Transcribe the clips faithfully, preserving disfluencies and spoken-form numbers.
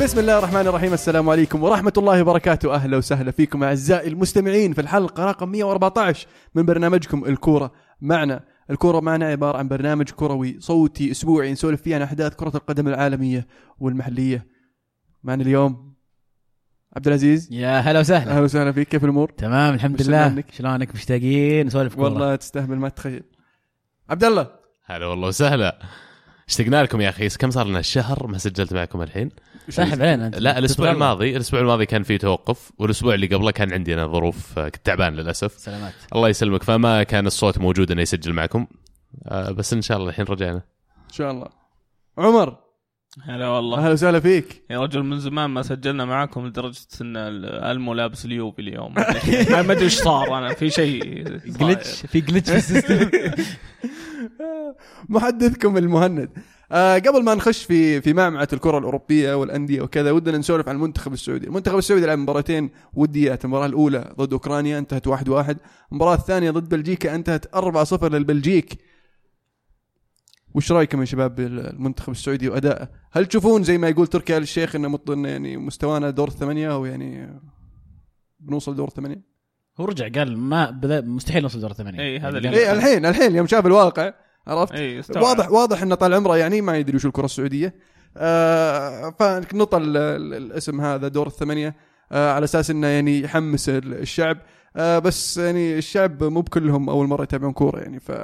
بسم الله الرحمن الرحيم. السلام عليكم ورحمة الله وبركاته. أهلا وسهلا فيكم أعزائي المستمعين في الحلقة رقم مئة وأربعة عشر من برنامجكم الكورة معنا. الكورة معنا عبارة عن برنامج كروي صوتي أسبوعي نسولف فيه عن أحداث كرة القدم العالمية والمحلية. معنا اليوم عبد العزيز. يا هلا وسهلا. أهلا وسهلا فيك. كيف الأمور؟ تمام الحمد لله. شلونك؟ مشتاقين نسولف كورة. والله تستهبل ما تتخيل. عبد الله. هلا والله وسهلا. اشتقنا لكم يا أخي. كم صار لنا الشهر ما سجلت معكم الحين؟ ساحب علينا أنت. لا الأسبوع الماضي الأسبوع الماضي كان فيه توقف، والأسبوع اللي قبله كان عندنا ظروف، كنت تعبان للأسف. سلامات. الله يسلمك. فما كان الصوت موجود إنه يسجل معكم، آه بس إن شاء الله الحين رجعنا إن شاء الله. عمر. هلا والله. أهلا وسهلا فيك يا رجل. من زمان ما سجلنا معكم لدرجة إن الملابس اليوبي اليوم ما أدري إيش صار. أنا في شيء جلتش في جلتش في السيستم. محدثكم المهند. آه قبل ما نخش في في معمعة الكرة الأوروبية والأندية وكذا، ودنا نسولف عن المنتخب السعودي. المنتخب السعودي لعب مباراتين وديات. المباراة الأولى ضد أوكرانيا انتهت واحد واحد. المباراة الثانية ضد بلجيكا انتهت أربعة صفر للبلجيك. وش رأيكم يا شباب بالمنتخب السعودي وأدائه؟ هل تشوفون زي ما يقول تركي آل الشيخ إنه مطن يعني مستوانا دور الثمانية أو يعني بنوصل دور الثمانية؟ هو رجع قال ما بدا مستحيل نوصل دور الثمانية. اي هذا يعني اللي إيه الحين الحين يوم شاف الواقع عرفت. أي واضح واضح إنه طال عمره يعني ما يدري وش الكرة السعودية. آه فنطل الاسم هذا دور الثمانية آه على أساس إنه يعني يحمس الشعب. آه بس يعني الشعب مو بكلهم أول مرة يتابعون كورة يعني. ف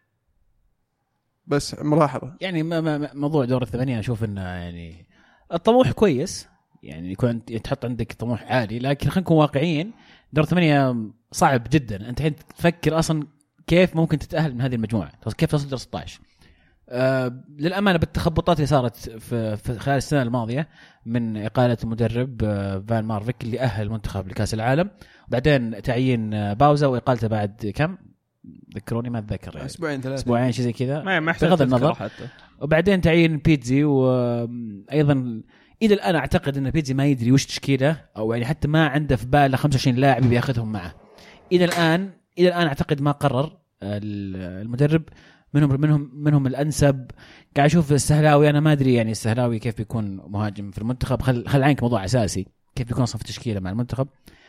بس ملاحظة يعني ما ما موضوع دور الثمانية أشوف إنه يعني الطموح كويس، يعني يكون تحط عندك طموح عالي، لكن خلينا نكون واقعيين. دور الثمانية صعب جدا. أنت الحين تفكر أصلا كيف ممكن تتأهل من هذه المجموعة، كيف تصل دور ستة عشر. أه للأمانة بالتخبطات اللي صارت في, في خلال السنة الماضية من إقالة المدرب أه فان مارفيك اللي أهل المنتخب لكأس العالم، وبعدين تعيين باوزا وإقالته بعد كم ذكروني ما أتذكر يعني. أسبوعين ثلاثة أسبوعين شيء زي كذا بغض النظر حتى. وبعدين تعيين بيتزي، وأيضا إلى الآن أعتقد أن بيتزي ما يدري وش تشكيله، أو يعني حتى ما عنده في باله خمسة وعشرين لاعب بياخذهم معه. إلى الآن إلى الآن أعتقد ما قرر المدرب منهم منهم منهم الأنسب. قاعد أشوف السهلاوي، أنا ما أدري يعني السهلاوي كيف بيكون مهاجم في المنتخب. خل خل عنك موضوع أساسي كيف بيكون صف تشكيله مع المنتخب.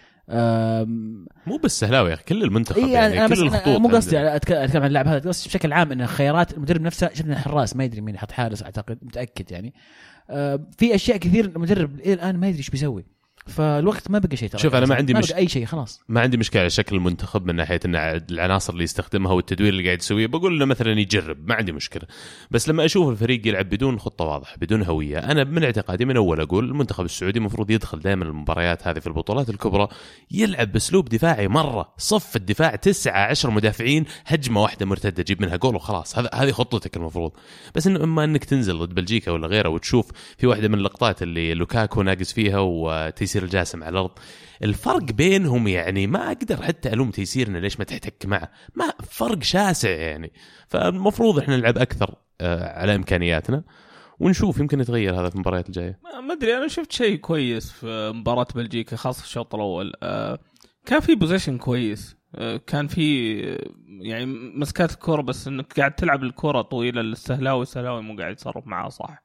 مو بس السهلاوي يا أخي، كل المنتخب إيه يعني, يعني كل الخطوط. مو قصدي أتكلم عن اللاعب هذا، قصدي بشكل عام إن خيارات المدرب نفسه. شفنا حراس ما يدري مين يحط حارس، أعتقد متأكد يعني. في أشياء كثير المدرب إلى الآن ما يدري إيش بيسوي. فالوقت ما بقى شيء. شوف أنا ما عندي مش... أي شيء خلاص. ما عندي مشكلة على شكل المنتخب من ناحية إن العناصر اللي يستخدمها والتدوير اللي قاعد يسويه، بقول له مثلا يجرب، ما عندي مشكلة. بس لما أشوف الفريق يلعب بدون خطة واضحة بدون هوية، أنا من اعتقادي من أول أقول المنتخب السعودي مفروض يدخل دائما المباريات هذه في البطولات الكبرى يلعب بأسلوب دفاعي مرة. صف الدفاع تسعة عشر مدافعين، هجمة واحدة مرتدة جيب منها جول وخلاص. هذا هذه خطتك المفروض. بس إنه إما إنك تنزل ضد بلجيكا ولا غيره وتشوف في واحدة من اللقطات اللي لوكاكو ناقص فيها وتيسير الجاسم على الأرض، الفرق بينهم يعني ما أقدر حتى ألوم تيسيرنا ليش ما تحتك معه، ما فرق شاسع يعني. فالمفروض إحنا نلعب أكثر على إمكانياتنا ونشوف يمكن يتغير هذا في المباريات الجاية. ما أدري، أنا شفت شيء كويس في مباراة بلجيكا خاصة في الشوط الأول. كان في بوزيشن كويس، كان في يعني مسكات الكرة، بس إنك قاعد تلعب الكرة طويلة للسهلاوي، السهلاوي مو قاعد يتصرف معها صح.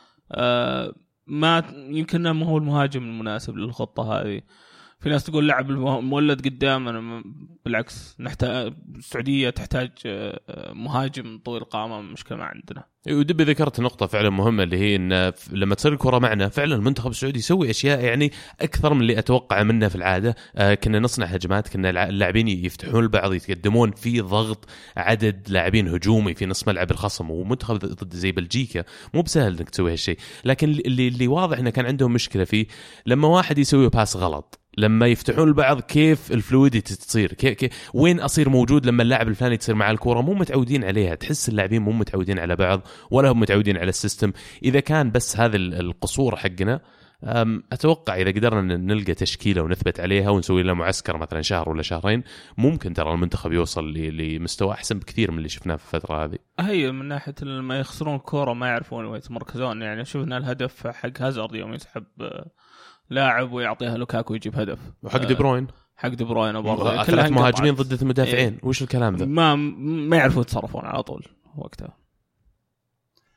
ما يمكن ما هو المهاجم المناسب للخطة هذه. في ناس تقول لعب المولد قدام، أنا بالعكس نحتاج السعودية تحتاج مهاجم طويل قامة، مشكلة ما عندنا. ودبي ذكرت نقطة فعلا مهمة اللي هي إن لما تصير الكرة معنا فعلا المنتخب السعودي يسوي أشياء يعني أكثر من اللي أتوقع منه في العادة. آه كنا نصنع هجمات، كنا اللاعبين يفتحون البعض، يتقدمون في ضغط عدد لاعبين هجومي في نص ملعب الخصم. ومنتخب ضد زي بلجيكا مو بسهل إنك تسوي هالشيء، لكن اللي اللي واضح إنه كان عندهم مشكلة فيه لما واحد يسوي باس غلط، لما يفتحون البعض كيف الفلويديتي تصير، كيف كيف وين أصير موجود لما اللاعب الفلاني تصير مع الكرة. مو متعودين عليها، تحس اللاعبين مو متعودين على بعض ولا هم متعودين على السيستم. إذا كان بس هذا القصور حقنا، أتوقع إذا قدرنا نلقى تشكيلة ونثبت عليها ونسوي لها معسكر مثلا شهر ولا شهرين، ممكن ترى المنتخب يوصل لمستوى أحسن بكثير من اللي شفناه في الفترة هذه. هي من ناحية لما يخسرون الكرة ما يعرفون وين يتمركزون. يعني شفنا الهدف حق هازارد يوم يسحب لاعب ويعطيها لوكاكو يجيب هدف، وحق دي بروين حق دي بروين وبرضه ثلاث مهاجمين ضد المدافعين. إيه؟ وش الكلام ذا؟ ما ما يعرفوا يتصرفون على طول وقتها.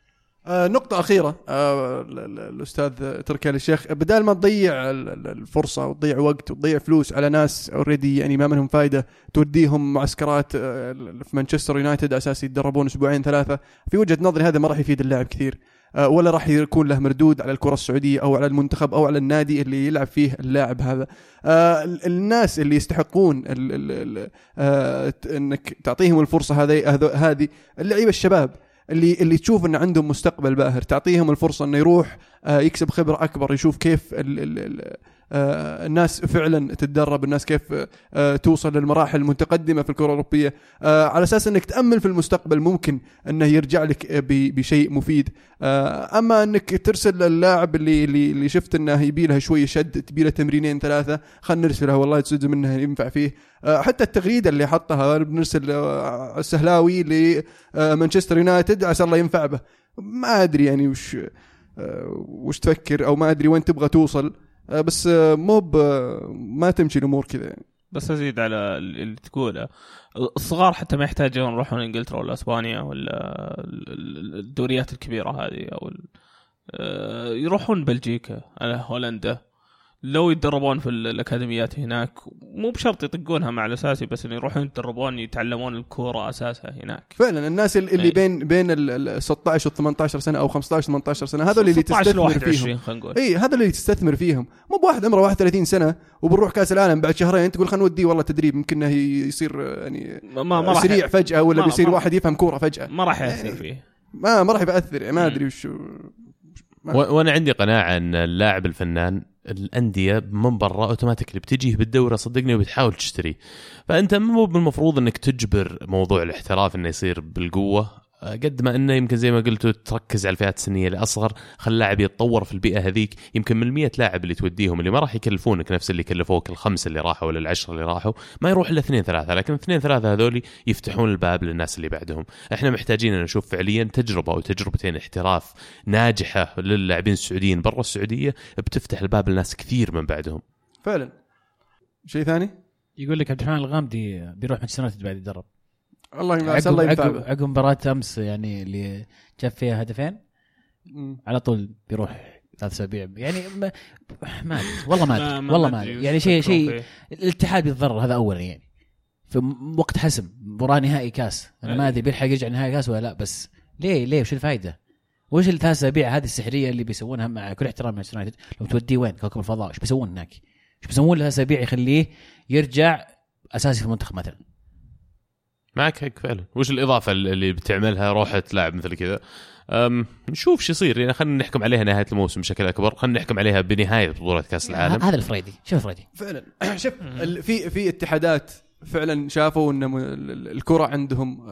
آه نقطة أخيرة آه الأستاذ تركي آل الشيخ، بدال ما تضيع الفرصة وتضيع وقت وتضيع فلوس على ناس أوريدي يعني ما منهم فايدة، توديهم معسكرات آه في مانشستر يونايتد أساس يتدربون أسبوعين ثلاثة، في وجهة نظري هذا ما راح يفيد اللاعب كثير، آه ولا راح يكون له مردود على الكرة السعودية أو على المنتخب أو على النادي اللي يلعب فيه اللاعب هذا. آه الناس اللي يستحقون ال ال ال آه إنك تعطيهم الفرصة هذه هذه اللعيبة الشباب اللي اللي تشوف ان عندهم مستقبل باهر، تعطيهم الفرصه انه يروح يكسب خبره اكبر، يشوف كيف ال ال ال الناس فعلا تتدرب، الناس كيف توصل للمراحل المتقدمه في الكره الاوروبيه، على اساس انك تامل في المستقبل ممكن انه يرجع لك بشيء مفيد. اما انك ترسل اللاعب اللي اللي اللي شفت انه يبي له شويه شد، تبي له تمرينين ثلاثه، خلينا نرسله والله تسد منه ينفع فيه. حتى التغريده اللي حطها بنرسل السهلاوي لمانشستر يونايتد عسى الله ينفع به، ما ادري يعني وش وش تفكر او ما ادري وين تبغى توصل، بس مو ما تمشي الامور كذا. بس ازيد على اللي تقوله، الصغار حتى ما يحتاجون يروحون انجلترا ولا اسبانيا ولا الدوريات الكبيره هذه، او يروحون بلجيكا على هولندا لو يتدربون في الاكاديميات هناك، مو بشرط يطقونها مع الاساسي، بس انه يروحون يتدربون يتعلمون الكوره اساسها هناك. فعلا الناس اللي أي. بين بين ال ستة عشر و ثمانية عشر سنه او خمسة عشر ثمانية عشر سنه، هذول اللي تستثمر فيهم. اي هذا اللي تستثمر فيهم، مو بواحد عمره واحد وثلاثين سنه وبنروح كاس العالم بعد شهرين تقول خلينا نوديه والله تدريب يمكن يصير يعني ما ما سريع فجاه، ولا بيصير واحد يفهم كوره فجاه، ما راح ياثر فيه، ما ما راح ياثر، ما ادري وش. وانا عندي قناعه ان اللاعب الفنان الأندية من برا أوتوماتيكلي بتجيه بالدورة صدقني وبتحاول تشتري، فأنت مو بالمفروض أنك تجبر موضوع الاحتراف أنه يصير بالقوة، قد ما أنه يمكن زي ما قلتوا تركز على الفئات السنية الأصغر، خل لاعب يتطور في البيئة هذيك. يمكن من المية لاعب اللي توديهم اللي ما راح يكلفونك نفس اللي كلفوك الخمسة اللي راحوا ولا العشرة اللي راحوا، ما يروح إلا اثنين ثلاثة، لكن اثنين ثلاثة هذولي يفتحون الباب للناس اللي بعدهم. احنا محتاجين أن نشوف فعليا تجربة أو تجربتين احتراف ناجحة للاعبين السعوديين برا السعودية، بتفتح الباب للناس كثير من بعدهم فعلا. شيء ثاني يقول لك عبد الرحمن الغامدي بيروح مانشستر يونايتد بعد يدرب، الله يمسى الله ينفع. عقب مباراة أمس يعني اللي جاب فيها هدفين م. على طول بيروح ثلاث أسابيع يعني ما ما والله ما أدري والله ما أدري يعني شيء شيء الاتحاد يتضرر هذا أولا، يعني في وقت حسم مباراة نهائي كاس، أنا ما أدري بيلحق يرجع نهائي كاس ولا لا، بس ليه ليه وش الفائدة؟ وش الثلاث أسابيع هذه السحرية اللي بيسوونها مع كل احترام مانشستر يونايتد؟ لو توديه وين كوكب الفضاء إيش بيسوون هناك؟ إيش بيسوون له أسابيع يخليه يرجع أساسي في المنتخب مثلا؟ معك هيك فعلا. وش الإضافة اللي بتعملها روحة تلعب مثل كذا؟ نشوف شو يصير يعني، خلينا نحكم عليها نهاية الموسم بشكل أكبر، خلينا نحكم عليها بنهاية بطولة كأس العالم. هذا الفريدي شوف الفريدي فعلا شوف في في اتحادات فعلا شافوا ان الكرة عندهم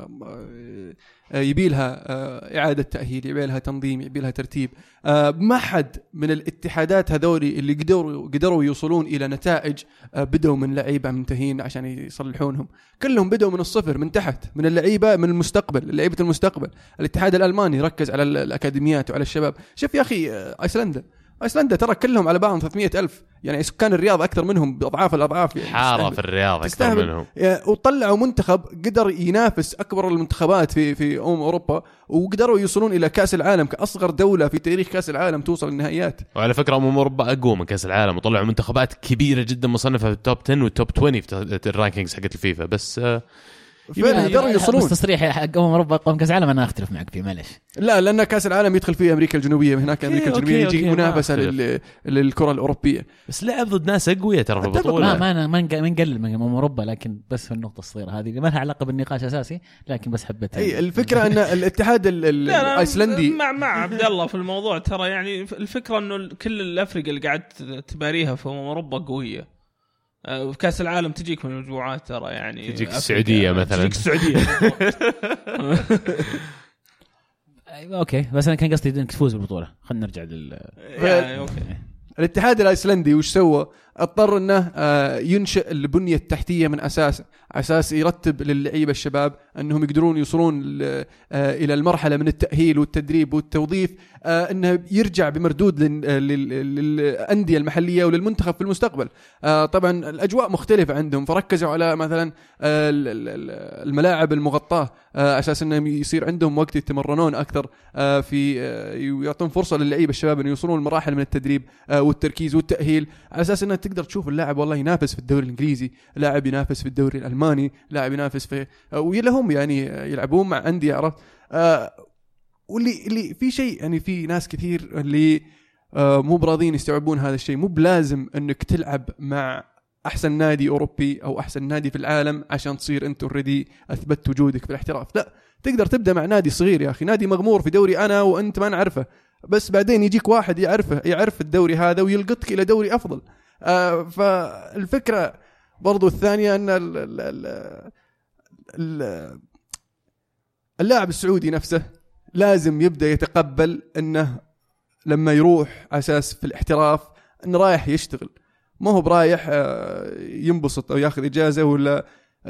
يبيلها إعادة تأهيل، يبيلها تنظيم، يبيلها ترتيب. ما حد من الاتحادات هذولي اللي قدروا قدروا يوصلون إلى نتائج بدوا من لعيبة منتهين عشان يصلحونهم، كلهم بدوا من الصفر من تحت، من اللعيبة من المستقبل، لعيبة المستقبل. الاتحاد الألماني ركز على الأكاديميات وعلى الشباب. شوف يا أخي أيسلندا أيسلندا ترى كلهم على بعضهم ثلاثمية ألف، يعني سكان الرياض أكثر منهم بأضعاف الأضعاف، يعني حارة في الرياض أكثر منهم، وطلعوا منتخب قدر ينافس أكبر المنتخبات في في أمم أوروبا، وقدروا يوصلون إلى كأس العالم كأصغر دولة في تاريخ كأس العالم توصل النهائيات. وعلى فكرة أمم أوروبا أقوى من كأس العالم، وطلعوا منتخبات كبيرة جدا مصنفة في التوب عشرة والتوب عشرين في الرانكينجز حقت الفيفا، بس يقدروا يوصلون. تصريح حق أمم أوروبا قوم كأس العالم أنا أختلف معك فيه معلش. لا لأن كأس العالم يدخل فيه أمريكا الجنوبية، هناك أمريكا الجنوبية يجي منافسة للكرة الأوروبية، بس لعب ضد ناس أقوياء ترى في البطولة. ما أنا ما نقلل من أمم أوروبا، لكن بس في النقطة الصغيرة هذه اللي ما لها علاقة بالنقاش أساسي، لكن بس حبيت. أي الفكرة أن الاتحاد الأيسلندي مع مع عبد الله في الموضوع، ترى يعني الفكرة إنه كل الأفريقيا اللي قاعد تباريها في أمم أوروبا قوية. في كأس العالم تجيك من المجموعات ترى، يعني تجيك السعودية مثلا، تجيك السعودية اوكي بس انا كان قصدي انك تفوز بالبطولة. خلينا نرجع لل يعني اوكي. الاتحاد الايسلندي وش سوى؟ اضطر انه ينشئ البنيه التحتيه من اساسه، على اساس يرتب للعيبه الشباب انهم يقدرون يوصلون الى المرحله من التاهيل والتدريب والتوظيف، انه يرجع بمردود للانديه المحليه وللمنتخب في المستقبل. طبعا الاجواء مختلفه عندهم، فركزوا على مثلا الملاعب المغطاه اساس انهم يصير عندهم وقت يتمرنون اكثر، في يعطون فرصه للعيبه الشباب ان يوصلون لمراحل من التدريب والتركيز والتاهيل، على اساس انه تقدر تشوف اللاعب والله ينافس في الدوري الانجليزي، لاعب ينافس في الدوري الالماني، لاعب ينافس في ويلهم يعني يلعبون مع انديه، عرفت؟ واللي اللي في شيء يعني في ناس كثير اللي مو براضين يستوعبون هذا الشيء. مو بلازم انك تلعب مع احسن نادي اوروبي او احسن نادي في العالم عشان تصير انت اوريدي اثبتت وجودك في الاحتراف. لا، تقدر تبدا مع نادي صغير يا اخي، نادي مغمور في دوري انا وانت ما نعرفه، بس بعدين يجيك واحد يعرفه يعرف الدوري هذا ويلقطك الى دوري افضل. آه فالفكره برضو الثانيه ان ال ال ال اللاعب السعودي نفسه لازم يبدا يتقبل انه لما يروح اساس في الاحتراف انه رايح يشتغل، ما هو برايح ينبسط او ياخذ اجازه ولا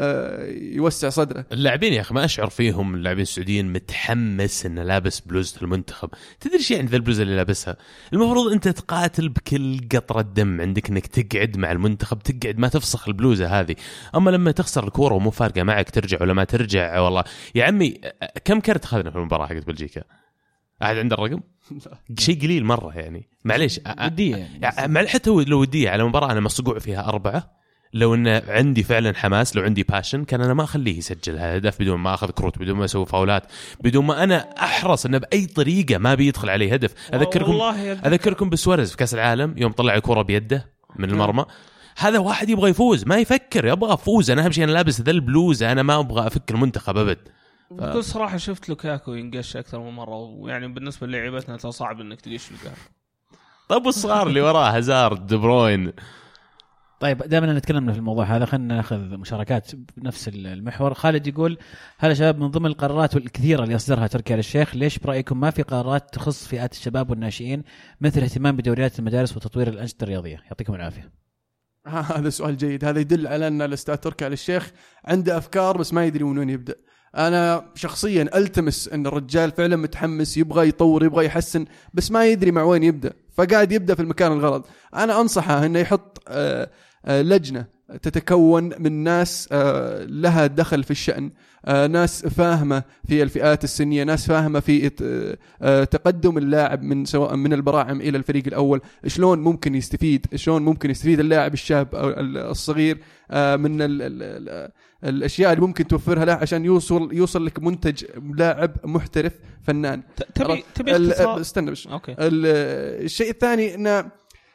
يوسع صدره. اللاعبين يا اخي ما اشعر فيهم اللاعبين السعوديين متحمس انه لابس بلوزة المنتخب. تدري ايش يعني ذا البلوزة اللي لابسها؟ المفروض انت تقاتل بكل قطرة دم عندك انك تقعد مع المنتخب، تقعد ما تفسخ البلوزة هذه. اما لما تخسر الكورة ومو فارقة معك ترجع ولا ما ترجع، والله يا عمي كم كرت اخذنا في المباراة حقت بلجيكا؟ أحد عنده الرقم؟ شيء قليل مرة يعني، معليش ودية يعني. حتى لو ودية على مباراة أنا مصقوع فيها أربعة، لو إن عندي فعلا حماس، لو عندي باشن، كان أنا ما أخليه يسجل هدف بدون ما أخذ كروت، بدون ما أسوي فاولات، بدون ما أنا أحرص إنه بأي طريقة ما بيدخل عليه هدف. أذكركم أذكركم بسواريز في كأس العالم يوم طلع الكرة بيده من المرمى، هذا واحد يبغى يفوز ما يفكر، يبغى أفوز. أنا أهم شيء أنا لابس ذا البلوزة، أنا ما أبغى أفك المنتخب أبد. ف... بكل صراحة شفت لوكاكو ينقش أكثر من مرة، ويعني بالنسبة للعيبتنا صعب إنك تقش لوكاكو. طب والصغار اللي وراه هازارد، دي بروين. طيب دائما نتكلم في الموضوع هذا، خلينا ناخذ مشاركات بنفس المحور. خالد يقول: هلا شباب، من ضمن القرارات الكثيرة اللي أصدرها تركي آل الشيخ، ليش برأيكم ما في قرارات تخص فئات الشباب والناشئين مثل اهتمام بدوريات المدارس وتطوير الأنشطة الرياضية؟ يعطيكم العافية. هذا سؤال جيد، هذا يدل على أن الأستاذ تركي آل الشيخ عنده أفكار بس ما يدري من وين يبدأ. أنا شخصيا ألتمس أن الرجال فعلا متحمس، يبغى يطور، يبغى يحسن، بس ما يدري مع وين يبدأ، فقاعد يبدأ في المكان الغلط. أنا أنصحه أنه يحط آه آه لجنة تتكون من ناس آه لها دخل في الشأن، آه ناس فاهمة في الفئات السنية، ناس فاهمة في آه تقدم اللاعب من سواء من البراعم إلى الفريق الأول، شلون ممكن يستفيد، شلون ممكن يستفيد اللاعب الشاب أو الصغير آه من ال ال ال الأشياء اللي ممكن توفرها له عشان يوصل يوصل لك منتج لاعب محترف فنان. تبي تبي استنى بس. الشيء الثاني إن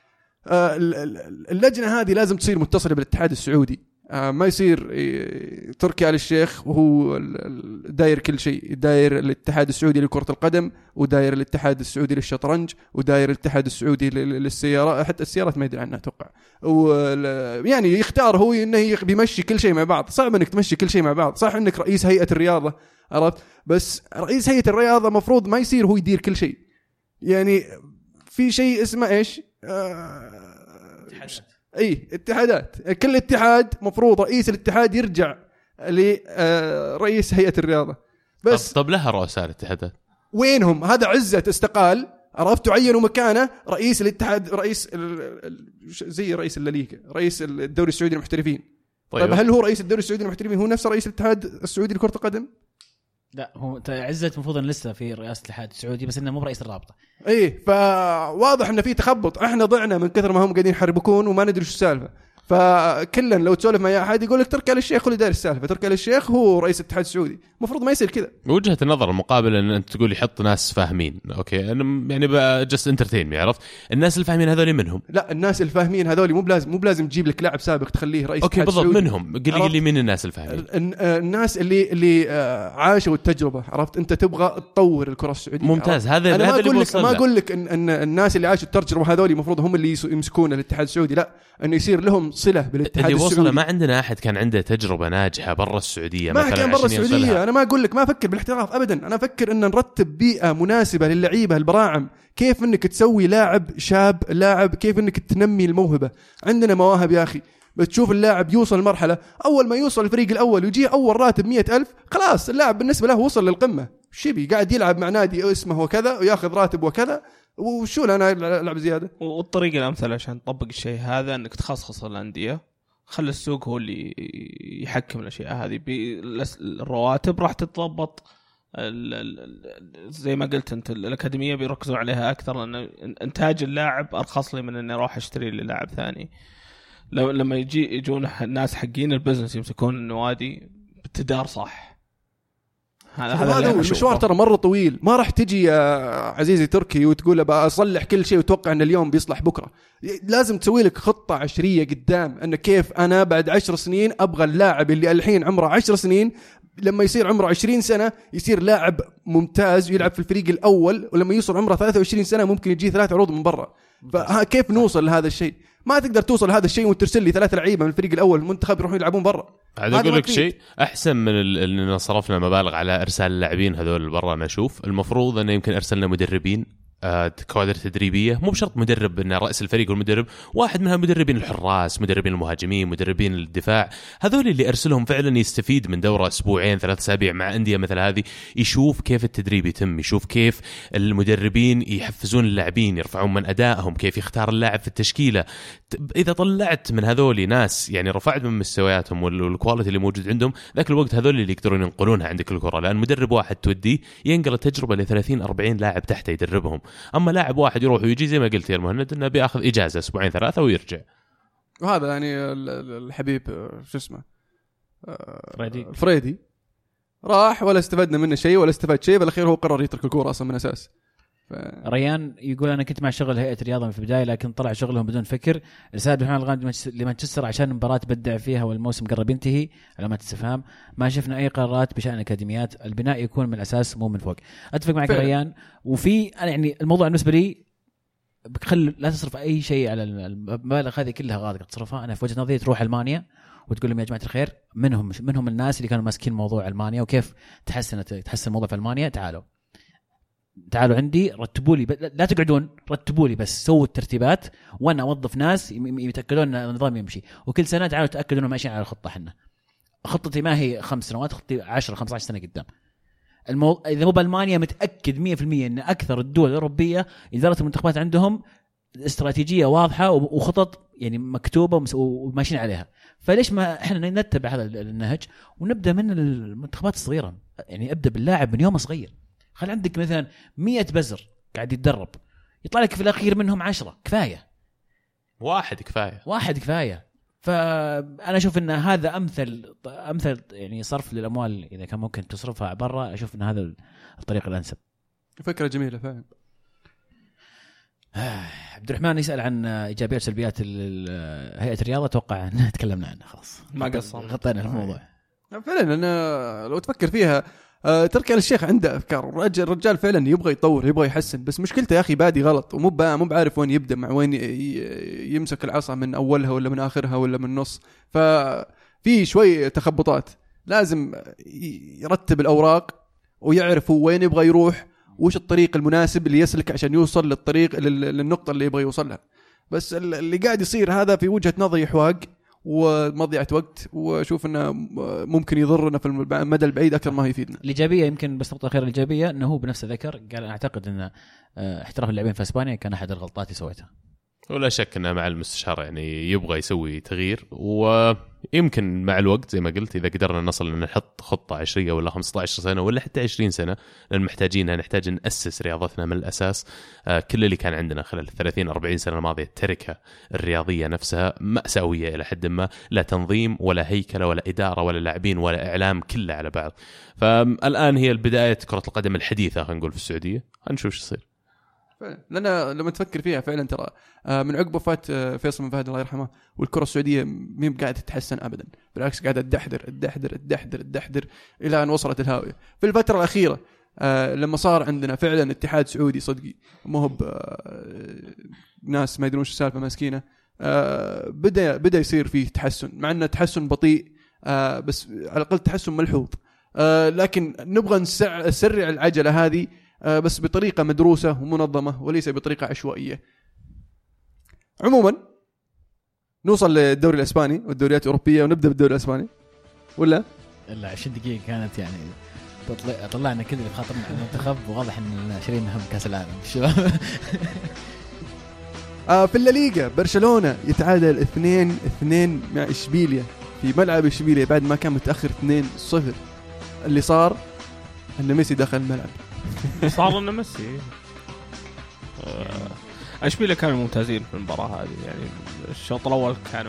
اللجنة هذه لازم تصير متصلة بالاتحاد السعودي، ما يصير تركي آل الشيخ وهو داير كل شيء، داير الاتحاد السعودي لكرة القدم، وداير الاتحاد السعودي للشطرنج، وداير الاتحاد السعودي للسيارة، حتى السيارات ما يدري عنها توقع، يعني يختار هو انه بيمشي كل شيء مع بعض. صعب انك تمشي كل شيء مع بعض، صح انك رئيس هيئة الرياضة، عرفت، بس رئيس هيئة الرياضة مفروض ما يصير هو يدير كل شيء. يعني في شيء اسمه ايش آه اي اتحادات، كل اتحاد مفروض رئيس الاتحاد يرجع لرئيس هيئة الرياضة بس. طب, طب لها رؤساء الاتحادات وينهم؟ هذا عزة استقال، عرفت، عينوا مكانه رئيس الاتحاد، رئيس زي رئيس الليغا، رئيس الدوري السعودي للمحترفين. طيب. طيب هل هو رئيس الدوري السعودي للمحترفين هو نفس رئيس الاتحاد السعودي لكرة القدم؟ لا، هو عزة المفروض أن لسه في رئاسة الاتحاد السعودي، بس إنه مو رئيس الرابطة. إيه، فواضح إنه في تخبط، إحنا ضعنا من كثر ما هم قاعدين يحربكون وما ندري شو السالفة. فكلا لو تسولف مع أحد يقول لك تركي آل الشيخ هو اللي داير السالفة، تركي آل الشيخ هو رئيس الاتحاد السعودي، المفروض ما يصير كذا. وجهة النظر المقابلة ان انت تقول يحط ناس فاهمين، اوكي انا يعني جست انترتين، عرفت، الناس الفاهمين هذول منهم. لا، الناس الفاهمين هذول مو بلازم مو بلازم تجيب لك لاعب سابق تخليه رئيس اوكي بالضبط منهم. قل لي مين الناس الفاهمين؟ الناس اللي اللي عاشوا التجربة، عرفت، انت تبغى تطور الكرة السعودية. ممتاز، هذا هذا اللي بوصل. ما اقول لك ان, إن الناس اللي عاشوا التجربة هذول المفروض هم اللي يمسكون الاتحاد السعودي، لا، انه يصير لهم صله بالاتحاد اللي السعودي. وصل ما عندنا احد كان عنده تجربه ناجحه برا السعوديه ما مثلا كان برا السعوديه. يوصلها. انا ما اقول لك ما افكر بالاحتراف ابدا، انا افكر ان نرتب بيئه مناسبه للعيبه البراعم. كيف انك تسوي لاعب شاب، لاعب كيف انك تنمي الموهبه. عندنا مواهب يا اخي، بتشوف اللاعب يوصل مرحله اول ما يوصل الفريق الاول ويجي اول راتب مئة ألف، خلاص اللاعب بالنسبه له وصل للقمه. شبي قاعد يلعب مع نادي اسمه وكذا وياخذ راتب وكذا، وشو انا العب زياده. والطريقه الامثل عشان تطبق الشيء هذا انك تخصص الانديه، خلي السوق هو اللي يحكم الاشياء هذه. بالرواتب راح تتضبط زي ما قلت انت، الاكاديميه بيركزوا عليها اكثر لان انتاج اللاعب ارخص لي من اني اروح اشتري لي لاعب ثاني. لما يجي يجون الناس حقين البزنس يمسكون النوادي بالتدار صح. هذا هو المشوار ترى مرة طويل. ما راح تجي يا عزيزي تركي وتقول ابى اصلح كل شيء وتوقع ان اليوم بيصلح بكرة. لازم تسوي لك خطة عشرية قدام، ان كيف انا بعد عشر سنين ابغى اللاعب اللي الحين عمره عشر سنين لما يصير عمره عشرين سنة يصير لاعب ممتاز ويلعب في الفريق الاول، ولما يوصل عمره ثلاثة وعشرين سنة ممكن يجي ثلاث عروض من برا. فكيف نوصل لهذا الشيء؟ ما تقدر توصل لهذا الشيء وترسل لي ثلاث لعيبه من الفريق الاول المنتخب يروحون يلعبون برا. عاد اقول لك شيء احسن من ان صرفنا مبالغ على ارسال اللاعبين هذول برا. انا اشوف المفروض انه يمكن ارسلنا مدربين، كوادر تدريبيه، مو بشرط مدرب ان راس الفريق والمدرب واحد منها، مدربين الحراس، مدربين المهاجمين، مدربين الدفاع، هذول اللي ارسلهم فعلا يستفيد من دوره اسبوعين ثلاث اسابيع مع انديه مثل هذه، يشوف كيف التدريب يتم، يشوف كيف المدربين يحفزون اللاعبين، يرفعون من ادائهم، كيف يختار اللاعب في التشكيله. اذا طلعت من هذول ناس يعني رفعت من مستوياتهم والكواليتي اللي موجود عندهم، ذاك الوقت هذول اللي يقدرون ينقلونها عندك الكره. لان مدرب واحد توديه ينقل التجربه ل ثلاثين أربعين لاعب تحته يدربهم. اما لاعب واحد يروح ويجي زي ما قلت يا المهند انه بياخذ اجازه اسبوعين ثلاثه ويرجع. وهذا يعني الحبيب شو اسمه فريدي فريدي راح ولا استفدنا منه شيء ولا استفاد شيء، بالاخير هو قرر يترك الكوره اصلا من اساس. ف... ريان يقول انا كنت مع شغل هيئه الرياضه في البدايه لكن طلع شغلهم بدون فكر. رساله محمد الغامدي لمانشستر عشان المباراه تبدع فيها والموسم قرب ينتهي، علامات استفهام. ما شفنا اي قرارات بشان الاكاديميات، البناء يكون من الاساس مو من فوق. اتفق معك ريان. وفي انا يعني الموضوع بالنسبه لي بخل لا تصرف اي شيء على المبالغ هذه كلها غاليه تصرفها. انا في وجهه نظري تروح المانيا وتقول لهم يا جماعه الخير، منهم منهم الناس اللي كانوا ماسكين موضوع المانيا وكيف تحسنت تحسن الموضوع في المانيا. تعالوا تعالوا عندي رتبوا لي، لا تقعدون رتبوا لي بس، سووا الترتيبات وانا اوظف ناس يتاكدون ان النظام يمشي. وكل سنه تعالوا تاكدوا انه ماشيين على الخطه. احنا خطتي ما هي خمس سنوات، خطتي عشرة خمسة عشر سنه قدام. المو... اذا مو بالمانيا متاكد مية بالمية ان اكثر الدول الاوروبيه اداره المنتخبات عندهم استراتيجيه واضحه وخطط يعني مكتوبه وماشيين عليها. فليش ما احنا نتبع هذا النهج ونبدا من المنتخبات الصغيره؟ يعني ابدا باللاعب من يوم صغير. خل عندك مثلا مية بزر قاعد يتدرب، يطلع لك في الأخير منهم عشرة كفاية، واحد كفاية واحد كفاية. فأنا أشوف أن هذا أمثل أمثل يعني صرف للأموال إذا كان ممكن تصرفها برا. أشوف أن هذا الطريق الأنسب. فكرة جميلة فعلا. عبد الرحمن يسأل عن إيجابيات وسلبيات هيئة الرياضة. أتوقع أن تكلمنا عنها خلاص، ما قصر غطينا الموضوع فعلا. أنا لو تفكر فيها أه تركي آل الشيخ عنده أفكار. الرجال, الرجال فعلا يبغى يطور يبغى يحسن، بس مشكلته يا أخي بادي غلط ومو مو بعارف وين يبدأ، مع وين يمسك العصا، من أولها ولا من آخرها ولا من النص. ففي شوي تخبطات. لازم يرتب الأوراق ويعرف هو وين يبغى يروح وش الطريق المناسب اللي يسلك عشان يوصل للطريق للنقطة اللي يبغى يوصلها. بس اللي قاعد يصير هذا في وجهة نظري حواق ومضيعة وقت، وشوف انه ممكن يضرنا في المدى البعيد اكثر ما يفيدنا. الايجابيه يمكن بس نقطه اخيره الايجابيه انه هو بنفسه ذكر قال انا اعتقد ان احتراف اللاعبين في اسبانيا كان احد الغلطات اللي سويتها. ولا شك انه مع المستشار يعني يبغى يسوي تغيير، ويمكن مع الوقت زي ما قلت اذا قدرنا نصل ان نحط خطه عشرين ولا خمسة عشر سنه ولا حتى عشرين سنه، لان محتاجينها، نحتاج ناسس رياضتنا من الاساس. آه كل اللي كان عندنا خلال ثلاثين أربعين سنه الماضيه التركه الرياضيه نفسها مأساويه الى حد ما، لا تنظيم ولا هيكله ولا اداره ولا لاعبين ولا اعلام، كله على بعض. فالان هي البدايه كره القدم الحديثه خلينا نقول في السعوديه، هنشوف ايش يصير. لأن لما تفكر فيها فعلا ترى من عقب وفاة فيصل بن فهد الله يرحمه والكرة السعودية مين قاعدة تتحسن أبدا، بالعكس قاعدة تدحدر تدحدر تدحدر تدحدر إلى أن وصلت الهاوية. في الفترة الأخيرة لما صار عندنا فعلا اتحاد سعودي صدقي، مو هو ناس ما يدرون شو السالفة مسكينة، آه بدا بدا يصير فيه تحسن، مع انه تحسن بطيء آه بس على الاقل تحسن ملحوظ. آه لكن نبغى نسع نسرع العجله هذه آه بس بطريقه مدروسه ومنظمه وليس بطريقه عشوائيه. عموما نوصل للدوري الاسباني والدوريات الاوروبيه، ونبدا بالدوري الاسباني ولا الا عشرين دقيقه كانت يعني تطلع طلعنا كذا اللي خاطرنا على المنتخب، وواضح ان شايلين هم كاس العالم الشباب. آه في الليغا برشلونه يتعادل اثنين اثنين مع اشبيليا في ملعب اشبيليا بعد ما كان متاخر اثنين صفر. اللي صار ان ميسي دخل الملعب. صار انه ميسي. اشبيليا كانوا ممتازين في المباراه هذه، يعني الشوط الاول كانوا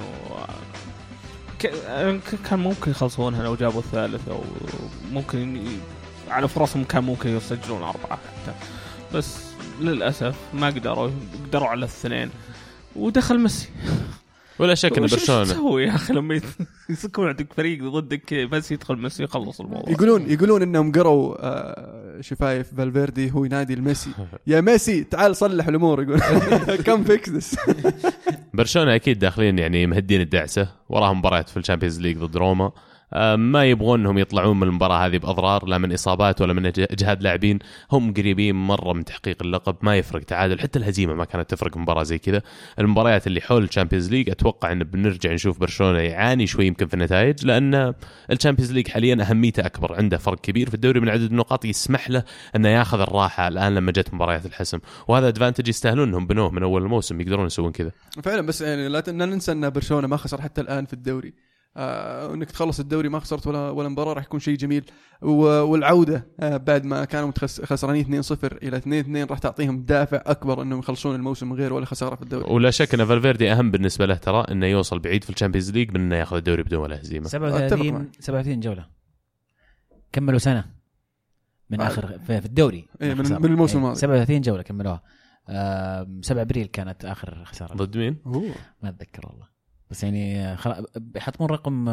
كان ممكن يخلصونها لو جابوا الثالث، او ممكن على فرصهم كان ممكن يسجلون أربعة حتى، بس للأسف ما قدروا قدروا على الاثنين ودخل ميسي. ولا شك ان برشلونه تسوي يا اخي لما يكون عندك فريق ضدك بس يدخل ميسي يخلص الموضوع. يقولون يقولون انهم قروا آه شفايف فالفيردي هو ينادي الميسي يا ميسي تعال صلح الامور، يقول كم فيكس ذس. برشلونه اكيد داخلين يعني مهدين الدعسه، وراهم مباريات في الشامبيونز ليج ضد روما، ما يبغون انهم يطلعون من المباراه هذه باضرار، لا من اصابات ولا من اجهاد لاعبين. هم قريبين مره من تحقيق اللقب، ما يفرق تعادل، حتى الهزيمه ما كانت تفرق مباراه زي كذا. المباريات اللي حول الشامبيونز ليج اتوقع ان بنرجع نشوف برشلونه يعاني شوي يمكن في النتائج، لان الشامبيونز ليج حاليا اهميته اكبر، عنده فرق كبير في الدوري من عدد النقاط يسمح له انه ياخذ الراحه الان لما جت مباريات الحسم، وهذا ادفانتج يستاهلون انهم بنوه من اول الموسم، يقدرون يسوون كذا فعلا. بس يعني لا ننسى ان برشلونه ما خسر حتى الان في الدوري، آه انك تخلص الدوري ما خسرت ولا ولا مباراه راح يكون شيء جميل. والعوده آه بعد ما كانوا خسرانين اثنين صفر الى اثنين اثنين راح تعطيهم دافع اكبر انهم يخلصون الموسم من غير ولا خساره في الدوري. ولا شك ان فالفيردي اهم بالنسبه له ترى انه يوصل بعيد في الشامبيونز ليج من انه ياخذ الدوري بدون ولا هزيمه. سبعة وثلاثين سبعة وثلاثين جوله كملوا سنه من بعد. اخر في الدوري إيه من, من الموسم الماضي سبعة وثلاثين جوله كملوها. آه سبعة ابريل كانت اخر خساره ضد مين؟ أوه. ما اتذكر والله، بس يعني خل... يحطون رقم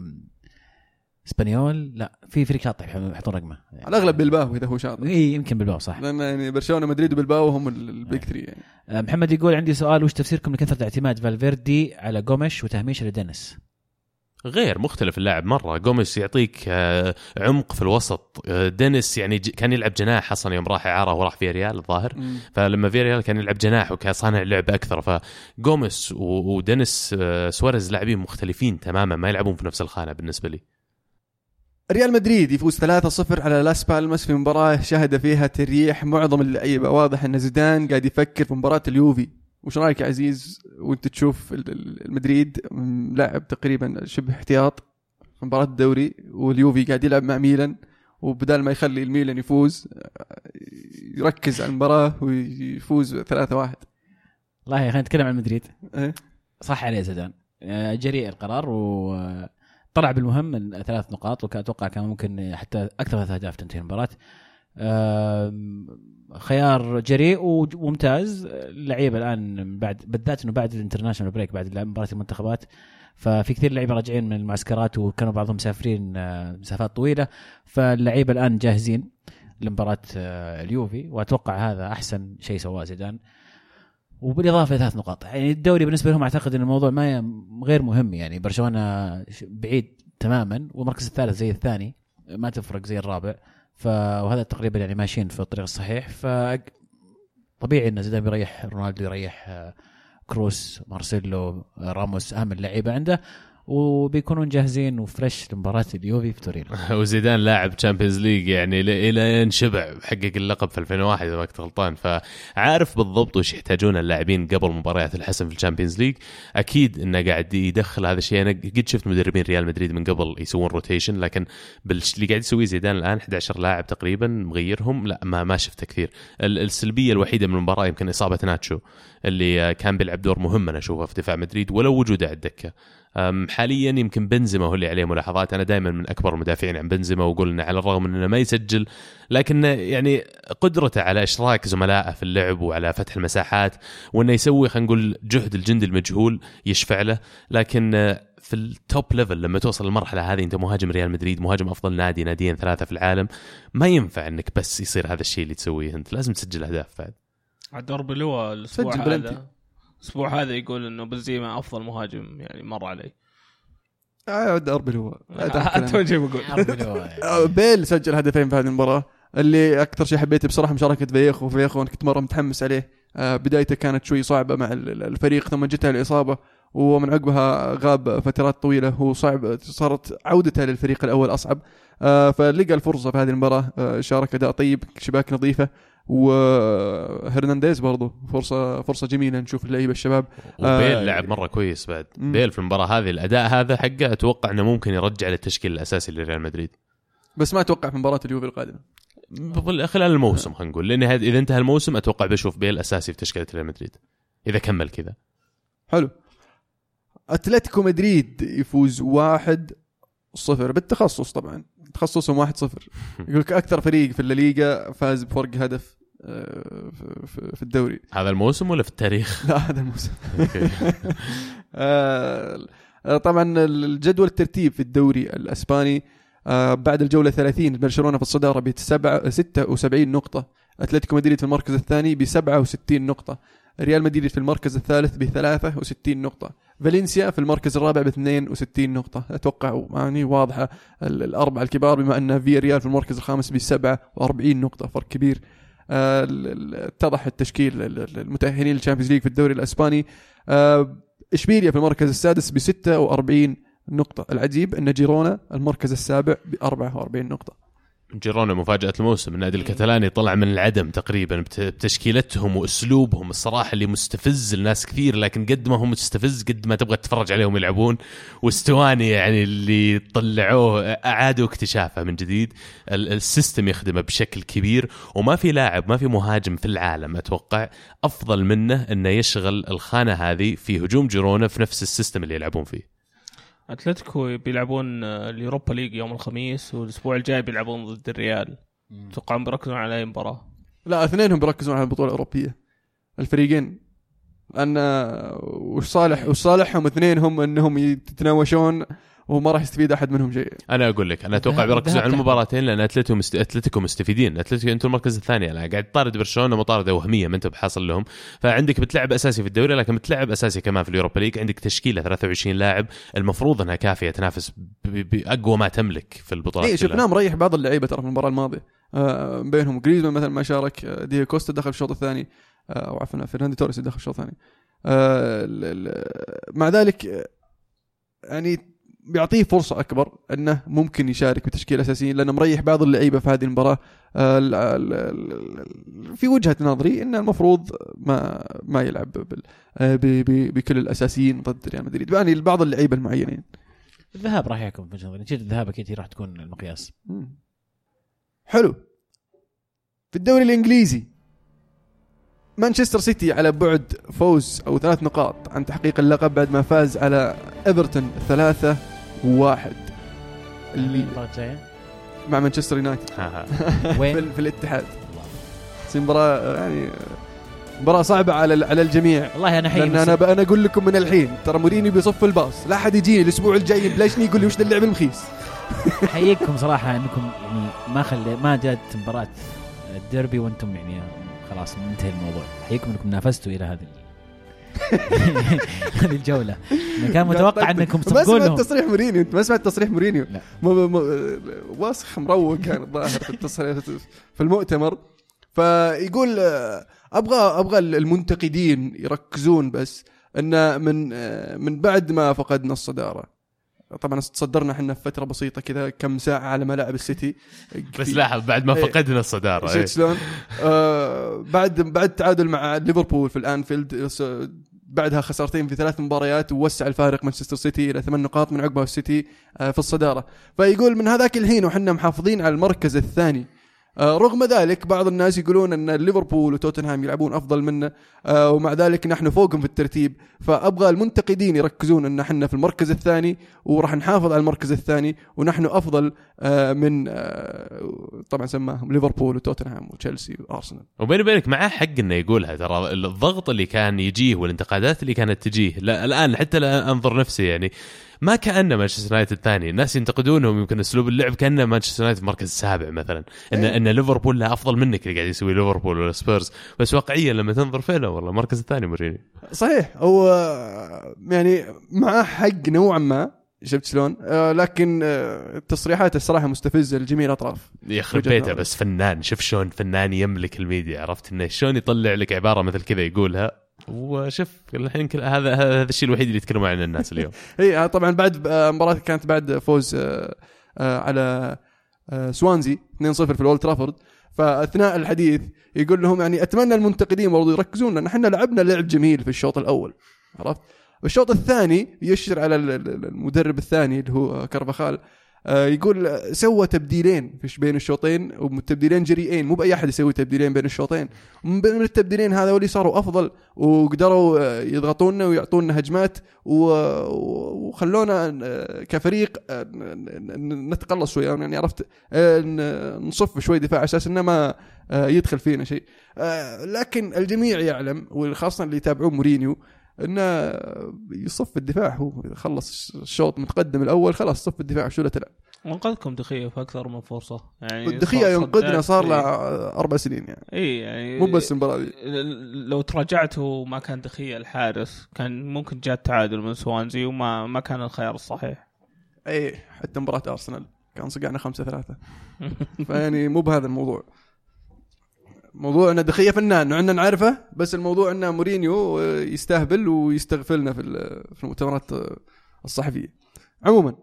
اسبانيول، لا في فريق شاطح يحطون رقمه يعني. على الاغلب بالباو اذا هو شاطح، اي يمكن بالباو صح، لان يعني برشلونه مدريد وبالباو هم البيك ثري يعني. محمد يقول عندي سؤال، وش تفسيركم لكثره اعتماد فالفيردي على غوميش وتهميشه لدينيس؟ غير مختلف اللاعب مرة. غوميس يعطيك عمق في الوسط، دينيس يعني كان يلعب جناح أصلا يوم راح إعارة وراح في ريال الظاهر، فلما في ريال كان يلعب جناح وكان صانع لعب أكثر. فغوميس ودينيس سواريز لاعبين مختلفين تماما، ما يلعبون في نفس الخانة بالنسبة لي. ريال مدريد يفوز ثلاثة صفر على لاس بالماس في مباراة شهد فيها تريح معظم اللعيبة. واضح أن زيدان قاعد يفكر في مباراة اليوفي. وش رأيك يا عزيز وانت تشوف المدريد لاعب تقريبا شبه احتياط في مباراة الدوري، واليوفي قاعد يلعب مع ميلان، وبدال ما يخلي الميلان يفوز يركز على المباراة ويفوز ثلاثة واحد؟ والله خلينا نتكلم عن مدريد. إيه؟ صح عليه زيدان، جريء القرار وطلع بالمهم من ثلاث نقاط، وكأتوقع كان ممكن حتى أكثر من أهداف تنتهي المباراة. خيار جريء وممتاز. اللعيبه الان بعد بالذات انه بعد الانترناشونال بريك، بعد مباراه المنتخبات، ففي كثير لعيبه راجعين من المعسكرات وكانوا بعضهم مسافرين مسافات طويله، فاللعيبه الان جاهزين لمباراه اليوفي، واتوقع هذا احسن شيء سواه زيدان. وبالاضافه لثلاث نقاط، يعني الدوري بالنسبه لهم اعتقد ان الموضوع ما غير مهم، يعني برشلونه بعيد تماما والمركز الثالث زي الثاني ما تفرق زي الرابع، فهذا تقريبا يعني ماشيين في الطريق الصحيح. فطبيعي ان زيدان بيريح رونالدو، يريح كروس، مارسيلو، راموس، اهم اللعيبه عنده، وبيكونون جاهزين وفريش لمباراة اليوفي في تورينو. وزيدان لاعب تشامبيونز ليج يعني الى ينشبع، حقق اللقب في ألفين وواحد اذا ما كنت غلطان، فعارف بالضبط وش يحتاجون اللاعبين قبل مباريات الحسم في الشامبيونز ليج. اكيد انه قاعد يدخل هذا الشيء. انا قد شفت مدربين ريال مدريد من قبل يسوون روتيشن، لكن باللي قاعد يسويه زيدان الان أحد عشر لاعب تقريبا مغيرهم، لا ما ما شفته كثير. السلبيه الوحيده من المباراه يمكن اصابه ناتشو اللي كان بيلعب دور مهم انا اشوفه في دفاع مدريد ولو وجوده على الدكه. حاليا يمكن بنزيما هو اللي عليه ملاحظات. أنا دائما من أكبر المدافعين عن بنزيما، وقلنا على الرغم من أنه ما يسجل، لكن يعني قدرته على إشراك زملائه في اللعب وعلى فتح المساحات، وأنه يسوي خلينا نقول جهد الجند المجهول يشفع له. لكن في التوب ليفل لما توصل المرحلة هذه أنت مهاجم ريال مدريد، مهاجم أفضل نادي ناديين ثلاثة في العالم، ما ينفع أنك بس يصير هذا الشيء اللي تسويه أنت، لازم تسجل أهداف. بعد الدرب اللي هو الأسبوع هذا الاسبوع هذا يقول انه بنزيما افضل مهاجم يعني مر علي. اه اربل هو اتوجه بقول بيل سجل هدفين في هذه المباراه. اللي اكثر شيء حبيته بصراحه مشاركه فيخو فيخو انا كنت مره متحمس عليه. آه بدايته كانت شوي صعبه مع الفريق ثم جتها الاصابه ومن عقبها غاب فترات طويله وصعب صارت عودته للفريق الاول اصعب. آه فلقى الفرصه في هذه المباراه. آه شارك اداء طيب شباك نظيفه وهرنانديز برضو فرصه فرصه جميله نشوف اللعيبه الشباب. وبيل آه لعب مره كويس بعد. م- بيل في المباراه هذه الاداء هذا حقه اتوقع انه ممكن يرجع للتشكيل الاساسي لريال مدريد بس ما اتوقع في مباراه اليوفي القادمه خلال الموسم. خلينا نقول لان اذا انتهى الموسم اتوقع بشوف بيل اساسي في تشكيله ريال مدريد اذا كمل كذا. حلو. اتلتيكو مدريد يفوز واحد صفر بالتخصص طبعا تخصصهم واحد صفر. يقول لك اكثر فريق في الليغا فاز بفرق هدف في الدوري. هذا الموسم ولا في التاريخ؟ لا هذا الموسم. طبعا الجدول الترتيب في الدوري الاسباني بعد الجوله ثلاثين برشلونه في الصداره ب ستة وسبعين نقطه. اتلتيكو مدريد في المركز الثاني ب سبعة وستين نقطه. ريال مدريد في المركز الثالث ب ثلاثة وستين نقطه. فالنسيا في المركز الرابع ب اثنين وستين نقطه. اتوقع يعني واضحه الاربعه الكبار بما ان في ريال في المركز الخامس ب سبعة وأربعين نقطه فرق كبير. اتضح التشكيل المتأهلين للشامبيونز ليج في الدوري الاسباني. اشبيليا في المركز السادس ب ستة وأربعين نقطة. العجيب ان جيرونا المركز السابع ب أربعة وأربعين نقطة. جيرونا مفاجأة الموسم. النادي الكتالاني طلع من العدم تقريبا بتشكيلتهم واسلوبهم الصراحة اللي مستفز الناس كثير لكن قد ما هم مستفز قد ما تبغى تتفرج عليهم يلعبون. واستواني يعني اللي طلعوه اعادوا اكتشافه من جديد. السيستم يخدمه بشكل كبير وما في لاعب ما في مهاجم في العالم اتوقع افضل منه انه يشغل الخانة هذه في هجوم جيرونا في نفس السيستم اللي يلعبون فيه. أتلتيكو بيلعبون اليوروبا ليج يوم الخميس والأسبوع الجاي بيلعبون ضد الريال. توقعون بيركزون على أي مباراة؟ لا اثنينهم بيركزون على البطولة الأوروبية الفريقين. أن وش صالح وش صالحهم اثنينهم أنهم يتناوشون وما راح يستفيد أحد منهم شيء. أنا أقول لك أنا أتوقع بيركزوا على المباراتين لأن أتلتيكو مست... أتلتيكو مستفيدين. أتلتيكو أنتم المركز الثاني أنا قاعد طارد برشلونة مطاردة وهمية ما أنت بحاصل لهم. فعندك بتلعب أساسي في الدوري لكن بتلعب أساسي كمان في اليوروبا ليج. عندك تشكيلة ثلاثة وعشرين لاعب المفروض أنها كافية تنافس ب... بأقوى ما تملك في البطولات. إيه شفناه مريح بعض اللعيبة ترى في المباراة الماضية. آه بينهم جريزمان مثلا ما شارك. دييغو كوستا دخل الشوط الثاني أو عفوا فرناندو توريس دخل الشوط الثاني. آه مع ذلك يعني بيعطيه فرصة أكبر أنه ممكن يشارك بتشكيل أساسي لأنه مريح بعض اللعيبة في هذه المباراة. في وجهة نظري أنه المفروض ما ما يلعب بكل الأساسيين ضد ريال مدريد يعني بعض اللعيبة المعينين. الذهاب راح يكون في وجهة نظري نتيجة الذهاب أكيد راح تكون المقياس. حلو. في الدوري الإنجليزي مانشستر سيتي على بعد فوز أو ثلاث نقاط عن تحقيق اللقب بعد ما فاز على إيفرتون ثلاثة واحد اللي مع مانشستر يونايتد في, في الاتحاد. مباراة يعني مباراة صعبة على على الجميع. والله أنا حي لأن أنا أنا أقول لكم من الحين ترى مورينيو بيصف الباص لا حد يجيني الأسبوع الجاي بلاشني يقول لي وش ذا اللعب المخيس. حييكم صراحة أنكم يعني ما خلي ما جات مباراة الديربي وأنتم يعني خلاص انتهى الموضوع. حييكم أنكم نافستوا إلى هذه هذه الجولة. كان متوقع أنكم تقولون. ما سمعت تصريح مورينيو. أنت ما سمعت تصريح مورينيو. واسخ مروق كان الظاهر في التصريح في المؤتمر. فيقول أبغى أبغى المنتقدين يركزون بس أن من من بعد ما فقدنا الصدارة. طبعا تصدرنا احنا في فترة بسيطة كذا كم ساعة على ملاعب السيتي. بس لاحظ بعد ما فقدنا الصدارة شفت شلون آه بعد بعد تعادل مع ليفربول في الأنفيلد بعدها خسارتين في ثلاث مباريات ووسع الفارق مانشستر سيتي إلى ثمان نقاط من عقبها السيتي آه في الصدارة. فيقول من هذاك الحين وحنا محافظين على المركز الثاني. آه رغم ذلك بعض الناس يقولون أن ليفربول وتوتنهام يلعبون أفضل منا آه ومع ذلك نحن فوقهم في الترتيب. فأبغى المنتقدين يركزون أن نحن في المركز الثاني وراح نحافظ على المركز الثاني ونحن أفضل آه من آه طبعا سماهم ليفربول وتوتنهام وتشيلسي وأرسنال. وبيني وبينك معاه حق إنه يقولها. ترى الضغط اللي كان يجيه والانتقادات اللي كانت تجيه لا الآن حتى لا أنظر نفسي يعني ما كأنه مانشستر يونايتد الثاني. الناس ينتقدونهم يمكن اسلوب اللعب كأنه مانشستر يونايتد مركز السابع مثلا، ان إيه. ان ليفربول له افضل منك اللي قاعد يسوي ليفربول ولا سبيرز، بس واقعيا لما تنظر فعلا والله المركز الثاني مورينيو. صحيح هو يعني معاه حق نوعا ما، شفت شلون؟ آه لكن آه تصريحاته الصراحه مستفزه لجميع الاطراف. يخرب بيته بس فنان. شوف شلون فنان يملك الميديا، عرفت انه شلون يطلع لك عباره مثل كذا يقولها، وشوف الحين هذا هذا الشيء الوحيد اللي يتكلموا عنه الناس اليوم. هي طبعا بعد مباراه كانت بعد فوز آه آه على آه سوانزي اثنين صفر في الأولد ترافورد، فاثناء الحديث يقول لهم يعني اتمنى المنتقدين برضو يركزون لان احنا لعبنا لعب جميل في الشوط الاول، عرفت. الشوط الثاني يشير على المدرب الثاني اللي هو كارفاخال، يقول سوى تبديلين في بين الشوطين وتبديلين جريئين، مو باي احد يسوي تبديلين بين الشوطين، من التبديلين هذا واللي صاروا افضل وقدروا يضغطوننا ويعطونا هجمات وخلونا كفريق نتقلص شويه، يعني عرفت نصف شوي دفاع اساس انه ما يدخل فينا شيء. لكن الجميع يعلم وخاصه اللي يتابعون مورينيو انه يصف الدفاع، هو خلص الشوط متقدم الاول خلاص صف الدفاع شو لا تلعب. وانقذكم دخية في اكثر من فرصه، يعني الدخية ينقذنا صار له اربع سنين يعني. اي يعني مو بس المباراه دي، لو تراجعته ما كان دخية الحارس كان ممكن جاء التعادل من سوانزي وما ما كان الخيار الصحيح. اي حتى مباراه ارسنال كان صقعنا خمسة ثلاثة. فيعني مو بهذا الموضوع، موضوع أن دخية فنان وعندنا نعرفه، بس الموضوع أن مورينيو يستهبل ويستغفلنا في في المؤتمرات الصحفية. عموما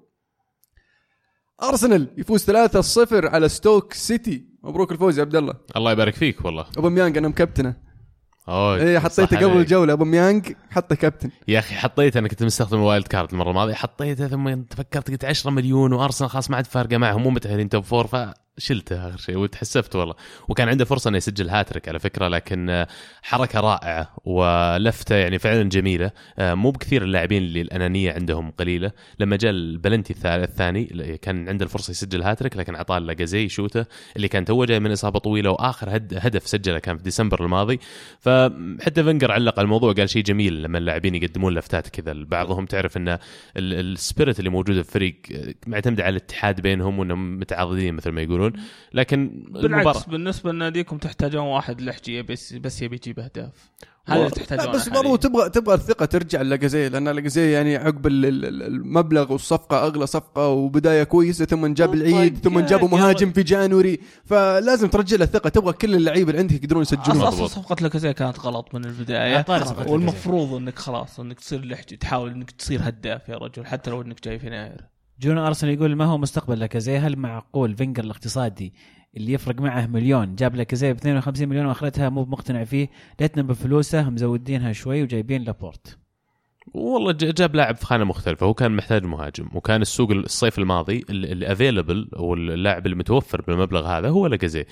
أرسنال يفوز ثلاثة صفر على ستوك سيتي، مبروك الفوز يا عبد الله. الله يبارك فيك والله. أوباميانغ أنا مكابتنه. اوه ايه حطيته قبل الجوله أوباميانغ حطه كابتن. يا اخي حطيته، انا كنت مستخدم الوايلد كارد المره الماضيه، حطيته ثم تفكرت قلت عشرة مليون وارسنال خلاص ما عاد فارقه معهم، مو متاهلين توب فور، فشلته اخر شيء وتحسفت والله. وكان عنده فرصه انه يسجل هاتريك على فكره، لكن حركه رائعه ولفته يعني فعلا جميله. مو بكثير اللاعبين اللي الانانيه عندهم قليله. لما جاء البلنتي الثاني كان عنده الفرصه يسجل هاتريك، لكن عطاه لاجازي شوته اللي كان توه جاي من اصابه طويله، واخر هدف سجله كان في ديسمبر الماضي. فحتى فينجر علق على الموضوع قال شيء جميل لما اللاعبين يقدمون لفتات كذا لبعضهم، تعرف ان السبيريت اللي موجوده في الفريق معتمد على الاتحاد بينهم وانهم متعاضدين مثل ما يقولون. لكن بالعكس بالنسبه لناديكم تحتاجون واحد لحجيه بس بس يبي يجيب اهداف، هذا تحتاجونه. بس برضو تبغى تبغى الثقه ترجع للاجازي، لان الاجازي يعني عقب المبلغ والصفقه اغلى صفقه وبدايه كويسه ثم جاب العيد ثم جابوا مهاجم في جانوري، فلازم ترجع له الثقه. تبغى كل اللعيبه اللي عندك يقدرون يسجلون. اصلا صفقه الاجازي كانت غلط من البدايه، والمفروض انك خلاص انك تصير لحجي، تحاول انك تصير هداف يا رجل حتى لو انك جاي في يناير. جون أرسنال يقول ما هو مستقبل لاكازيه، هل معقول فينجر الاقتصادي اللي يفرق معه مليون جاب لاكازيه ب اثنين وخمسين مليون واخرتها مو مقتنع فيه، ليتنا بفلوسه مزودينها شوي وجايبين لابورت؟ والله جاب لاعب في خانه مختلفه، هو كان محتاج مهاجم، وكان السوق الصيف الماضي اللي افيلبل او اللاعب المتوفر بالمبلغ هذا هو لاكازيه.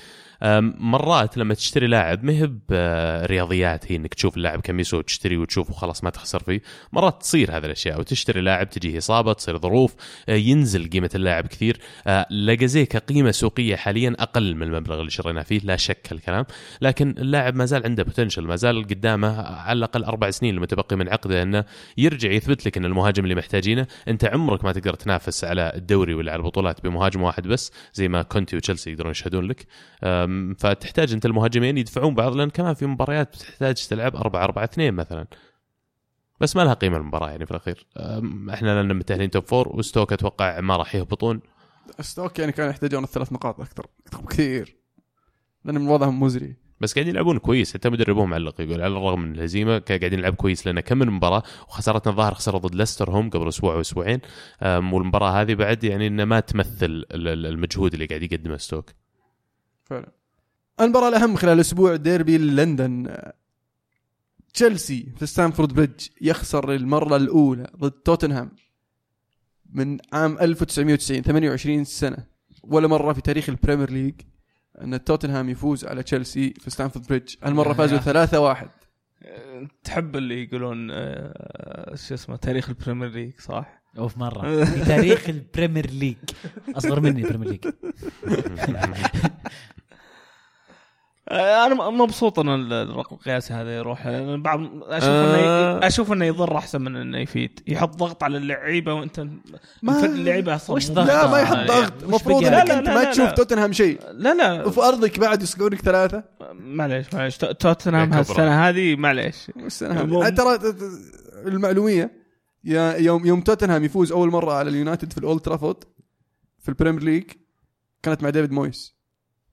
مرات لما تشتري لاعب ما هي برياضيات هي انك تشوف اللاعب كم يسوي تشتري وتشوفه خلاص ما تخسر فيه، مرات تصير هذه الاشياء وتشتري لاعب تجيه اصابه تصير ظروف ينزل قيمه اللاعب كثير. لاكازيه كقيمه سوقيه حاليا اقل من المبلغ اللي شرينا فيه لا شك الكلام، لكن اللاعب ما زال عنده بوتنشل، ما زال قدامه على الاقل اربع سنين المتبقي من عقده انه يرجع يثبت لك ان المهاجم اللي محتاجينه. انت عمرك ما تقدر تنافس على الدوري ولا على البطولات بمهاجم واحد بس زي ما كونتي وتشيلسي يقدرون يشهدون لك، فتحتاج انت المهاجمين يدفعون بعض، لان كمان في مباريات تحتاج تلعب أربعة أربعة اثنين مثلا، بس ما لها قيمه المباراه يعني في الاخير. احنا لنا متاهلين توب فور، وستوك اتوقع ما راح يهبطون. ستوك يعني كان يحتاجون الثلاث نقاط اكثر اكثر كثير لان من وضعهم مزري، بس قاعدين يلعبون كويس. حتى مدربهم علق يقول على الرغم من الهزيمه قاعدين نلعب كويس، لان كم من مباراه وخسارتنا الظاهر خسروا ضد ليستر هم قبل اسبوع او اسبوعين، والمباراه هذه بعد يعني انها ما تمثل المجهود اللي قاعد يقدمه ستوك فعلا. المباراه الاهم خلال الاسبوع ديربي لندن، تشيلسي في ستانفورد بريدج يخسر المره الاولى ضد توتنهام من عام ألف وتسعمائة وتسعين، ثمانية وعشرين سنه، ولا مره في تاريخ البريمير ليج ان توتنهام يفوز على تشيلسي في ستانفورد بريدج. المره فازوا ثلاثة واحد. تحب اللي يقولون شو اسمه تاريخ البريمير ليج صح؟ اوف مره في تاريخ البريمير ليج، اصغر مني البريمير ليج. انا مبسوط ان الرقم القياسي هذا يروح. بعض اشوف آه. انه اشوف انه يضر احسن من انه يفيد. يحط ضغط على اللعيبه وانت ما اللعيبه اصلا وش ضغط؟ لا ما يحط آه، ضغط. وش المفروض بقى؟ انك لا، انت لا، ما لا، تشوف لا. توتنهام شيء لا لا وفي ارضك بعد يسقونك ثلاثه. معليش معليش توتنهام يا هالسنه هذه معليش. السنة ترى المعلوميه يا يوم يوم توتنهام يفوز اول مره على اليونايتد في الاولد ترافورد في البريمير ليج كانت مع ديفيد مويس.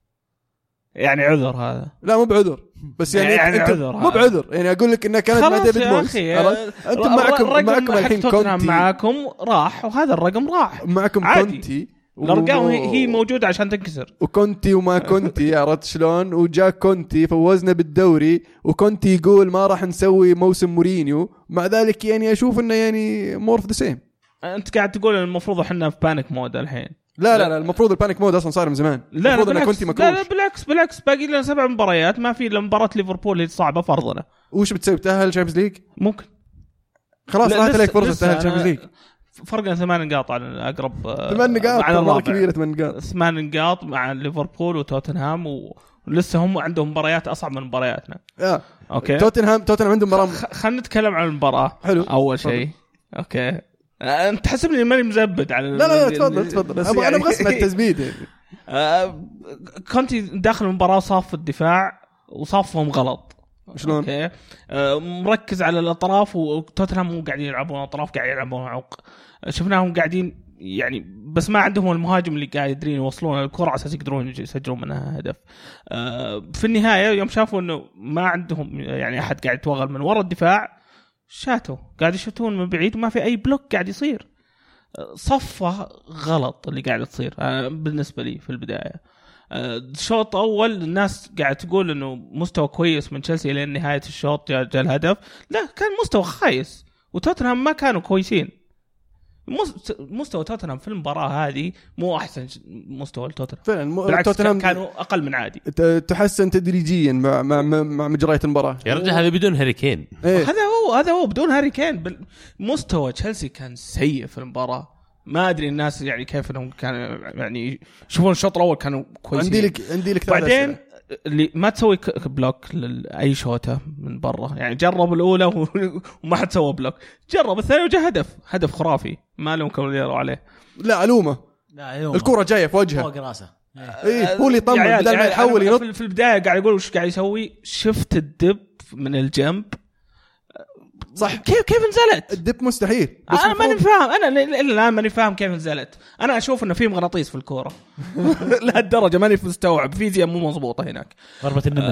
يعني عذر هذا؟ لا مو بعذر بس يعني, يعني انت عذر مو هذا. بعذر يعني اقول لك انها كانت مع ديفيد مويس. انتم معكم معكم الحين كونتي معكم راح وهذا الرقم راح معكم عادي. كونتي الارقام هي موجوده عشان تنكسر. وكونتي وما كونتي عرفت شلون وجا كونتي فوزنا بالدوري وكونتي يقول ما راح نسوي موسم مورينيو مع ذلك يعني اشوف انه يعني مور اوف ذا سيم. انت قاعد تقول المفروض احنا في بانيك مود الحين. لا لا لا المفروض البانيك مود اصلا صار من زمان. لا المفروض لا ان كونتي بالعكس. لا, لا مكروش. بالعكس بالعكس باقي لنا سبع مباريات ما في الا مباراه ليفربول اللي صعبه فرضنا. وش بتسوي تأهل شامبيونز ليج؟ ممكن خلاص لا، راحت لسه- عليك فرصه لسه تأهل شامبيونز ليج. فرقنا ثمان نقاط على اقرب ثمان نقاط على مره الرابع. كبيره ثمان نقاط. ثمان نقاط مع ليفربول وتوتنهام و... ولسه هم عندهم مباريات اصعب من مبارياتنا. اه اوكي توتنهام توتنهام عندهم مباراه خ... خلينا نتكلم عن المباراه. حلو. اول شيء اوكي آه، انت تحسبني ماني مزبد على لا لا لا تفضل تفضل بس ابغى يعني- انا ابغى اسمع التزبيد يعني. آه، كونتي داخل المباراه صاف الدفاع وصافهم غلط. شلون؟ اوكي آه، مركز على الاطراف وتوتنهام مو قاعدين يلعبون اطراف قاعدين يلعبون عمق. شفناهم قاعدين يعني بس ما عندهم المهاجم اللي قاعد يدرين يوصلون الكرة على اساس يقدرون يسجلون منها هدف. آه، في النهايه يوم شافوا انه ما عندهم يعني احد قاعد يتوغل من وراء الدفاع شاتوا قاعد يشوتون من بعيد وما في اي بلوك قاعد يصير. صفة غلط اللي قاعد تصير بالنسبة لي في البداية. الشوط أول الناس قاعد تقول إنه مستوى كويس من تشيلسي لين نهاية الشوط جاء الهدف. لا كان مستوى خايس وتوتنهام ما كانوا كويسين. مستوى توتنهام في المباراة هذه مو أحسن مستوى توتنهام فعلا بالعكس توتنهام كانوا أقل من عادي. تحسن تدريجيا مع مع مع مجريات المباراة. يا رجل هذا بدون هاري كين. إيه؟ هذا هو هذا هو بدون هاري كين. مستوى تشيلسي كان سيء في المباراة. ما ادري الناس يعني كيف انهم كانوا يعني يشوفون الشوط الاول كانوا كويسين. عندي لك عندي لك بعدين اللي ما تسوي بلوك لاي شوطه من برا يعني جرب الاولى وما حد سوى بلوك جرب الثانيه وجاء هدف هدف خرافي ما لهم كوليرو عليه. لا علومه لا الكرة جايه في وجهه فوق راسه. ايه هو اللي يطمن بدل ما يحاول ينط. في البدايه قاعد يقول وش قاعد يسوي شفت الدب من الجنب صح. كيف كيف نزلت الدب مستحيل. انا ماني فاهم انا الا الان ماني فاهم كيف نزلت. انا اشوف انه في مغناطيس في الكوره لهالدرجه ماني مستوعب فيزياء مو مضبوطه هناك. ضربه النمر.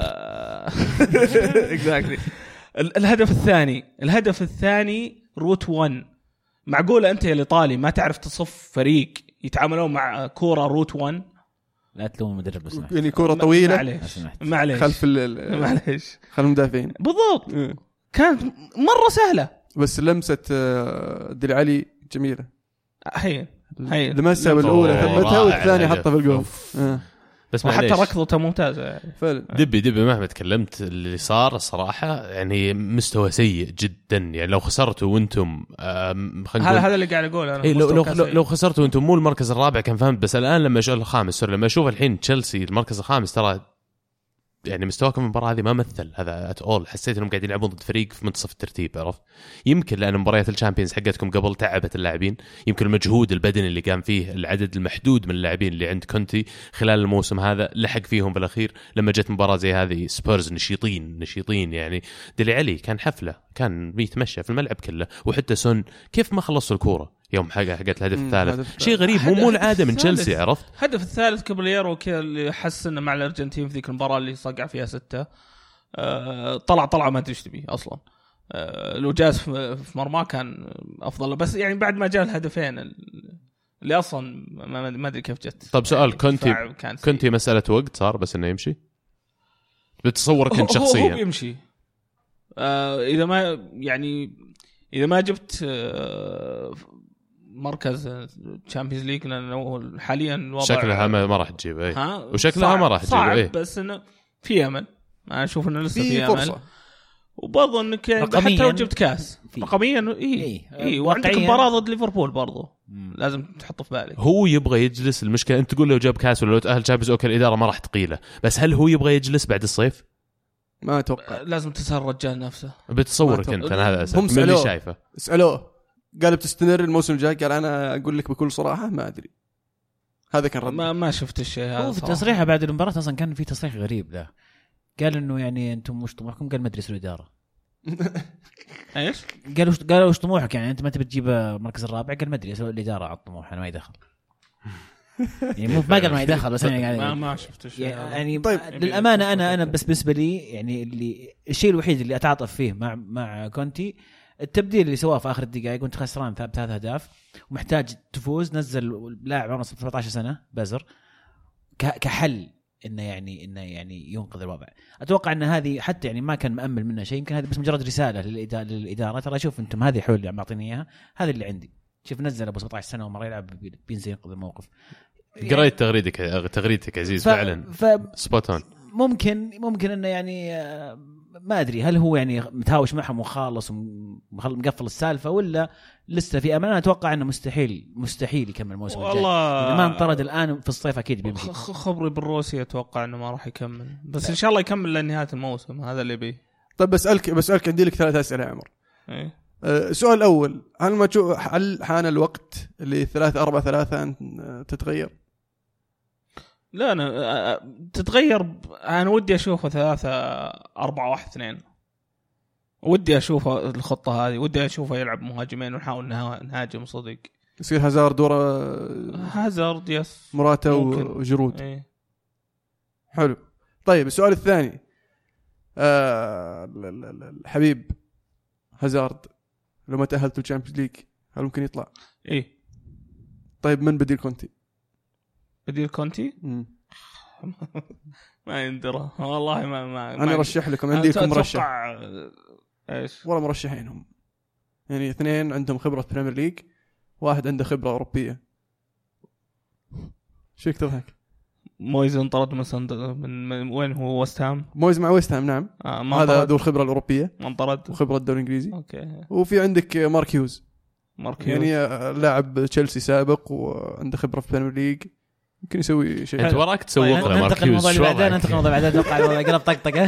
اكزاكتلي. الهدف الثاني الهدف الثاني روت واحد. معقوله انت يا الايطالي ما تعرف تصف فريق يتعاملون مع كوره روت واحد؟ لا تلوم المدرب بس يعني كرة طويلة معليش معليش خلف ال معليش خلف المدافعين بالضبط. كانت مره سهله بس لمسه ديل علي جميله. هين هين لمسها بالاولى ثبتها والثانيه حطها في الجول. بس حتى ركضته ممتازه يعني. فعلا دبي دبي مهما تكلمت اللي صار الصراحه يعني مستوى سيء جدا. يعني لو خسرتوا وانتم هذا هذا اللي قاعد اقول انا. إيه لو لو, لو خسرتوا وانتم مو المركز الرابع كان فهمت. بس الان لما اشوف الخامس لما اشوف الحين تشيلسي المركز الخامس ترى يعني مستواكم في المباراه هذه ما مثل هذا ات اول. حسيت انهم قاعدين يلعبون ضد فريق في منتصف الترتيب. عرفت يمكن لان مباريات الشامبيونز حقتكم قبل تعبت اللاعبين. يمكن المجهود البدني اللي كان فيه العدد المحدود من اللاعبين اللي عند كونتي خلال الموسم هذا لحق فيهم بالاخير. لما جت مباراه زي هذه سبيرز نشيطين نشيطين يعني ديلي علي كان حفله كان بيتمشى في الملعب كله. وحتى سون كيف ما خلصوا الكوره يوم حقق حقت الهدف الثالث شيء غريب مو مو العاده من تشيلسي. عرفت الهدف الثالث كابوليرو كذا اللي حس انه مع الارجنتين في ذيك المباراه اللي صقع فيها ستة أه طلع طلع ما تدري تبي اصلا. أه لو جاز في مرماه كان افضل. بس يعني بعد ما جاء الهدفين اللي اصلا ما ادري كيف جت. طب سؤال يعني كنتي كنتي مساله وقت صار بس انه يمشي بتصور كنت شخصيا هو, هو بيمشي أه اذا ما يعني اذا ما جبت أه مركز تشامبيونز ليج لانه حاليا الوضع شكلها ما راح تجيب ايه وشكلها ما راح تجيب ايه. بس انه في امل. انا اشوف انه لسه في امل. وبرضه انك يعني حتى لو جبت كاس رقميا اي اي وعندك مباراه ضد ليفربول برضه لازم تحطه في بالك. هو يبغى يجلس. المشكله انت تقول له جاب كاس ولا لو تاهل تشامبيونز اوكي الاداره ما راح تقيله، بس هل هو يبغى يجلس بعد الصيف؟ ما اتوقع. لازم تسال الرجال نفسه. بتصورك انت انا هذا اساس من اللي شايفه. اسالوه قال بتستمر الموسم الجاي، قال انا اقول لك بكل صراحه ما ادري. هذا كان رد. ما ما شفت الشيء هذا. هو في تصريحه بعد المباراه اصلا كان في تصريح غريب له، قال انه يعني انتم مش طموحكم، قال ما ادري اسم الاداره. ايش قالوا قالوا وش طموحك يعني انت ما تبي تجيب المركز الرابع؟ قال ما ادري اسال الاداره على الطموح انا ما يدخل. يعني مو ما قال ما يدخل بس يعني ما ما شفت الشيء يعني طيب للامانه انا انا بس بالنسبه لي يعني اللي الشيء الوحيد اللي اتعاطف فيه مع مع كونتي التبديل اللي سواه في اخر الدقائق، وانت خسران بثلاث اهداف ومحتاج تفوز، نزل لاعب عمره سبعة عشر سنه بازر كحل انه يعني انه يعني ينقذ الوضع. اتوقع ان هذه حتى يعني ما كان مأمل منها شيء، يمكن هذا بس مجرد رساله للاداره ترى شوف انتم هذه حلول اللي معطيني اياها، هذا اللي عندي. شوف نزل ابو سبعة عشر سنه ومره يلعب بينزل ينقذ الموقف. قريت تغريدك تغريدتك عزيز ف... فعلا ف... سبوت ممكن ممكن انه يعني ما ادري هل هو يعني متهاوش معهم وخالص ومقفل السالفه ولا لسه في امل. انا اتوقع انه مستحيل مستحيل يكمل الموسم الجاي اذا ما انطرد الان في الصيف اكيد بيمشي. خبري بالروسي اتوقع انه ما راح يكمل، بس ان شاء الله يكمل لنهايه الموسم، هذا اللي بيه. طيب بسالك بسالك عندي لك ثلاث اسئله يا عمر. ايه السؤال أه الاول، هل ما تشوف هل حان الوقت اللي ثلاثة أربعة ثلاثة أن تتغير؟ لا أنا تتغير، أنا ودي أشوفه ثلاثة أربعة واحد اثنين، ودي أشوفه الخطة هذه، ودي أشوفه يلعب مهاجمين ونحاول نهاجم صدق. يصير هازارد ورا هازارد يس مراتا وجرود. ايه. حلو. طيب السؤال الثاني، آه الحبيب هازارد لو ما تأهلت للشامبيونز ليج هل ممكن يطلع؟ ايه. طيب من بديل كونتي؟ بديل كونتي ما يندرى والله. ما, ما انا ارشح لكم، عندي لكم مرشح. ايش والله مرشحينهم يعني اثنين عندهم خبرة بريمير ليج، واحد عنده خبرة أوروبية. شو تضحك؟ مويز انطرد مثلا من, من وين هو؟ ويست هام. مويز مع ويست هام نعم. آه هذا ذو الخبرة الأوروبية انطرد وخبرة الدوري الإنجليزي. اوكي. وفي عندك مارك هيوز. مارك يعني لاعب تشيلسي سابق وعنده خبرة في البريمير ليج، ممكن يسوي شيء. انت وراك تسوق له مارك هيوز. شو بعدين انتقل الموضوع بعدين اتوقع قلب طقطقه.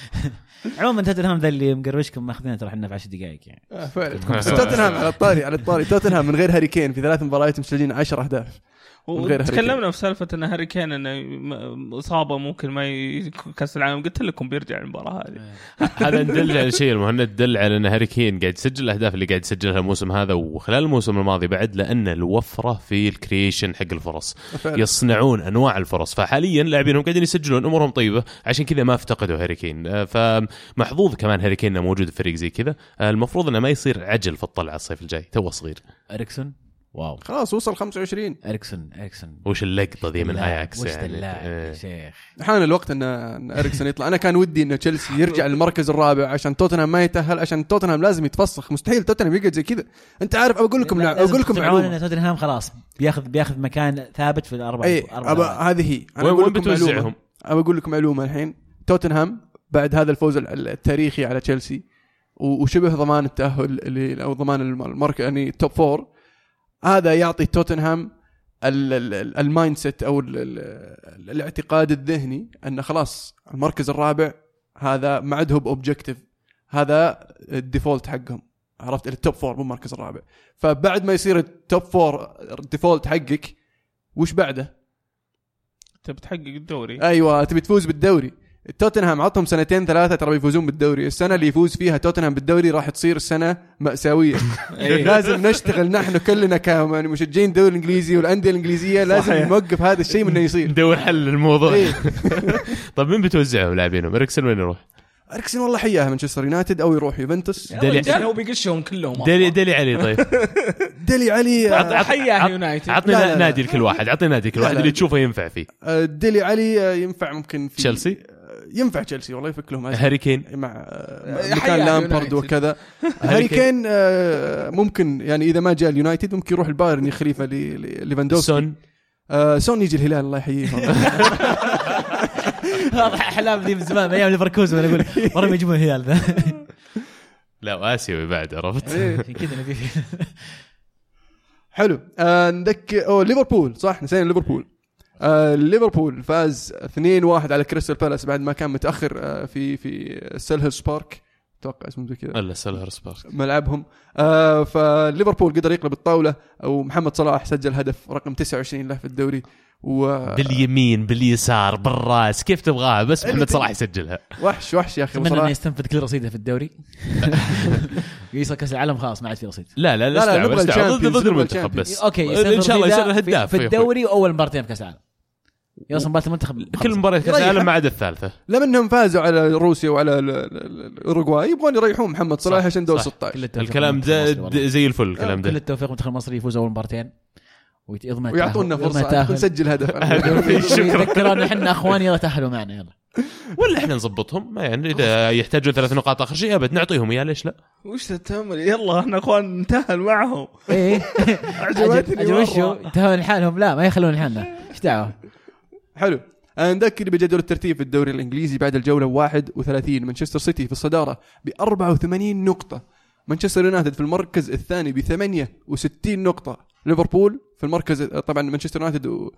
عموما توتنهام ذا اللي مقروشكم ماخذين ترى احنا في عشر دقائق يعني. آه فعلا. توتنهام على الطاري على الطاري توتنهام من غير هاري كين في ثلاث مباريات مسجلين عشر اهداف. وتكلمنا في سالفه ان هاري كين انه اصابه ممكن ما يكون كاس العالم، قلت لكم بيرجع المباراه هذه. هذا ندل على شيء المهند، دل على ان هاري كين قاعد يسجل الاهداف اللي قاعد يسجلها الموسم هذا وخلال الموسم الماضي بعد، لان الوفره في الكرييشن حق الفرص فعلا. يصنعون انواع الفرص، فحاليا لاعبينهم قاعدين يسجلون، امورهم طيبه، عشان كذا ما افتقدوا هاري كين. فمحظوظ كمان هاري كين موجود في فريق زي كذا. المفروض انه ما يصير عجل في الطلعه الصيف الجاي، تو صغير. اريكسون واو خلاص وصل خمسة وعشرين. اريكسون اريكسون وش اللقطه ذي من اياكس يعني يا شيخ. حان الوقت ان اريكسون يطلع. انا كان ودي ان تشيلسي يرجع للمركز الرابع عشان توتنهام ما يتاهل، عشان توتنهام لازم يتفسخ، مستحيل توتنهام يقعد زي كذا. انت عارف اقول لكم لا اقول لكم معلومه ان توتنهام خلاص بياخذ بياخذ مكان ثابت في الاربعه. اي هذه هي. انا اقول لكم معلومه ابى اقول لكم معلومه الحين. توتنهام بعد هذا الفوز التاريخي على تشيلسي وشبه ضمان التاهل اللي او ضمان المركز يعني توب فور، هذا يعطي توتنهام المايند سيت او الاعتقاد الذهني ان خلاص المركز الرابع هذا ما عاد هو باوبجكتيف، هذا الديفولت حقهم. عرفت؟ التوب فور مو المركز الرابع. فبعد ما يصير التوب فور الديفولت حقك وش بعده؟ تبي تحقق الدوري. ايوه تبي تفوز بالدوري. توتنهام عطهم سنتين ثلاثة ترى يفوزون بالدوري. السنة اللي يفوز فيها توتنهام بالدوري راح تصير سنة مأساوية. لازم نشتغل نحن كلنا كمشجعين الدوري الإنجليزي والأندية الإنجليزية، لازم نوقف هذا الشيء من يصير، ندور حل للموضوع. طب مين بتوزعهم لاعبينهم؟ إريكسن وين يروح؟ إريكسن والله حياها مانشستر يونايتد أو يروح يوفنتوس. ديلي هو بيقشهم كلهم. ديلي ديلي علي. طيب ديلي علي حياه يونايتد. عطنا نادي لكل واحد، عطنا نادي لكل واحد اللي تشوفه ينفع فيه. ديلي علي ينفع ممكن في تشيلسي، ينفع تشيلسي والله يفك لهم. هاري كين مع مكان لامبارد وكذا. هاري كين ممكن يعني اذا ما جاء اليونايتد ممكن يروح البايرن يخليفه ليفاندوفسكي. سون آه سون يجي الهلال الله يحييه. هذا احلام ذي من زمان ايام ليفركوزن. انا اقول مره ما يجيبون الهلال ذا. لا واسيوي بعد، عرفت كذا نبي. حلو. آه نذكر أو ليفربول صح نسينا ليفربول. آه ليفربول فاز اثنين واحد على كريستال بالاس بعد ما كان متأخر آه في في سيلهرز بارك اتوقع اسمه زي كذا الا سيلهرز بارك ملعبهم. آه فليفربول قدر يقلب الطاولة ومحمد صلاح سجل هدف رقم تسعة وعشرين له في الدوري و... باليمين باليسار بالراس كيف تبغاها بس محمد صلاح يسجلها. وحش وحش يا اخي اتمنى انه صلاح. يستنفذ كل رصيده في الدوري. يوصل كاس العالم خلاص ما عاد في رصيد. لا لا لا، لا، لا نبغى ضد الشامبيونز، ضد نبغى المنتخب الشامبيونز. بس اوكي ان شاء الله يصير في, هداف في الدوري واول مباراتين في كاس العالم يوصل مباراه المنتخب كل مباراة كاس العالم ما عدا الثالثة. لما انهم فازوا على روسيا وعلى الاوروغواي يبغون يريحون محمد صلاح عشان دور ستة عشر. الكلام زي, زي الفل الكلام كل ده. التوفيق المنتخب المصري يفوز اول مباراتين ويضمن ويعطونا فرصه نسجل هدف. يذكرون احنا اخوان يلا تاهلوا معنا يلا ولا احنا نظبطهم ما يعني اذا يحتاجوا ثلاث نقاط اخر شيء ابد نعطيهم اياه ليش لا. وش تتامل يلا احنا اخوان نتاهل معهم. ايه عجبتني عجب وشو يتهاون لحالهم لا ما يخلون لحالنا ايش دعوه. حلو. نذكر بجدول الترتيب في الدوري الانجليزي بعد الجوله واحد وثلاثين مانشستر سيتي في الصداره ب أربعة وثمانين نقطه. مانشستر يونايتد في المركز الثاني ب ثمانية وستين نقطه. ليفربول في المركز طبعا مانشستر يونايتد و...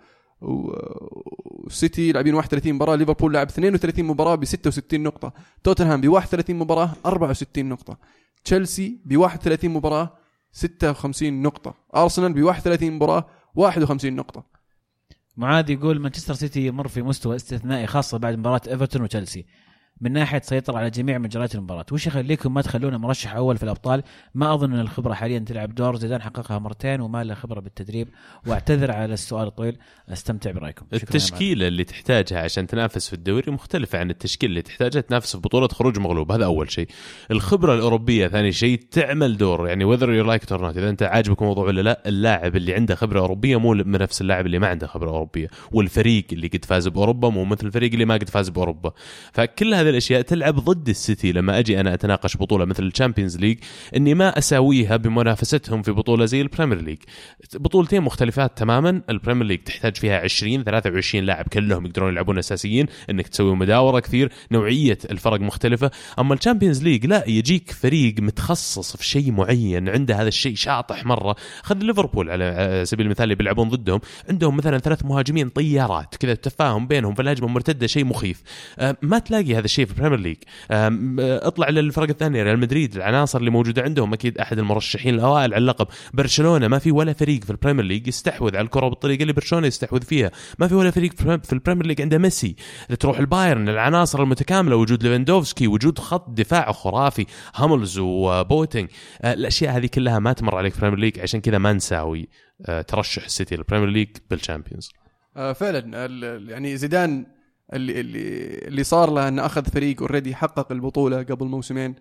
والسيتي لاعبين واحد وثلاثين مباراه. ليفربول لعب اثنين وثلاثين مباراه ب ستة وستين نقطه. توتنهام ب واحد وثلاثين مباراه أربعة وستين نقطه. تشيلسي ب واحد وثلاثين مباراه ستة وخمسين نقطه. ارسنال ب واحد وثلاثين مباراه واحد وخمسين نقطه. معاذ يقول مانشستر سيتي يمر في مستوى استثنائي خاصة بعد مباراة إيفرتون وتشيلسي من ناحية سيطر على جميع مجريات المباراة. وش يخليكم ما تخلونه مرشح أول في الأبطال؟ ما أظن أن الخبرة حاليا تلعب دور. زيدان حققها مرتين وما له خبرة بالتدريب. واعتذر على السؤال الطويل استمتع برأيكم. التشكيلة اللي تحتاجها عشان تنافس في الدوري مختلفة عن التشكيلة اللي تحتاجها تنافس في بطولة خروج مغلوب. هذا أول شيء. الخبرة الأوروبية ثاني شيء تعمل دور يعني whether you like it or not. إذا أنت عاجبك الموضوع ولا لا اللاعب اللي عنده خبرة أوروبية مو من نفس اللاعب اللي ما عنده خبرة أوروبية. والفريق اللي قد فاز بأوروبا مو مثل الفريق اللي ما قد فاز بأوروبا. فكل هذه الأشياء تلعب ضد السيتي. لما أجي أنا أتناقش بطولة مثل الشامبيونز ليج إني ما أساويها بمنافستهم في بطولة زي البريمير ليج. بطولتين مختلفات تماما. البريمير ليج تحتاج فيها عشرين ثلاثة وعشرين لاعب كلهم يقدرون يلعبون أساسيين إنك تسوي مداورة كثير. نوعية الفرق مختلفة. أما الشامبيونز ليج لا يجيك فريق متخصص في شيء معين عنده هذا الشيء شاطح مرة. خذ ليفربول على سبيل المثال اللي بيلعبون ضدهم عندهم مثلا ثلاث مهاجمين طيارات كذا التفاهم بينهم في الهجمة مرتدة شيء مخيف. ما تلاقي هذا الشيء في البريمير ليج. اطلع للفرق الثانيه ريال مدريد العناصر اللي موجوده عندهم اكيد احد المرشحين الاوائل على اللقب. برشلونه ما في ولا فريق في البريمير ليج يستحوذ على الكره بالطريقه اللي برشلونه يستحوذ فيها. ما في ولا فريق في البريمير ليج عنده ميسي. تروح البايرن العناصر المتكامله وجود ليفاندوفسكي وجود خط دفاع خرافي هاملز وبوتينج. الاشياء هذه كلها ما تمر عليك في البريمير ليج عشان كذا ما نساوي ترشح السيتي للبريمير ليج بالشامبيونز. فعلا يعني زيدان اللي اللي اللي صار له انه اخذ فريق اوريدي حقق البطوله قبل موسمين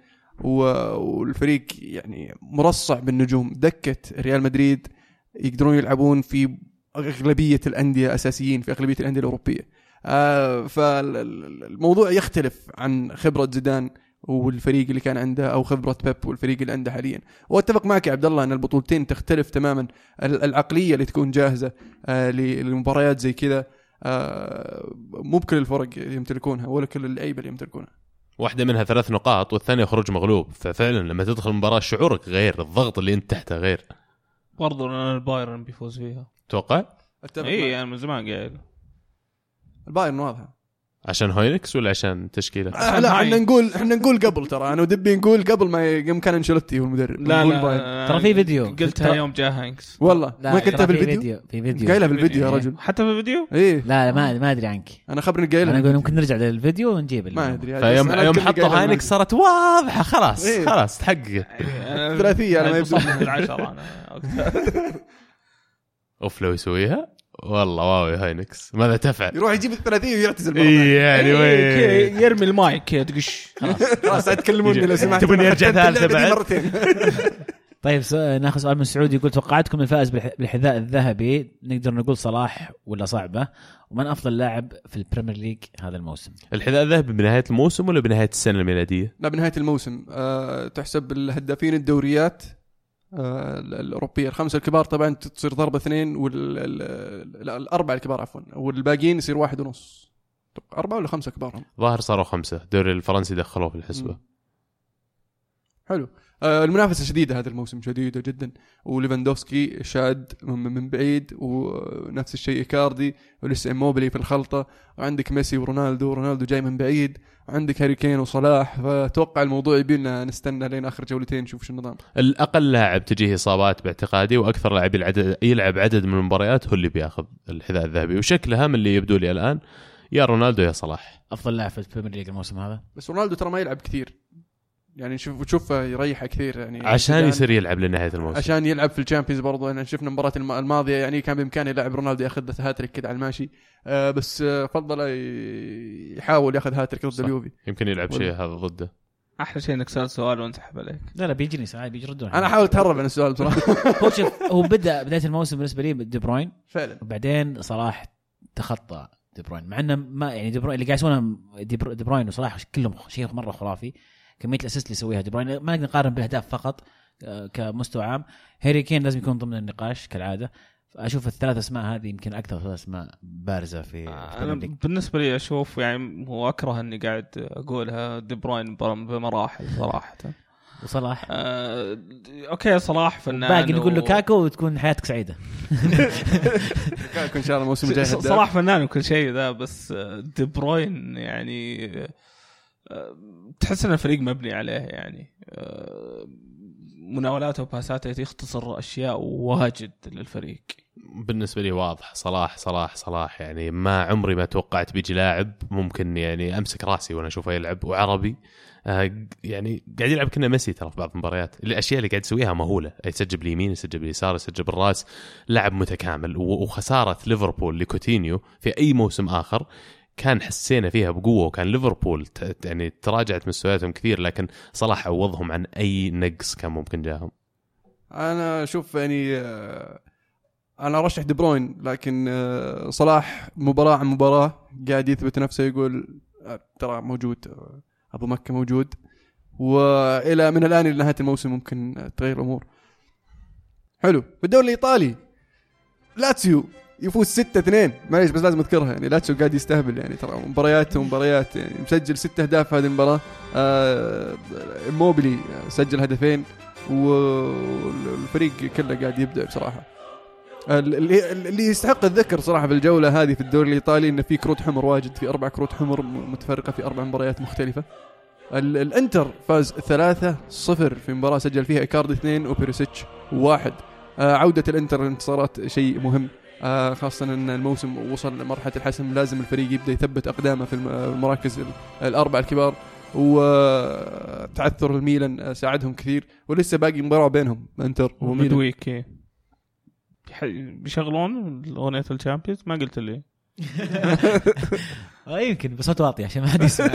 والفريق يعني مرصع بالنجوم. دكه ريال مدريد يقدرون يلعبون في اغلبيه الانديه اساسيين في اغلبيه الانديه الاوروبيه. آه فالموضوع يختلف عن خبره زيدان والفريق اللي كان عنده او خبره بيب والفريق اللي عنده حاليا. واتفق معك يا عبد الله ان البطولتين تختلف تماما. العقليه اللي تكون جاهزه آه للمباريات زي كذا آه مو بكل الفرق يمتلكونها ولا كل اللعيبه اللي يمتلكونها. واحدة منها ثلاث نقاط والثانية خروج مغلوب. ففعلا لما تدخل المباراة شعورك غير الضغط اللي انت تحته غير. برضو أنا البايرن بيفوز فيها توقع اي يعني من زمان قايل البايرن واضحة عشان هوينكس ولا عشان تشكيله؟ آه لا احنا نقول احنا نقول قبل ترى انا ودبي نقول قبل ما يوم كان انشيلوتي هو المدرب. لا لا ترى في فيديو قلتها يوم جاء هانكس والله ما قلتها في بالفيديو. في فيديو قايلها بالفيديو يا رجل حتى في الفيديو ايه. لا لا ما ما ادري عنك انا خبرني قايلها. انا اقول ممكن نرجع للفيديو ونجيب ما ادري. فيوم يوم حطوا هانكس صارت واضحه خلاص إيه. خلاص تحقق ثلاثيه انا ما يبدو العشرة انا اوف لو يسويها والله واو يا هاينكس ماذا تفعل؟ يروح يجيب الثلاثيه ويعتزل مرة إيه يعني وين يرمي المايك كذا تقش خلاص خلاص تكلموني لو سمحت. تبون يرجع ثالثه بعد مرتين. طيب ناخذ سؤال من سعود يقول توقعاتكم الفائز بالحذاء الذهبي نقدر نقول صلاح ولا صعبه؟ ومن افضل لاعب في البريمير ليج هذا الموسم؟ الحذاء الذهبي بنهايه الموسم ولا بنهايه السنه الميلاديه؟ لا بنهايه الموسم. أه تحسب الهدافين الدوريات أه الاوروبيه الخمسه الكبار طبعا تصير ضربه اثنين والاربعه الكبار عفوا والباقيين يصير واحد ونص. أربعة ولا خمسة كبارهم؟ ظاهر صاروا خمسة. الدوري الفرنسي دخلوه في الحسبة. حلو. آه المنافسه شديده هذا الموسم، شديده جدا، وليفاندوفسكي شاد من بعيد، ونفس الشيء إيكاردي، ولسه إيموبيلي في الخلطه، وعندك ميسي ورونالدو، رونالدو جاي من بعيد، عندك هاري كين وصلاح. فاتوقع الموضوع يبينا نستنى لين اخر جولتين نشوف شو النظام. الاقل لاعب تجيه اصابات باعتقادي، واكثر لاعب يلعب يلعب عدد من المباريات هو اللي بياخذ الحذاء الذهبي، وشكلها من اللي يبدو لي الان يا رونالدو يا صلاح. افضل لاعب في البريمير ليج الموسم هذا. بس رونالدو ترى ما يلعب كثير، يعني نشوف تشوفه يريحه كثير، يعني عشان يصير يلعب لنهايه الموسم، عشان يلعب في الشامبيونز برضو. يعني شفنا المباراه الماضيه يعني كان بامكانه يلعب رونالدو ياخذ هاتريك كده على الماشي، آه بس آه فضل يحاول ياخذ هاتريك ضد اليوفي. يمكن يلعب شيء هذا ضده. احلى شيء انك سألت سؤال وانسحب عليك. لا لا بيجيني ساعات بيجردون. انا احاول اتهرب من السؤال بصراحه. هو شوف هو بدا بدايه الموسم بالنسبه لي دي بروين فعلا، وبعدين صلاح تخطى دي بروين، مع انه ما يعني دي بروين اللي قاعد يسوونه دي بروين وصلاح كلهم شيء مره خرافي. كميه الاسيست اللي يسويها دي بروين ما نقدر نقارن بالاهداف فقط كمستوى عام. هاري كين لازم يكون ضمن النقاش كالعاده. اشوف الثلاث اسماء هذه يمكن اكثر ثلاث اسماء بارزه في أنا بالنسبه لي اشوف يعني هو اكره اني قاعد اقولها دي بروين بمراحل صراحه. وصلاح آه، اوكي صلاح فنان، باقي نقول له كاكو وتكون حياتك سعيده. كاكو ان شاء الله الموسم الجاي. صلاح فنان وكل شيء ذا، بس دي بروين يعني تحس ان الفريق مبني عليه، يعني مناولاته وباساته يختصر اشياء واجد للفريق. بالنسبه لي واضح صلاح صلاح صلاح، يعني ما عمري ما توقعت بيجي لاعب ممكن يعني امسك راسي وانا اشوفه يلعب وعربي. آه يعني قاعد يلعب كنا ميسي ترى في بعض المباريات. الاشياء اللي قاعد يسويها مهوله، يسجل باليمين يسجل باليسار يسجل بالراس، لاعب متكامل. وخساره ليفربول لكوتينيو في اي موسم اخر كان حسينا فيها بقوه، وكان ليفربول يعني تراجعت مستوياتهم كثير، لكن صلاح عوضهم عن اي نقص كان ممكن جاهم. انا اشوف يعني انا ارشح دي بروين، لكن صلاح مباراه عن مباراه قاعد يثبت نفسه، يقول ترى موجود ابو مكه موجود، والى من الان الى نهايه الموسم ممكن تغير الامور. حلو. بالدوري الايطالي لاتسيو يفوز ستة اثنين، معليش بس لازم اذكرها، يعني لاتسيو قاعد يستهبل، يعني ترى مباريات ومباريات، يعني مسجل ستة اهداف هذه المباراه. آه موبيلي سجل هدفين، والفريق كله قاعد يبدع بصراحه. اللي اللي يستحق الذكر صراحه في الجوله هذه في الدوري الايطالي انه في كروت حمر واجد، في اربع كروت حمر متفرقه في اربع مباريات مختلفه. الانتر فاز ثلاثة صفر في مباراه سجل فيها إيكاردي اثنين وبيريسيتش واحد. آه عوده الانتر انتصارات شيء مهم، آه خاصه ان الموسم وصل لمرحله الحسم، لازم الفريق يبدا يثبت اقدامه في المراكز الاربع الكبار. وتعثر الميلان ساعدهم كثير، ولسه باقي مباراه بينهم انتر وميلان. بيشغلون اغنيه الشامبيونز ما قلت لي. اه يمكن بصوت واطي عشان ما حد يسمع.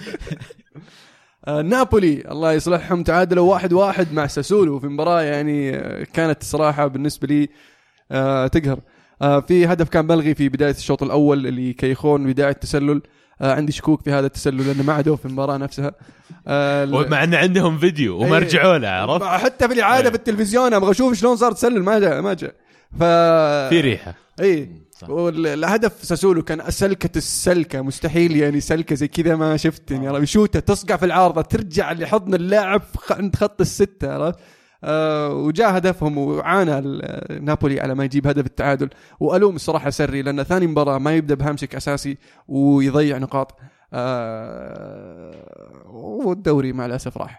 نابولي الله يصلحهم تعادلوا واحد واحد مع ساسولو في مباراة يعني كانت صراحة بالنسبة لي تقهر. في هدف كان ملغي في بداية الشوط الأول اللي كيخون بداية التسلل. عندي شكوك في هذا التسلل لأنه ما عادوا في المباراة نفسها، مع أن عندهم فيديو وما رجعوا له. عرفت حتى في الإعادة في التلفزيون أبغى أشوف شلون صار تسلل، ما جاء ما جاء ف في ريحة. اي والهدف ساسولو كان سلكة السلكة مستحيل، يعني سلكة زي كذا ما شفت، يعني بيشوتها تصقع في العارضة ترجع لحضن اللاعب عند خط الستة. عرفت آه وجاء هدفهم، وعانى نابولي على ما يجيب هدف التعادل. وألوم الصراحة سري لأن ثاني مباراة ما يبدأ بهامشك أساسي ويضيع نقاط. آه والدوري مع الأسف راح،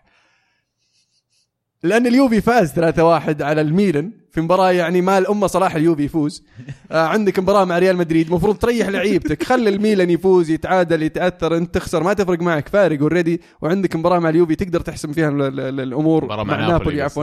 لأن اليوفي فاز ثلاثة واحد على الميلان في مباراة يعني ما الأمة صلاح اليوفي يفوز. آه عندك مباراة مع ريال مدريد مفروض تريح لعيبتك، خلي الميلان يفوز يتعادل يتأثر، انت تخسر ما تفرق معك فارق اوريدي. وعندك مباراة مع اليوفي تقدر تحسم فيها الأمور مع, مع نابولي عفوا.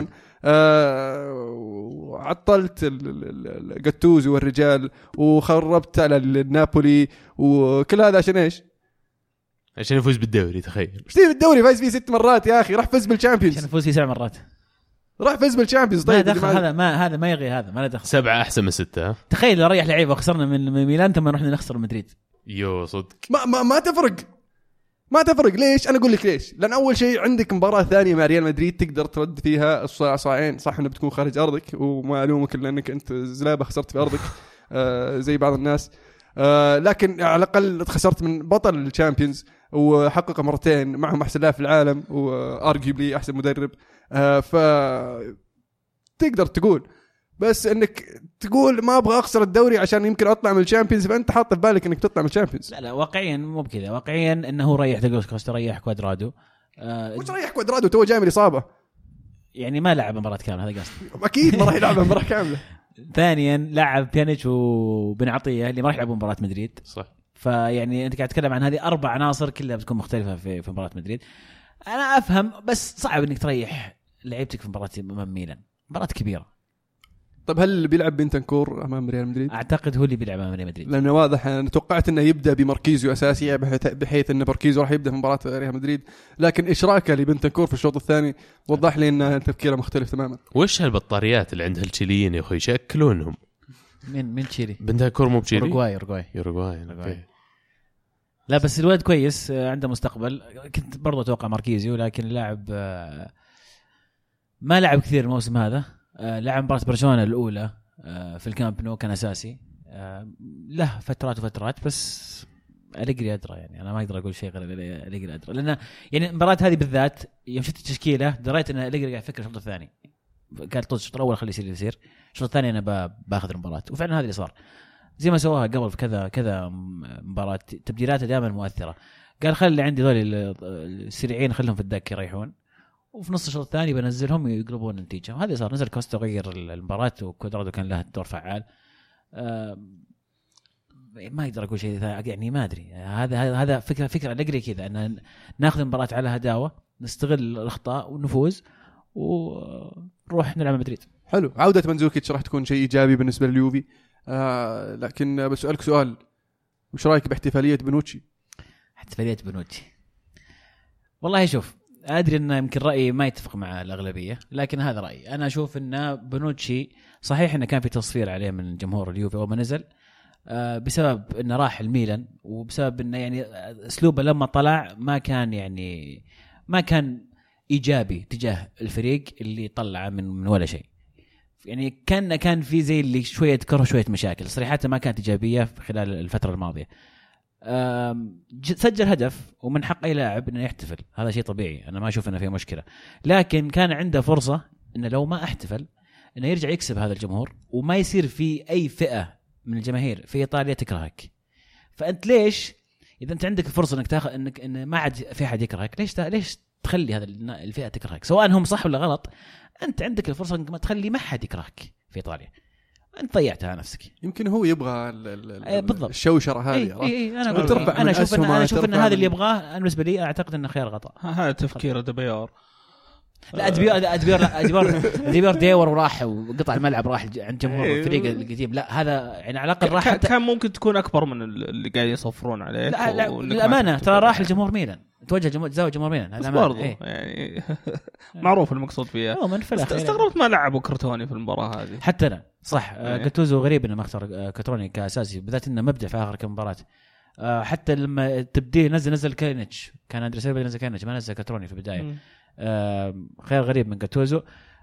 آه عطلت الجاتوزي والرجال وخربت على النابولي، وكل هذا عشان ايش؟ عشان يفوز بالدوري. تخيل ايش الدوري فايز فيه ست مرات يا اخي، راح فز بالشامبيونز. عشان يفوز فيه سبع مرات راح فز بالشامبيونز. طيب هذا ما هذا ما يغي، هذا ما له دخل. سبعة احسن من ستة. تخيل لو ريح لعيبه وخسرنا من ميلان ثم رحنا نخسر مدريد. يو صدق ما ما ما تفرق ما تفرق. ليش؟ انا اقول لك ليش. لان اول شيء عندك مباراه ثانيه مع ريال مدريد تقدر ترد فيها الصاع صاعين، صح انه بتكون خارج ارضك وما الومك لانك انت زلابه خسرت في ارضك آه زي بعض الناس. آه لكن على الاقل خسرت من بطل الشامبيونز وحقق مرتين معهم احسن لاعب في العالم وارجيبلي احسن مدرب. آه ف تقدر تقول بس انك تقول ما ابغى اخسر الدوري عشان يمكن اطلع من الشامبيونز، فانت حاط في بالك انك تطلع من الشامبيونز. لا لا واقعيا مو بكذا، واقعيا انه ريح دوغلاس كوستا، ريح كوادرادو. آه وش ريح كوادرادو تو جاي من الاصابه، يعني ما لعب مباراه كامله، هذا قصدي. اكيد ما راح يلعب مباراه كامله. ثانيا لعب بيانيتش وبن عطيه اللي ما راح يلعبوا مباراه مدريد، صح. فيعني انت قاعد تتكلم عن هذه اربع عناصر كلها بتكون مختلفه في في مباراه مدريد. انا افهم بس صعب انك تريح لعيبتك في مباراه امام ميلان، مباراه كبيره. طب هل اللي بيلعب بنتنكور امام ريال مدريد؟ اعتقد هو اللي بيلعب امام ريال مدريد، لانه واضح انا توقعت انه يبدا بمركيزو اساسي بحيث, بحيث ان مركيزو راح يبدا في مباراه ريال مدريد، لكن اشراكه لبنتنكور في الشوط الثاني وضح لي ان تفكيره مختلف تماما. وش هالبطاريات اللي عند هالتشيليين يا اخوي يشكلونهم؟ من من تشيلي؟ بنتنكور مو بتشيلي؟ اوروغواي اوروغواي اوروغواي. لا بس الواد كويس، عنده مستقبل. كنت برضه اتوقع ماركيزيو، لكن اللاعب ما لعب كثير الموسم هذا. لعب مباراة برشلونة الأولى في الكامب نو كان أساسي، له فترات وفترات، بس أليجري أدرى. يعني أنا ما أقدر أقول شيء غير أليجري أدرى، لأن يعني المباراة هذه بالذات يوم شفت التشكيلة دريت أن أليجري قاعد يفكر الشوط الثاني. قال طول الشوط الأول خلي يصير يصير، الشوط الثاني أنا باخذ المباراة، وفعلا هذا اللي صار زي ما سواها قبل في كذا كذا مباراة. تبديلاته دائما مؤثرة. قال خلي عندي ذول السريعين خلهم في الدكة يريحون، وفي نص الشوط الثاني بنزلهم يقلبون النتيجة. وهذا صار، نزل كوستا غير المباراة، وكوادرادو كان له دور فعال. آه ما يقدر أقول شيء يعني، ما أدري. هذا هذا فكرة فكرة أليجري كذا، أن ناخذ المباراة على هداوة، نستغل الأخطاء ونفوز ونروح نلعب مدريد. حلو. عودة منزوكيتش راح تكون شيء إيجابي بالنسبة لليوفي. آه لكن بسألك سؤال، وش رأيك باحتفالية بنوتشي؟ احتفالية بنوتشي والله شوف، أدري أن يمكن رأيي ما يتفق مع الأغلبية، لكن هذا رأيي. أنا أشوف أن بنوتشي صحيح أنه كان في تصفير عليه من جمهور اليوفي أول ما نزل، آه بسبب أنه راح الميلان، وبسبب أنه يعني أسلوبه لما طلع ما كان يعني ما كان إيجابي تجاه الفريق اللي طلع من من ولا شيء. يعني كان كان في زي اللي شوية كره شوية مشاكل، صريحة ما كانت إيجابية خلال الفترة الماضية. سجل هدف ومن حق أي لاعب إنه يحتفل، هذا شيء طبيعي، أنا ما أشوف إنه فيه مشكلة. لكن كان عنده فرصة إنه لو ما احتفل إنه يرجع يكسب هذا الجمهور، وما يصير في أي فئة من الجماهير في إيطاليا تكرهك. فأنت ليش إذا أنت عندك فرصة إنك تاخذ إنك إن ما عاد في أحد يكرهك، ليش ليش تخلي هذا الفئة تكرهك؟ سواء هم صح ولا غلط، أنت عندك الفرصة إنك ما تخلي ما حد يكرهك في إيطاليا، أنت ضيعتها نفسك. يمكن هو يبغى الشوشرة هذه. إيه إيه أنا أنا أشوف إن أنا أشوف إن هذا اللي يبغاه. أنا بالنسبة لي أعتقد إنه خيار غطاء. هذا تفكير دبيار. لا أدبير أدبير أدبير أدبير ديور وراح وقطع الملعب راح عند جمهور الفريق القديم. لا هذا يعني على الأقل راح كان ممكن تكون أكبر من اللي قاعد يصفرون عليه. لا لا الأمانة ترى راح الجمهور ميلان، توجه جمهور زاوية جمهور ميلان هذا برضو إيه؟ يعني معروف المقصود فيها. استغربت ما لعبوا كرتوني في المباراة هذه حتى أنا صح. جاتوزو غريب إنه ما اختار كرتوني كأساسي، بالذات إنه مبدع في آخر كم مباراة. حتى لما تبديه نزل نزل كالينيتش، كان أندري سيلفا نزل كالينيتش، ما نزل كرتوني في البداية. م. خير غريب من جاتوزو.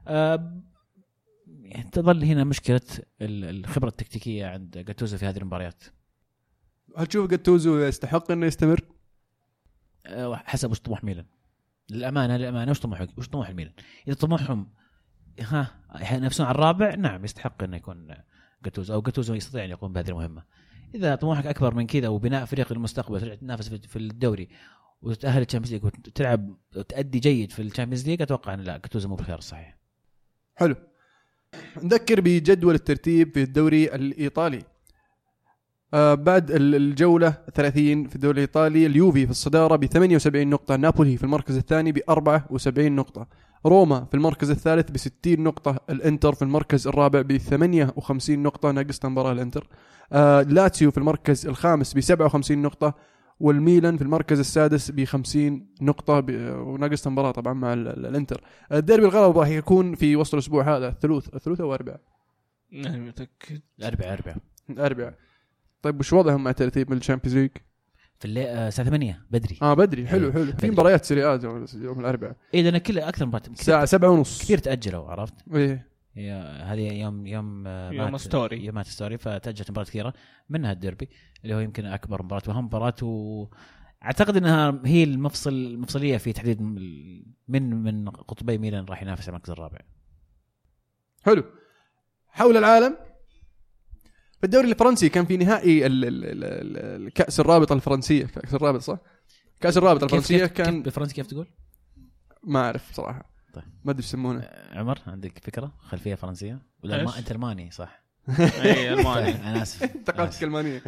تظل هنا مشكلة الخبرة التكتيكية عند جاتوزو في هذه المباريات. هل تشوف جاتوزو يستحق إنه يستمر؟ حسب وش طموح ميلان. للأمانة للأمانة وش طموح وش طموح الميلان. إذا طموحهم ها نفسهم على الرابع، نعم يستحق إنه يكون جاتوزو، أو جاتوزو يستطيع أن يقوم بهذه المهمة. إذا طموحك أكبر من كذا وبناء فريق للمستقبل، ترجع تنافس في الدوري وتتأهل الشامبيونز ليج وتلعب وتأدي جيد في الشامبيونز ليج، أتوقع أن لا جاتوزو مو بالخيار الصحيح. حلو. نذكر بجدول الترتيب في الدوري الإيطالي. آه بعد الجولة ثلاثين في الدوري الإيطالي، اليوفي في الصدارة بثمانية وسبعين نقطة، نابولي في المركز الثاني بأربعة وسبعين نقطة، روما في المركز الثالث بستين نقطة، الانتر في المركز الرابع بثمانية وخمسين نقطة ناقص مباراة الانتر، آه لاتسيو في المركز الخامس بسبعة وخمسين نقطة، والميلان في المركز السادس بخمسين نقطة وناقص مباراة طبعا مع الانتر. الديربي الغرب راح يكون في وسط الأسبوع هذا، الثلوث الثلوث أو أربعة؟ نعم متأكد أربعة أربعة أربعة. طيب وش وضعهم مع ترتيب من الشامبيونز ليج؟ في الليل الساعة ثمانية بدري. اه بدري حلو حلو. في مباريات سيريا يوم الأربعاء. إيه لأن كل أكثر مباريات الساعة سبعة ونص كثير تأجلوا، عرفت؟ إيه هي هذه يوم يوم يوم ستوري يوم ستوري فتأجلت مباراة كثيرة منها الديربي اللي هو يمكن أكبر مباراة وهم مباراة وأعتقد أنها هي المفصل المفصلية في تحديد من من قطبي ميلان راح ينافس على المركز الرابع. حلو. حول العالم في الدوري الفرنسي كان في نهائي الكأس الرابطة الفرنسية. كأس الرابطة صح؟ كأس الرابطة الفرنسية كان بالفرنسي كيف تقول؟ ما أعرف صراحة. طيب. ما أدري يسمونه. عمر عندك فكرة خلفية فرنسية ولا ما أنت ألماني صح؟ أي ألماني. أنا آسف. أنت قلت ألمانية.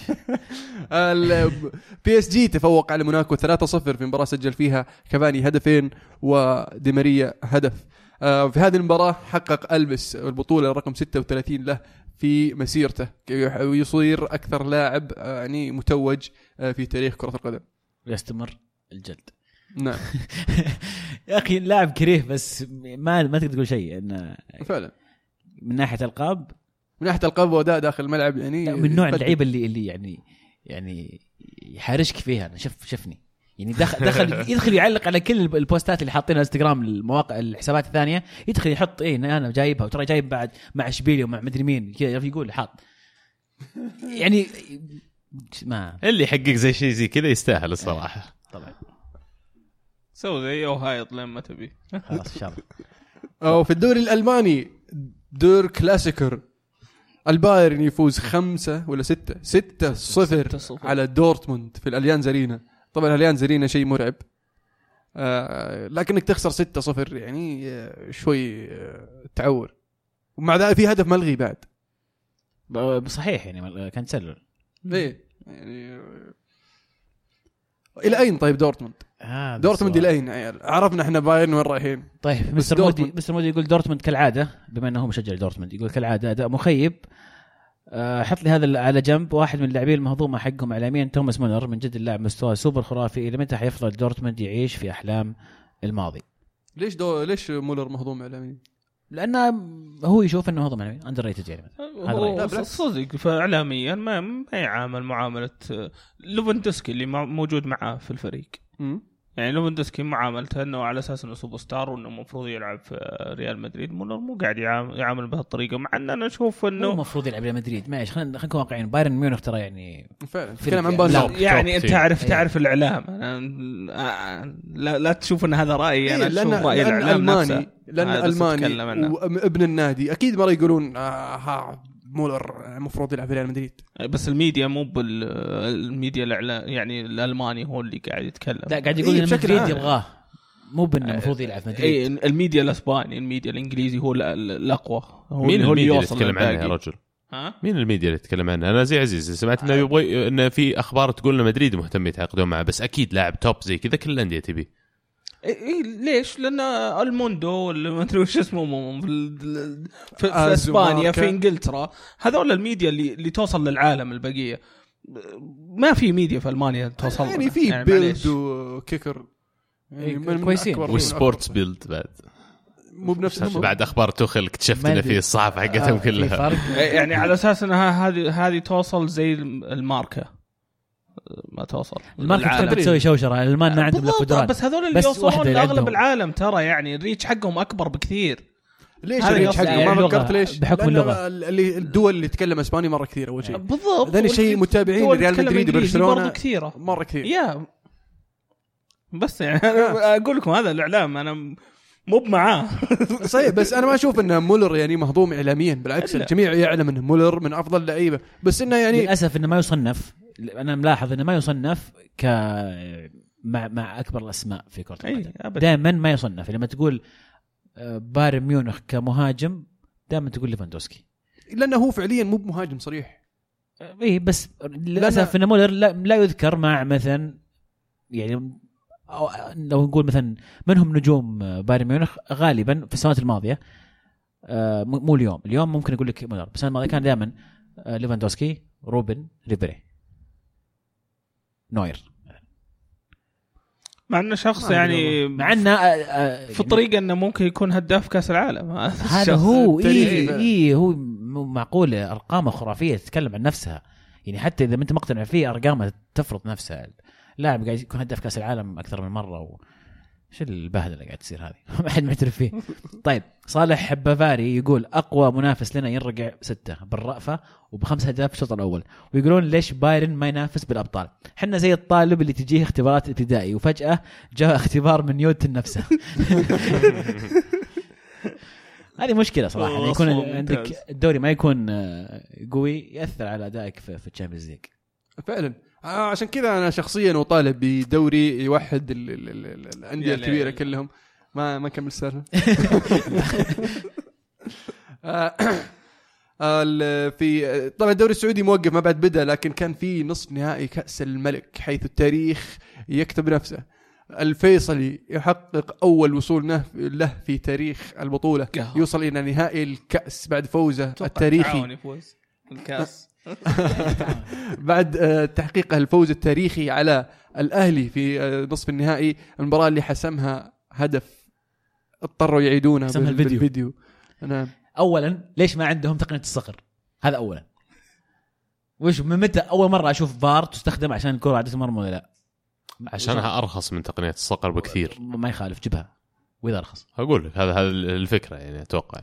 البي إس جي تفوق على موناكو ثلاثة صفر في مباراة سجل فيها كافاني هدفين ودي ماريا هدف. في هذه المباراة حقق ألبس البطولة رقم ستة وثلاثين له في مسيرته ويصير أكثر لاعب يعني متوج في تاريخ كرة القدم. يستمر الجلد. نعم. يا أخي لاعب كريه بس ما ما تقدر تقول شيء إنه فعلا من ناحية القاب من ناحية القاب وأداء داخل الملعب يعني من نوع اللعيبة اللي اللي يعني يعني يحارشك فيها. أنا شوف شفني يعني دخل دخل يدخل يعلق على كل البوستات اللي حاطينها انستغرام المواقع الحسابات الثانية يدخل يحط إيه أنا جايبها وترى جايب بعد مع إشبيليا ومع مدري مين كذا يقول حاط يعني ما اللي يحقق زي شيء زي كذا يستاهل الصراحة. طبعا سوي زي وهايط لما تبي خلاص ان شاء الله. او في الدوري الالماني دور كلاسيكر البايرن يفوز خمسة ولا ستة ستة صفر على دورتموند في الاليانز ارينا. طبعا الاليانز ارينا شيء مرعب آه لكنك تخسر ستة صفر يعني آه شوي آه تعور ومع ذلك في هدف ملغي بعد. صحيح يعني كان تسلل ايه يعني الى اين طيب دورتموند آه دورتموند الى اين عيال عرفنا احنا بايرن وين رايحين. طيب مستر مودي مستر مودي يقول دورتموند كالعاده بما انه مشجع دورتموند يقول كالعاده اداء مخيب. أه حط لي هذا على جنب. واحد من اللاعبين المهضومه حقهم اعلاميا توماس مولر من جد اللاعب مستوى سوبر خرافي. الى متى حيفضل دورتموند يعيش في احلام الماضي؟ ليش دو ليش مولر مهضوم اعلاميا؟ لانه هو يشوف انه مهضوم اعلاميا اندر ريتد يعني هو صدق فاعلاميا ما ما يعامل معامله لوفندوسكي اللي موجود معاه في الفريق. م? يعني لوفندوسكي معاملته انه على اساس انه سوبر ستار وانه المفروض يلعب في ريال مدريد. مولر مو قاعد يعامل بهالطريقه مع ان انا اشوف انه المفروض يلعب ريال مدريد. ماشي خلينا خلينا واقعيين بايرن ميونخ ترى يعني فعلا نتكلم عن بايرن يعني انت تعرف تعرف الاعلام أنا لا لا تشوف ان هذا رايي انا اشوف راي الاعلام نفسه لان الالماني وابن النادي اكيد ما يقولون ها مولر المفروض يلعب في ريال مدريد. بس الميديا مو بالميديا الاعلام يعني الالماني هو اللي قاعد يتكلم. لا قاعد يقول إيه ان مدريد يبغاه مو بانه المفروض يلعب في مدريد. اي الميديا الاسباني الميديا الانجليزي هو الاقوى. هو مين هو اللي يتكلم عنها يا رجل؟ ها مين الميديا اللي تتكلم عنها؟ انا زي عزيز سمعت انه يبغى انه في اخبار تقول ان مدريد مهتم يتعاقدون معه بس اكيد لاعب توب زي كذا كل الانديه تبي. إيه ليش؟ لأن الموندو اللي ما أدري وش اسمه في, في, في إسبانيا في إنجلترا هذول الميديا اللي اللي توصل للعالم البقية. ما في ميديا في ألمانيا توصل يعني في يعني بيلد وكيكر يعني كويسين وسبورتس بيلد بعد مو بنفس بعد أخبار توخل اكتشفت إن في الصحافة حقتهم كلها يعني على أساس أنها هذه هذه توصل زي الماركة ما توصل الماركة تقدر تسوي شوشرة. المان ما عندهم قدرات بس هذول اللي يوصلون لأغلب العالم ترى يعني الريتش حقهم أكبر بكثير. ليش الريتش حقهم يعني ما فكرت ليش؟ بحكم اللغة اللي الدول اللي تتكلم إسباني مرة كثير أول شيء بالضبط. ثاني شيء متابعين ريال مدريد وبرشلونة كثيرة مرة كثير يا بس يعني أقول لكم هذا الإعلام أنا مو بمعاه صحيح. بس أنا ما أشوف إن مولر يعني مهضوم إعلاميا بالعكس الجميع يعلم إن مولر من أفضل اللعيبة بس إنه يعني للأسف إنه ما يصنف. أنا ملاحظ إنه ما يصنف ك مع مع أكبر الأسماء في كرة القدم. دائما ما يصنف. لما تقول بايرن ميونخ كمهاجم دائما تقول ليفاندوسكي لأنه هو فعليا مو بمهاجم صريح. إيه بس للأسف إن مولر لا, لا يذكر مع مثلا يعني لو نقول مثلا منهم نجوم بايرن ميونخ غالبا في السنوات الماضية مو اليوم. اليوم ممكن أقول لك مولر بس الماضي كان دائما ليفاندوسكي روبن ريبيري نوير. مع انه شخص يعني مع انه في طريقه انه ممكن يكون هداف كاس العالم. هذا هو ايه ايه هو معقول ارقامه خرافيه تتكلم عن نفسها يعني حتى اذا ما انت مقتنع فيه ارقامه تفرض نفسها. لاعب قاعد يكون هداف كاس العالم اكثر من مره و... شو البهدله اللي قاعد تصير هذه ما حد معترف فيه. طيب صالح بافاري يقول اقوى منافس لنا ينرجع ستة بالرأفه وبخمس اهداف الشوط الاول، ويقولون ليش بايرن ما ينافس بالابطال؟ حنا زي الطالب اللي تجيه اختبارات ابتدائي وفجاه جاء اختبار من نيوتن نفسه. هذه مشكله صراحه، يكون عندك الدوري ما يكون قوي ياثر على ادائك في في الشامبيونز ليج فعلا. عشان كذا انا شخصيا اطالب بدوري يوحد الانديه الكبيره كلهم. ما ما كمل السالفه. في طبعا الدوري السعودي موقف ما بعد بدا، لكن كان في نصف نهائي كأس الملك حيث التاريخ يكتب نفسه. الفيصلي يحقق أول وصول له في تاريخ البطولة، يوصل إلى نهائي الكأس بعد فوزه التاريخي يفوز الكأس بعد تحقيقه الفوز التاريخي على الأهلي في نصف النهائي. المباراة اللي حسمها هدف اضطروا يعيدونها بالفيديو. أنا أولا ليش ما عندهم تقنية الصقر؟ هذا أولا. وش من متى أول مرة أشوف فار تستخدم عشان الكرة عدت مرمى ولا لا؟ عشانها أرخص من تقنية الصقر بكثير. ما يخالف جبها وإذا أرخص. أقول لك هذا هذا الفكرة يعني أتوقع.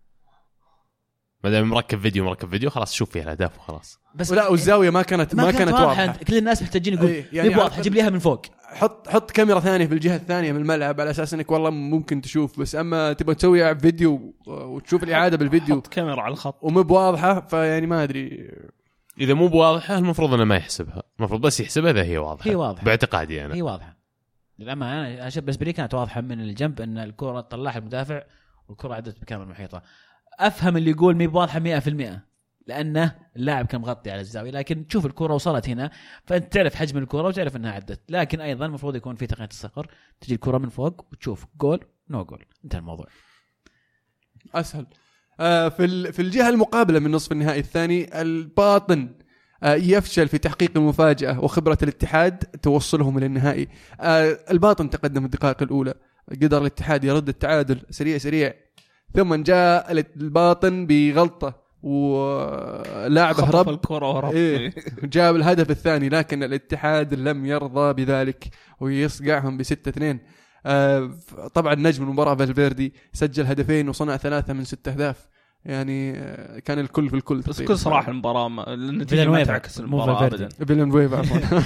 ما دام مركب فيديو مركب فيديو خلاص شوف فيها الأهداف وخلاص. بس لا والزاوية ما كانت ما, ما كانت واضحة. كل الناس محتاجين يقول أيه يعني واضح جيب ليها من فوق. حط حط كاميرا ثانية في الجهة الثانية من الملعب على أساس إنك والله ممكن تشوف، بس أما تبغى تسوي فيديو وتشوف الإعادة بالفيديو حط كاميرا على الخط ومو بواضحة، فيعني ما أدري. إذا مو بواضحة المفروض أنه ما يحسبها، المفروض بس يحسبها إذا هي واضحة. هي واضحة باعتقادي أنا. هي واضحة. لما أنا أشوف بس بري كانت واضحة من الجنب أن الكرة طلعها المدافع والكرة عدت بكاميرا محيطة. أفهم اللي يقول مي بواضحة مئة في المئة لأنه اللاعب كان مغطي على الزاوية، لكن تشوف الكرة وصلت هنا فأنت تعرف حجم الكرة وتعرف أنها عدت. لكن أيضا المفروض يكون في تقنية الصقر، تجي الكرة من فوق وتشوف جول نو جول، انتهى الموضوع. أسهل. آه في في الجهة المقابلة من نصف النهائي الثاني الباطن آه يفشل في تحقيق المفاجأة، وخبرة الاتحاد توصلهم إلى النهائي. آه الباطن تقدم الدقائق الأولى، قدر الاتحاد يرد التعادل سريع سريع، ثم جاء الباطن بغلطة ولاعب هرب الكرة وهرب إيه جاب الهدف الثاني، لكن الاتحاد لم يرضى بذلك ويصقعهم بستة اثنين. آه طبعا نجم المباراة فالفيردي سجل هدفين وصنع ثلاثة من ست أهداف، يعني آه كان الكل في الكل. بس كل صراحة المباراة ما... النتيجة ما تعكس المباراة أبدا. فيلنويفا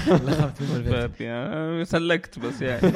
سلكت بس يعني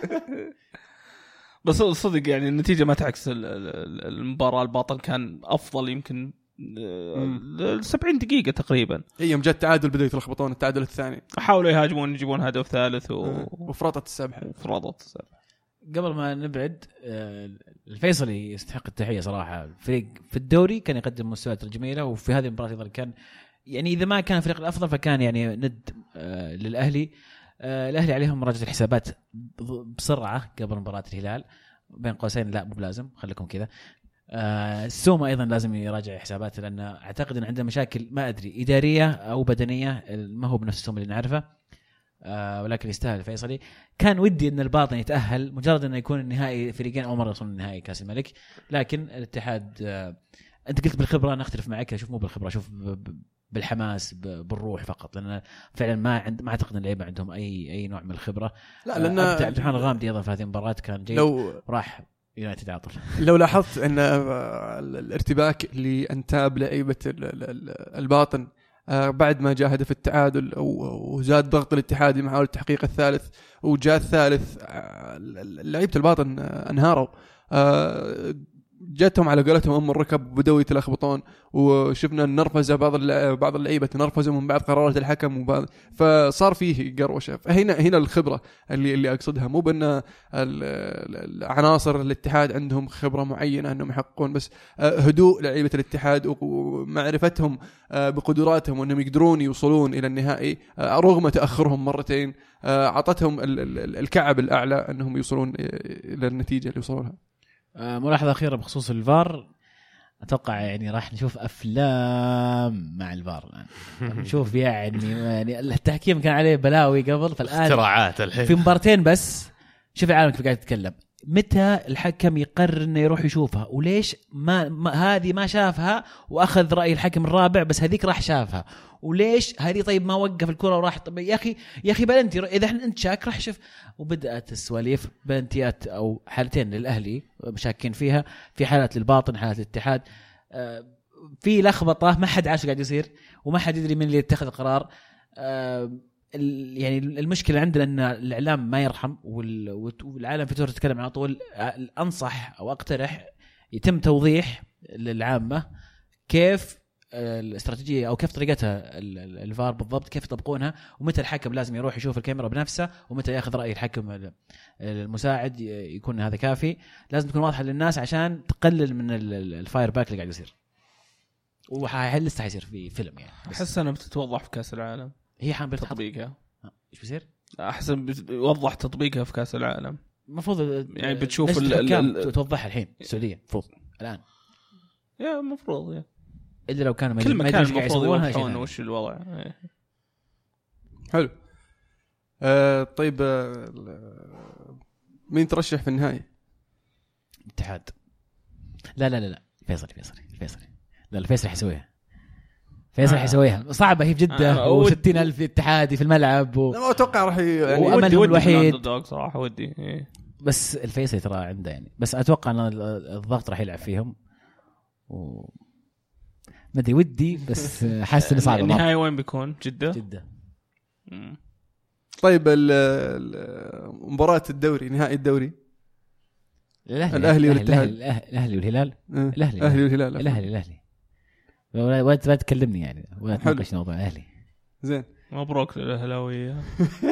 بس صدق يعني النتيجة ما تعكس المباراة. الباطن كان أفضل يمكن سبعين دقيقة تقريبا. هي يوم جاء التعادل بدأوا يتلخبطون، التعادل الثاني حاولوا يهاجمون يجيبون هدف ثالث و... وفرطت السبحة وفرطت السبحة. قبل ما نبعد الفيصلي يستحق التحية صراحة. الفريق في الدوري كان يقدم مستويات جميلة، وفي هذه المباراة أيضا كان يعني إذا ما كان الفريق الأفضل فكان يعني ند للأهلي. الأهلي عليهم مراجعة الحسابات بسرعة قبل مباراة الهلال، بين قوسين لا مو بلازم خليكم كذا. آه السومة أيضا لازم يراجع حساباته، لأن أعتقد أن عندنا مشاكل ما أدري إدارية أو بدنية، ما هو بنفس السومة اللي نعرفه. آه ولكن يستاهل الفيصلي. كان ودي أن الباطن يتأهل مجرد أنه يكون النهائي فريقين أول مرة يوصلون النهائي كأس الملك، لكن الاتحاد آه أنت قلت بالخبرة، أنا أختلف معك، أشوف مو بالخبرة، أشوف بالحماس بالروح فقط، لأن فعلا ما عند ما أعتقد أن اللعيبة عندهم أي أي نوع من الخبرة. لا لأن عبد الرحمن الغامدي أيضا في هذه المباراة كان جيد، لو راح يونايتد عاطل. لو لاحظت أن الارتباك اللي انتاب لعيبة الباطن بعد ما جاء هدف التعادل وزاد ضغط الاتحاد محاولة تحقيق الثالث وجاء الثالث، لعيبة الباطن انهاروا، جاتهم على قولتهم ام الركب وبدأوا يتلخبطون، وشفنا النرفزه بعض بعض اللعيبه تنرفزوا من بعد قرارات الحكم وبعض، فصار فيه قروشه. فهنا هنا الخبره اللي اللي اقصدها، مو بان العناصر الاتحاد عندهم خبره معينه انهم يحققون، بس هدوء لعيبه الاتحاد ومعرفتهم بقدراتهم وانهم يقدرون يوصلون الى النهائي رغم تاخرهم مرتين، اعطتهم الكعب الاعلى انهم يوصلون الى النتيجه اللي وصلوا لها. ملاحظة أخيرة بخصوص الفار، أتوقع يعني راح نشوف أفلام مع الفار الآن. نشوف يعني يعني التحكيم كان عليه بلاوي قبل، فالآن اختراعات الحين في مبارتين بس. شوف العالم كيف قاعد يتكلم، متى الحكم يقرر انه يروح يشوفها وليش ما, ما هذه ما شافها واخذ راي الحكم الرابع بس هذيك راح شافها وليش هذه طيب ما وقف الكره وراح طب يا اخي يا اخي بلنتي اذا احنا انت شاك راح شوف. وبدات السواليف بلنتيات او حالتين للاهلي مشاكين فيها في حالات للباطن حالات للاتحاد آه في لخبطه ما حد عارف قاعد يصير وما حد يدري من اللي يتخذ القرار آه يعني المشكله عندنا ان الاعلام ما يرحم والعالم في تويتر تتكلم على طول. انصح او اقترح يتم توضيح للعامه كيف الاستراتيجيه او كيف طريقتها الفار بالضبط كيف يطبقونها ومتى الحكم لازم يروح يشوف الكاميرا بنفسه ومتى ياخذ راي الحكم المساعد يكون هذا كافي. لازم تكون واضحه للناس عشان تقلل من الفاير باك اللي قاعد يصير وحيل لسه حيصير في فيلم يعني. احس انها بتتوضح في كاس العالم هي حامل تطبيقها ايش بيصير احسن بيوضح تطبيقها في كاس العالم المفروض يعني بتشوف ال توضحها الحين السعوديه المفروض الان يا المفروض يا الا لو كانوا كل مكان المفروض يوضحون وش الوضع. حلو آه طيب آه مين ترشح في النهايه؟ الاتحاد. لا لا لا لا فيصل فيصل فيصل لا الفيصل حيسويها فيصل آه. حيسويها صعبة هي بجدة آه. وستين ألف اتحادي في الملعب و... لا ما أتوقع راح يعني وأملهم الوحيد صراحة ودي إيه. بس الفيصل ترى عنده يعني بس أتوقع أن الضغط راح يلعب فيهم و... ما أدري ودي بس حاسس إنه صعب. النهاية وين بيكون؟ جدة جدة مم. طيب مباراة الدوري نهائي الدوري الأهلي والاتحاد الأهلي والهلال الأهلي الأهلي والهلال الأهلي الأهلي ولا تكلمني يعني ولا تناقش موضوع الاهلي. زين مبروك للاهلاويه.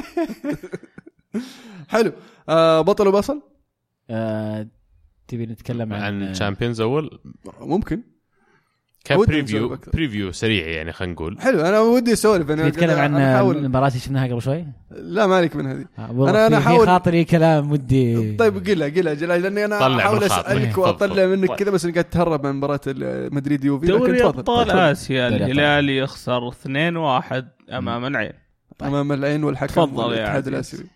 حلو آه بطل وبصل آه تبي نتكلم عن عن تشامبيونز اول ممكن كبريفيو بريفيو سريع يعني خلينا نقول. حلو انا ودي اسولف انا نتكلم عن المباراه اللي شفناها قبل شوي. لا مالك من هذه آه انا انا احاول خاطري كلام ودي. طيب قلها قلها جلال لاني انا احاول اسالك واطلع منك كذا بس قاعد تهرب من مباراه مدريد يوفي. لكن تفضل ابطال اسيا الهلال يخسر اثنين واحد امام العين امام العين والحكم والاتحاد الاسيوي.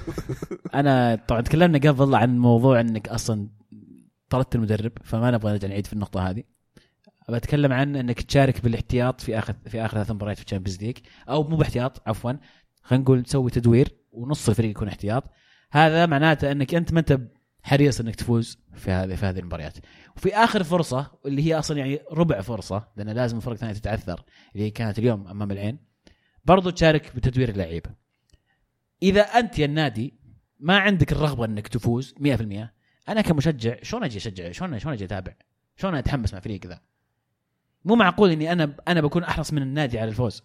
انا طبعا تكلمنا قبل عن موضوع انك اصلا طردت المدرب فما نبغى نرجع نعيد في النقطه هذه. بتكلم عن انك تشارك بالاحتياط في اخر في اخر ثلاث مباريات في الشامبيونز ليج او مو باحتياط عفوا خلينا نقول تسوي تدوير ونص الفريق يكون احتياط. هذا معناته انك انت ما انت حريص انك تفوز في هذه في هذه المباريات وفي اخر فرصه اللي هي اصلا يعني ربع فرصه لان لازم الفرق الثانيه تتعثر اللي هي كانت اليوم امام العين برضو تشارك بتدوير اللعيبه. اذا انت يا النادي ما عندك الرغبه انك تفوز مية بالمية انا كمشجع شلون اجي اشجع شلون شلون اجي اتابع شلون اتحمس مع فريق ذا؟ مو معقول اني انا انا بكون احرص من النادي على الفوز.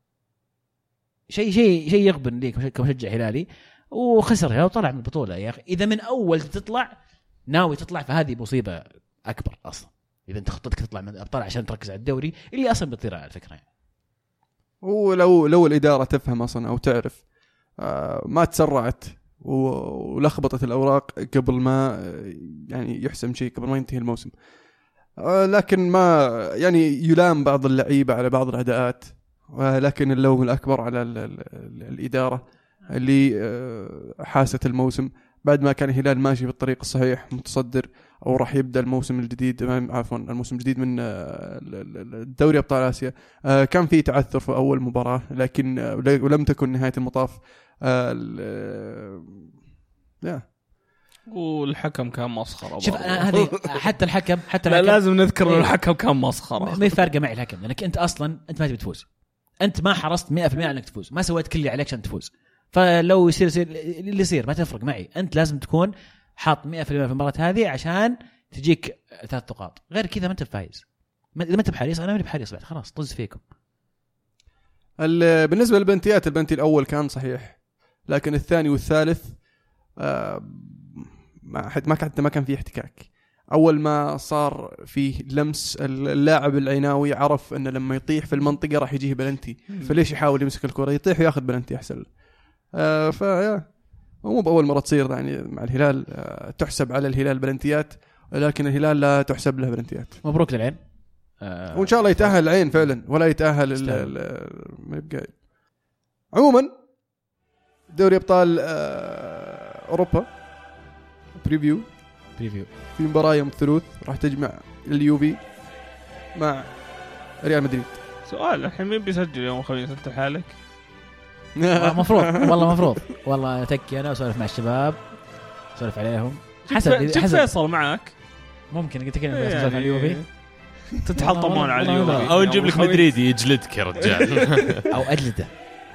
شيء شيء شيء يغبن لي كمشجع هلالي وخسرها وطلع من البطوله يا اخي. اذا من اول تطلع ناوي تطلع فهذه مصيبه اكبر اصلا. اذا انت خطتك تطلع من الابطال عشان تركز على الدوري اللي اصلا بيطير على الفكره يعني. ولو لو الاداره تفهم اصلا او تعرف آه ما تسرعت ولخبطت الاوراق قبل ما يعني يحسم شيء قبل ما ينتهي الموسم. لكن ما يعني يلام بعض اللعيبة على بعض الأداءات ولكن اللوم الأكبر على ال ال ال الإدارة اللي حاست الموسم بعد ما كان الهلال ماشي بالطريق الصحيح متصدر أو راح يبدأ الموسم الجديد عفوا الموسم الجديد من الدوري أبطال آسيا. كان في تعثر في أول مباراة لكن ولم تكن نهاية المطاف. لا والحكم كان مسخره. شوف هذه حتى الحكم حتى لا لازم نذكر ان الحكم كان مسخره. ما فارقه معي الحكم لانك انت اصلا انت ما تبي تفوز. انت ما حرصت مية بالمية انك تفوز ما سويت كل اللي عليك عشان تفوز. فلو يصير يصير اللي يصير ما تفرق معي. انت لازم تكون حاط مية بالمية في المباراه هذه عشان تجيك ثلاث نقاط. غير كذا ما انت فايز. اذا ما انت بحريص انا ماني بحريص بعد خلاص طز فيكم. بالنسبه للبنتيات البنتي الاول كان صحيح لكن الثاني والثالث آه ما حد ما كان ما كان فيه احتكاك. اول ما صار فيه لمس اللاعب العيناوي عرف ان لما يطيح في المنطقه راح يجيه بلنتي فليش يحاول يمسك الكره يطيح وياخذ بلنتي احسن. آه فيا مو باول مره تصير يعني مع الهلال. آه تحسب على الهلال بلنتيات لكن الهلال لا تحسب له بلنتيات. مبروك للعين آه وان شاء الله يتاهل العين فعلا ولا يتاهل ال عموما دوري ابطال آه اوروبا بريفيو بريفيو في مباراة يوم الثلاث راح تجمع اليوفي مع ريال مدريد. سؤال الحين مين بيسجل يوم الخميس؟ انت حالك مفروض والله مفروض والله تكي انا وسولف مع الشباب سولف عليهم حسب حسب فيصل معك ممكن قلت كلمه بس على اليوفي تتحطمون على اليوفي او نجيب لك مدريد يجلدك يا رجال او اجلده.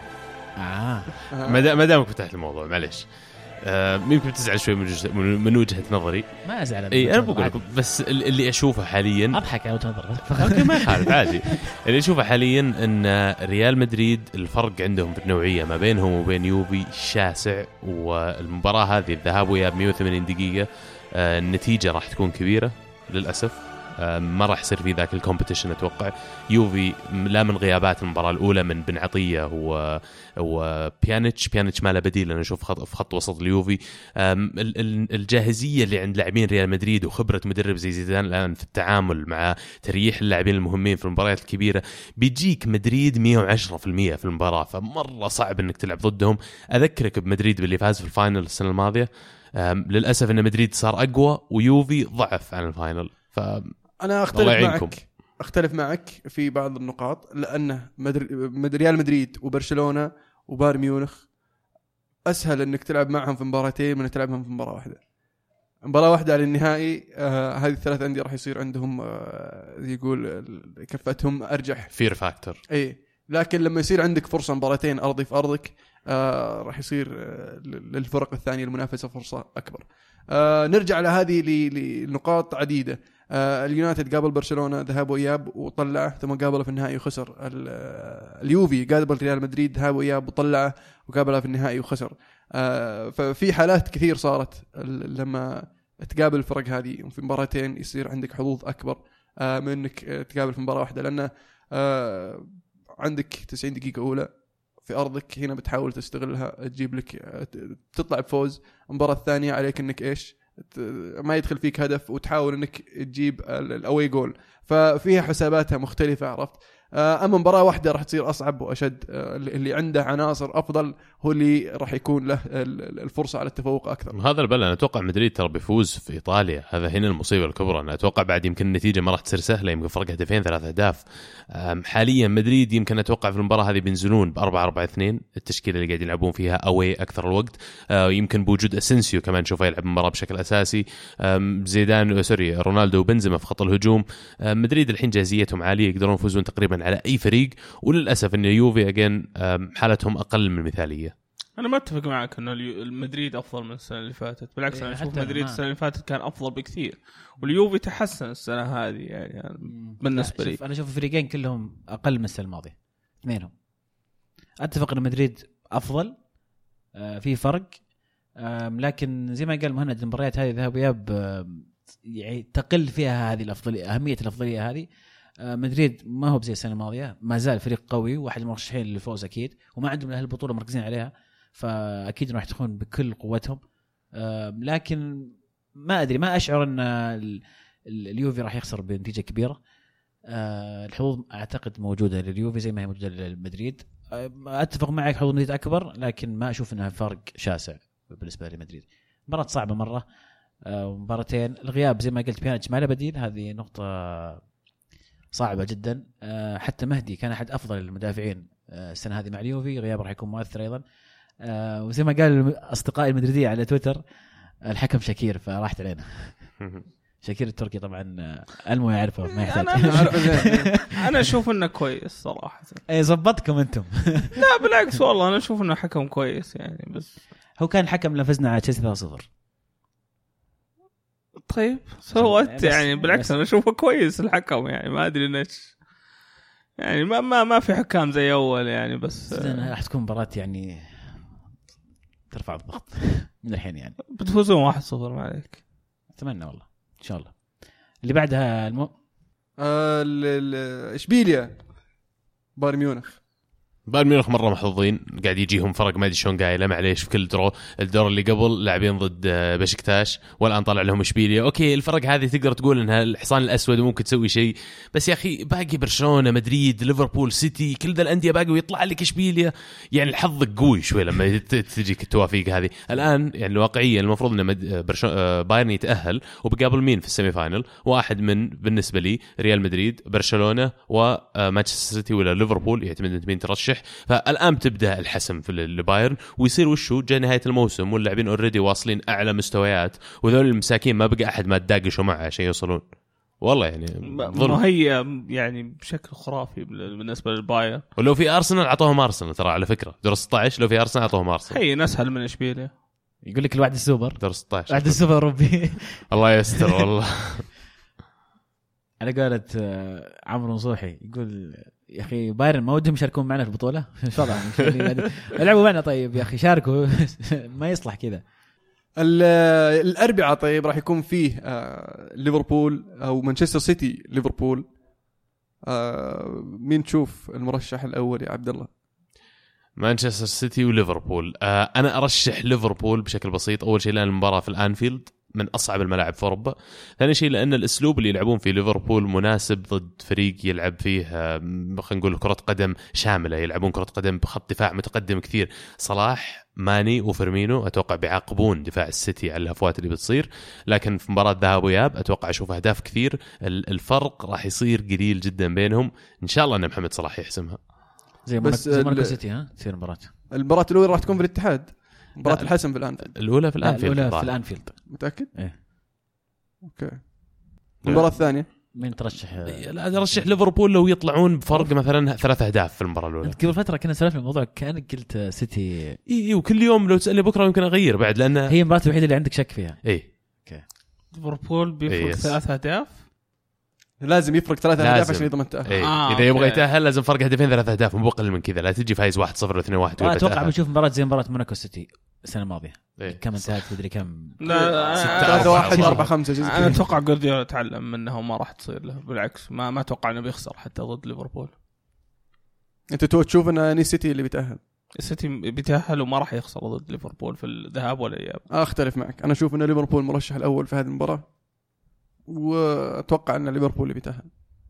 اه ما دامك فتحت الموضوع معليش آه ممكن تزعل شوي من وجهه من وجهه نظري. ما ازعل اي انا بقول لكم بس اللي اشوفه حاليا اضحك على وجهه نظري اوكي ما يخالف عادي. اللي اشوفه حاليا ان ريال مدريد الفرق عندهم في النوعيه ما بينهم وبين يوفي شاسع والمباراه هذه الذهاب وإياب مئة وثمانين دقيقه آه النتيجه راح تكون كبيره للاسف ما راح يصير في ذاك الكومبيتيشن. اتوقع يوفي لا من غيابات المباراه الاولى من بن عطيه و وبيانيتش بيانيتش ما له بديل. انا اشوف خط في خط وسط اليوفي الجاهزيه اللي عند لاعبين ريال مدريد وخبره مدرب زي زيدان الان في التعامل مع تريح اللاعبين المهمين في المباريات الكبيره. بيجيك مدريد مئة وعشرة بالمئة في المباراه فمره صعب انك تلعب ضدهم. اذكرك بمدريد باللي فاز في الفاينل السنه الماضيه. للاسف ان مدريد صار اقوى ويوفي ضعف عن الفاينل. ف انا اختلف معك اختلف معك في بعض النقاط لانه مدر... ريال مدريد وبرشلونه وبايرن ميونخ اسهل انك تلعب معهم في مباراتين من تلعبهم في مباراه واحده. مباراه واحده على النهائي آه هذه الثلاث انديه راح يصير عندهم آه يقول كفتهم ارجح فير فاكتور. اي لكن لما يصير عندك فرصه مباراتين ارضي في ارضك آه راح يصير آه للفرق الثانيه المنافسه فرصه اكبر. آه نرجع لهذه لنقاط عديده. آه اليونايتد قابل برشلونة ذهاب وإياب وطلعه ثم قابله في النهائي وخسر. اليوفي قابل ريال مدريد ذهاب وإياب وطلعه وقابله في النهائي وخسر. آه ففي حالات كثير صارت لما تقابل الفرق هذه في مباراتين يصير عندك حظوظ أكبر آه من أنك تقابل في مباراة واحدة لأن آه عندك تسعين دقيقة أولى في أرضك هنا بتحاول تستغلها تجيب لك تطلع بفوز. المباراة الثانية عليك أنك إيش ما يدخل فيك هدف وتحاول انك تجيب الاوي جول ففيها حساباتها مختلفة عرفت. اما مباراة واحدة راح تصير اصعب واشد. اللي عنده عناصر افضل هو اللي راح يكون له الفرصة على التفوق اكثر. هذا البل انا اتوقع مدريد ترى بيفوز في ايطاليا. هذا هنا المصيبة الكبرى. انا اتوقع بعد يمكن النتيجة ما راح تصير سهلة يمكن فرق هدفين ثلاث اهداف. حاليا مدريد يمكن اتوقع في المباراة هذه بينزلون بأربعة أربعة اثنين التشكيلة اللي قاعدين يلعبون فيها اوي اكثر الوقت. يمكن بوجود اسينسيو كمان نشوفه يلعب المباراة بشكل اساسي. زيدان سوري رونالدو وبنزيما في خط الهجوم. مدريد الحين جاهزيتهم عالية يقدرون يفوزون تقريبا على اي فريق. وللاسف ان يوفي اجين حالتهم اقل من المثاليه. انا ما اتفق معك ان المدريد افضل من السنه اللي فاتت. بالعكس انا اشوف مدريد السنه اللي فاتت كان افضل بكثير واليوفي تحسن السنه هذه يعني بالنسبه لي. انا اشوف الفريقين كلهم اقل من السنه الماضيه اثنينهم. اتفق ان مدريد افضل آه في فرق آه لكن زي ما قال مهند المباريات هذه ذهاب وإياب آه يعني تقل فيها هذه الافضليه اهميه الافضليه هذه. مدريد ما هو زي السنه الماضيه ما زال فريق قوي واحد المرشحين للفوز اكيد وما عندهم اهل البطوله مركزين عليها فاكيد راح يدخلون بكل قوتهم. لكن ما ادري ما اشعر ان اليوفي راح يخسر بنتيجه كبيره. الحظوظ اعتقد موجوده لليوفي زي ما هي موجوده للمدريد. اتفق معك حظوظ مدريد اكبر لكن ما اشوف انها فرق شاسع بالنسبه لمدريد. مباراه صعبه مره مباراتين. الغياب زي ما قلت بيانيتش ما له بديل هذه نقطه صعبة جدا. حتى مهدي كان أحد أفضل المدافعين السنة هذه مع اليوفي غياب راح يكون مؤثر أيضا. وزي ما قال أصدقائي المدريدية على تويتر الحكم شكير فراحت علينا. شكير التركي طبعا المو يعرفه ما يحتاج. أنا, أنا أشوف إنه كويس صراحة. أي زبطكم أنتم. لا بالعكس والله أنا أشوف إنه حكم كويس يعني. بس هو كان حكم لفزنا على تشيلسي ثلاثة صفر. طيب سوت يعني بالعكس انا اشوفه كويس الحكم يعني ما ادري ليش يعني ما ما ما في حكام زي اول يعني. بس راح تكون مباراة يعني ترفع الضغط من الحين يعني. بتفوزون واحد صفر ما عليك. اتمنى والله ان شاء الله. اللي بعدها المو آه اشبيليا بايرن ميونخ بايرن ميونخ مره محظوظين، قاعد يجيهم فرق ما ادري شلون قايله معليش في كل درو. الدور اللي قبل لاعبين ضد بشكتاش، والان طلع لهم اشبيليا. اوكي الفرق هذه تقدر تقول انها الحصان الاسود وممكن تسوي شيء، بس يا اخي باقي برشلونه مدريد ليفربول سيتي كل ذا الانديه باقي ويطلع لك اشبيليا. يعني الحظ قوي شوي لما تجيك التوافيق هذه. الان يعني الواقعيه المفروض ان بايرن يتاهل وبقابل مين في السيمي فاينل؟ واحد من بالنسبه لي ريال مدريد، برشلونه ومانشستر سيتي ولا ليفربول، يعتمد انت مين ترشح. فالآن تبدأ الحسم في البايرن، ويصير وشو جاء نهاية الموسم واللاعبين اوريدي واصلين أعلى مستويات، وذول المساكين ما بقى أحد ما تداقشوا معه عشان يوصلون. والله يعني ظلم. هي يعني بشكل خرافي بالنسبة للبايرن. ولو في أرسنال عطوهم أرسنال ترى على فكرة دور ستة عشر، لو في أرسنال عطوهم أرسنال. هي أسهل من إشبيليا. يقول لك الوعد السوبر دور ستة عشر وعد السوبر أوروبي. الله يستر والله. على قولة عمرو نصوحي يقول يا أخي بايرن ما ودهم يشاركون معنا في البطولة. إن شاء الله يلعبوا معنا. طيب يا أخي شاركوا. ما يصلح كذا. الأربعاء طيب راح يكون فيه آه ليفربول أو مانشستر سيتي ليفربول. آه مين تشوف المرشح الأول يا عبد الله؟ مانشستر سيتي وليفربول. آه أنا أرشح ليفربول بشكل بسيط. أول شيء لأن المباراة في الأنفيلد من أصعب الملاعب في أوروبا. ثاني شيء لأن الأسلوب اللي يلعبون فيه ليفربول مناسب ضد فريق يلعب فيه خلينا نقول كرة قدم شاملة. يلعبون كرة قدم بخط دفاع متقدم كثير. صلاح ماني وفيرمينو أتوقع بيعاقبون دفاع السيتي على الهفوات اللي بتصير، لكن في مباراة ذهاب وإياب أتوقع أشوف أهداف كثير. الفرق راح يصير قليل جدا بينهم. إن شاء الله أن محمد صلاح يحسمها زي موناكو سيتي. ها تصير مباراة المباراة الأولى راح تكون في الاتحاد. مباراة الحسم في الأنفيلد. الأولى في الأنفيلد. الأولى في الأنفيلد. متأكد؟ إيه. أوكي. المباراة الثانية مين ترشح؟ لا أرشح ليفربول لو يطلعون بفرق مثلا ثلاث أهداف في المباراة الأولى. قبل فترة كنا سولفنا الموضوع كأنك قلت سيتي. إي إي وكل يوم لو تسألني بكرة يمكن أغير بعد لأن هي المباراة الوحيدة اللي عندك شك فيها. إيه. أوكي. ليفربول بيفرق ثلاث أهداف. لازم يفرق ثلاثة أهداف عشان يضمن التأهل. إيه. آه إذا يبغى يتأهل لازم فرق هدفين ثلاث أهداف مو أقل من كذا. لا تجي فايز واحد صفر واثنين واحد. أتوقع بنشوف مباراة زي مباراة موناكو سيتي السنة الماضية. إيه. كم انتهت تدري كم؟ لا ثلاثة واحد أربعة خمسة جزء. أنا أتوقع جوارديولا تعلم منه وما راح تصير له. بالعكس ما ما أتوقع إنه بيخسر حتى ضد ليفربول. أنت تو تشوف إن ني سيتي اللي بيتأهل. السيتي بيتأهل وما راح يخسر ضد ليفربول في الذهاب ولا الإياب. أختلف معك. أنا أشوف إن ليفربول مرشح الأول في هذه المباراة، وأتوقع إن ليفربول اللي بيتأهل.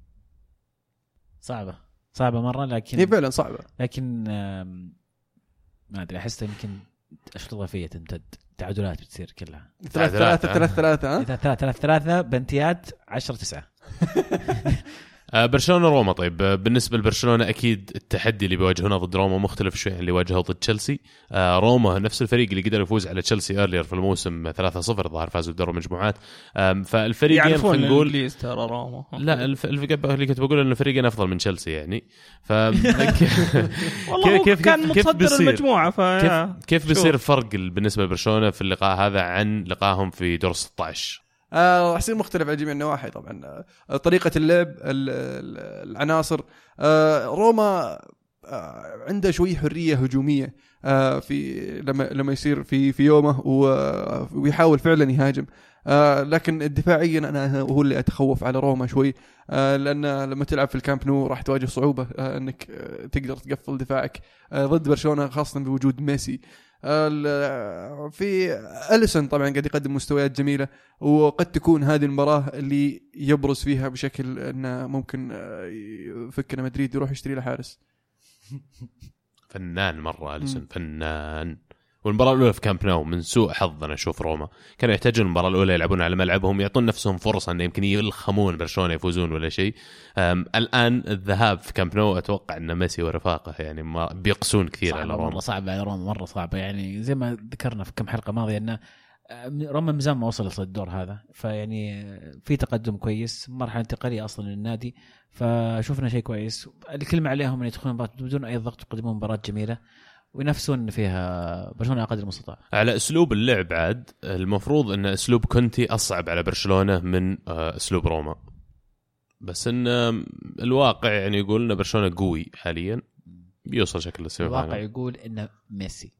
صعبة صعبة مرة، لكن هي فعلا صعبة. لكن ما أدري أحس يمكن أشوط إضافية تمتد، تعادلات بتصير كلها ثلاث ثلاثة ثلاث ثلاثة ها إذا ثلاث ثلاث ثلاثة بنتيات عشرة تسعة. برشلونة روما. طيب بالنسبة لبرشلونة أكيد التحدي اللي بيواجهونه ضد روما مختلف شوي عن اللي واجهه ضد تشيلسي. روما نفس الفريق اللي قدر يفوز على تشيلسي إيرلير في الموسم ثلاثة صفر، ظهر فازوا بدور المجموعات. فالفريقين خلينا نقول روما لا الفريق اللي كنت بقول إنه فريقين أفضل من تشيلسي يعني. ف والله كيف كان متصدر المجموعة. كيف كيف بيصير الفرق بالنسبة لبرشلونة في اللقاء هذا عن لقاهم في دور ستة عشر؟ آه راح يصير مختلف على جميع النواحي طبعا. آه طريقة اللعب، العناصر. آه روما آه عنده شوي حرية هجومية آه في لما لما يصير في في يومه ويحاول فعلا يهاجم. آه لكن دفاعيا انا هو اللي اتخوف على روما شوي. آه لان لما تلعب في الكامب نو راح تواجه صعوبة آه انك آه تقدر تقفل دفاعك آه ضد برشلونة، خاصة بوجود ميسي. في أليسون طبعا قاعد يقدم مستويات جميلة، وقد تكون هذه المباراة اللي يبرز فيها بشكل أنه ممكن يفكنا مدريد يروح يشتري له حارس. فنان مرة أليسون فنان. والمباراة الأولى في كامب نو من سوء حظ أنا أشوف روما كانوا يحتاجون المباراة الأولى يلعبون على ملعبهم، يعطون نفسهم فرصة أن يمكن يلخمون برشلونة يفوزون ولا شيء. الآن الذهاب في كامب نو أتوقع أن ميسي ورفاقه يعني ما بيقسون كثير على روما. مرة صعبة على روما، مرة صعبة يعني زي ما ذكرنا في كم حلقة ماضية أن روما مزام ما وصل للدور هذا، فيعني في تقدم كويس، مرحلة انتقالية أصلا للنادي، فشوفنا شيء كويس. الكلمة عليهم أن يدخلون مباراة بدون أي ضغط ويقدمون مباراة جميلة وينافسون فيها برشلونة قدر المستطاع. على أسلوب اللعب عاد المفروض أن أسلوب كونتي أصعب على برشلونة من أسلوب روما، بس أن الواقع يعني يقول أن برشلونة قوي حاليا بيوصل شكل السيمي فاينل. الواقع يقول أن ميسي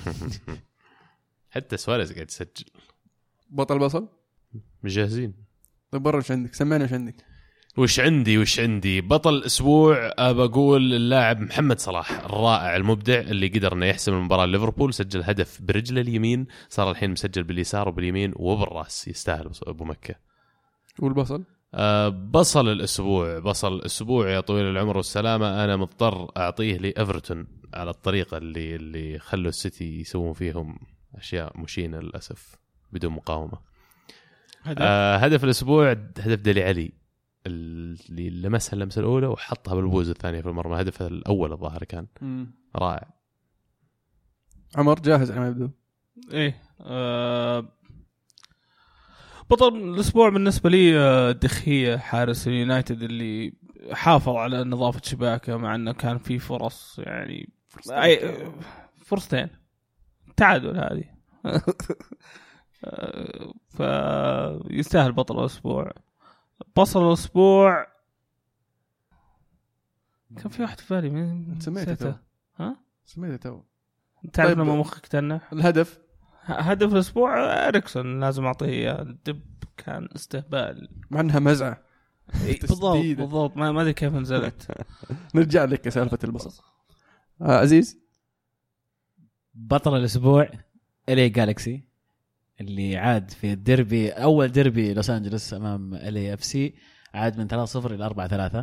حتى سواريز قاعد يسجل. بطل بصل مجهزين. طيب برا وش عندك؟ سمعنا وش عندك؟ وش عندي وش عندي بطل الأسبوع بقول اللاعب محمد صلاح الرائع المبدع اللي قدر انه يحسم المباراة ليفربول. سجل هدف برجله اليمين، صار الحين مسجل باليسار وباليمين وبالراس، يستاهل أبو مكة. والبصل أه بصل الأسبوع بصل الأسبوع يا طويل العمر والسلامة، أنا مضطر أعطيه لإيفرتون على الطريقة اللي اللي خلوا السيتي يسوون فيهم أشياء مشينة للأسف بدون مقاومة. هدف, أه هدف الأسبوع هدف دلي علي اللي لمسها اللمسة الأولى وحطها بالبوز الثانية في المرمى. هدفها الأول الظاهر كان مم. رائع. عمر جاهز على ما يبدو؟ إيه أه بطل الأسبوع بالنسبة لي دخية حارس اليونايتد اللي حافظ على نظافة شباكه مع أنه كان فيه فرص يعني أي فرصتين تعادل هذه فيستاهل بطل الأسبوع. بصل الأسبوع كان في واحد في بالي من سميته تو. ها سميته تو تعرف طيب لما مخك تنح. الهدف هدف الأسبوع إريكسون لازم أعطيه إياه. الدب كان استهبال مع أنها مزعة. بالضبط بالضبط ما ما أدري كيف نزلت. نرجع لك سالفة البصل. آه عزيز بطل الأسبوع إلي جالكسي اللي عاد في الديربي، أول ديربي لوس أنجلوس أمام إلي إف سي، عاد من ثلاثة صفر إلى أربعة ثلاثة.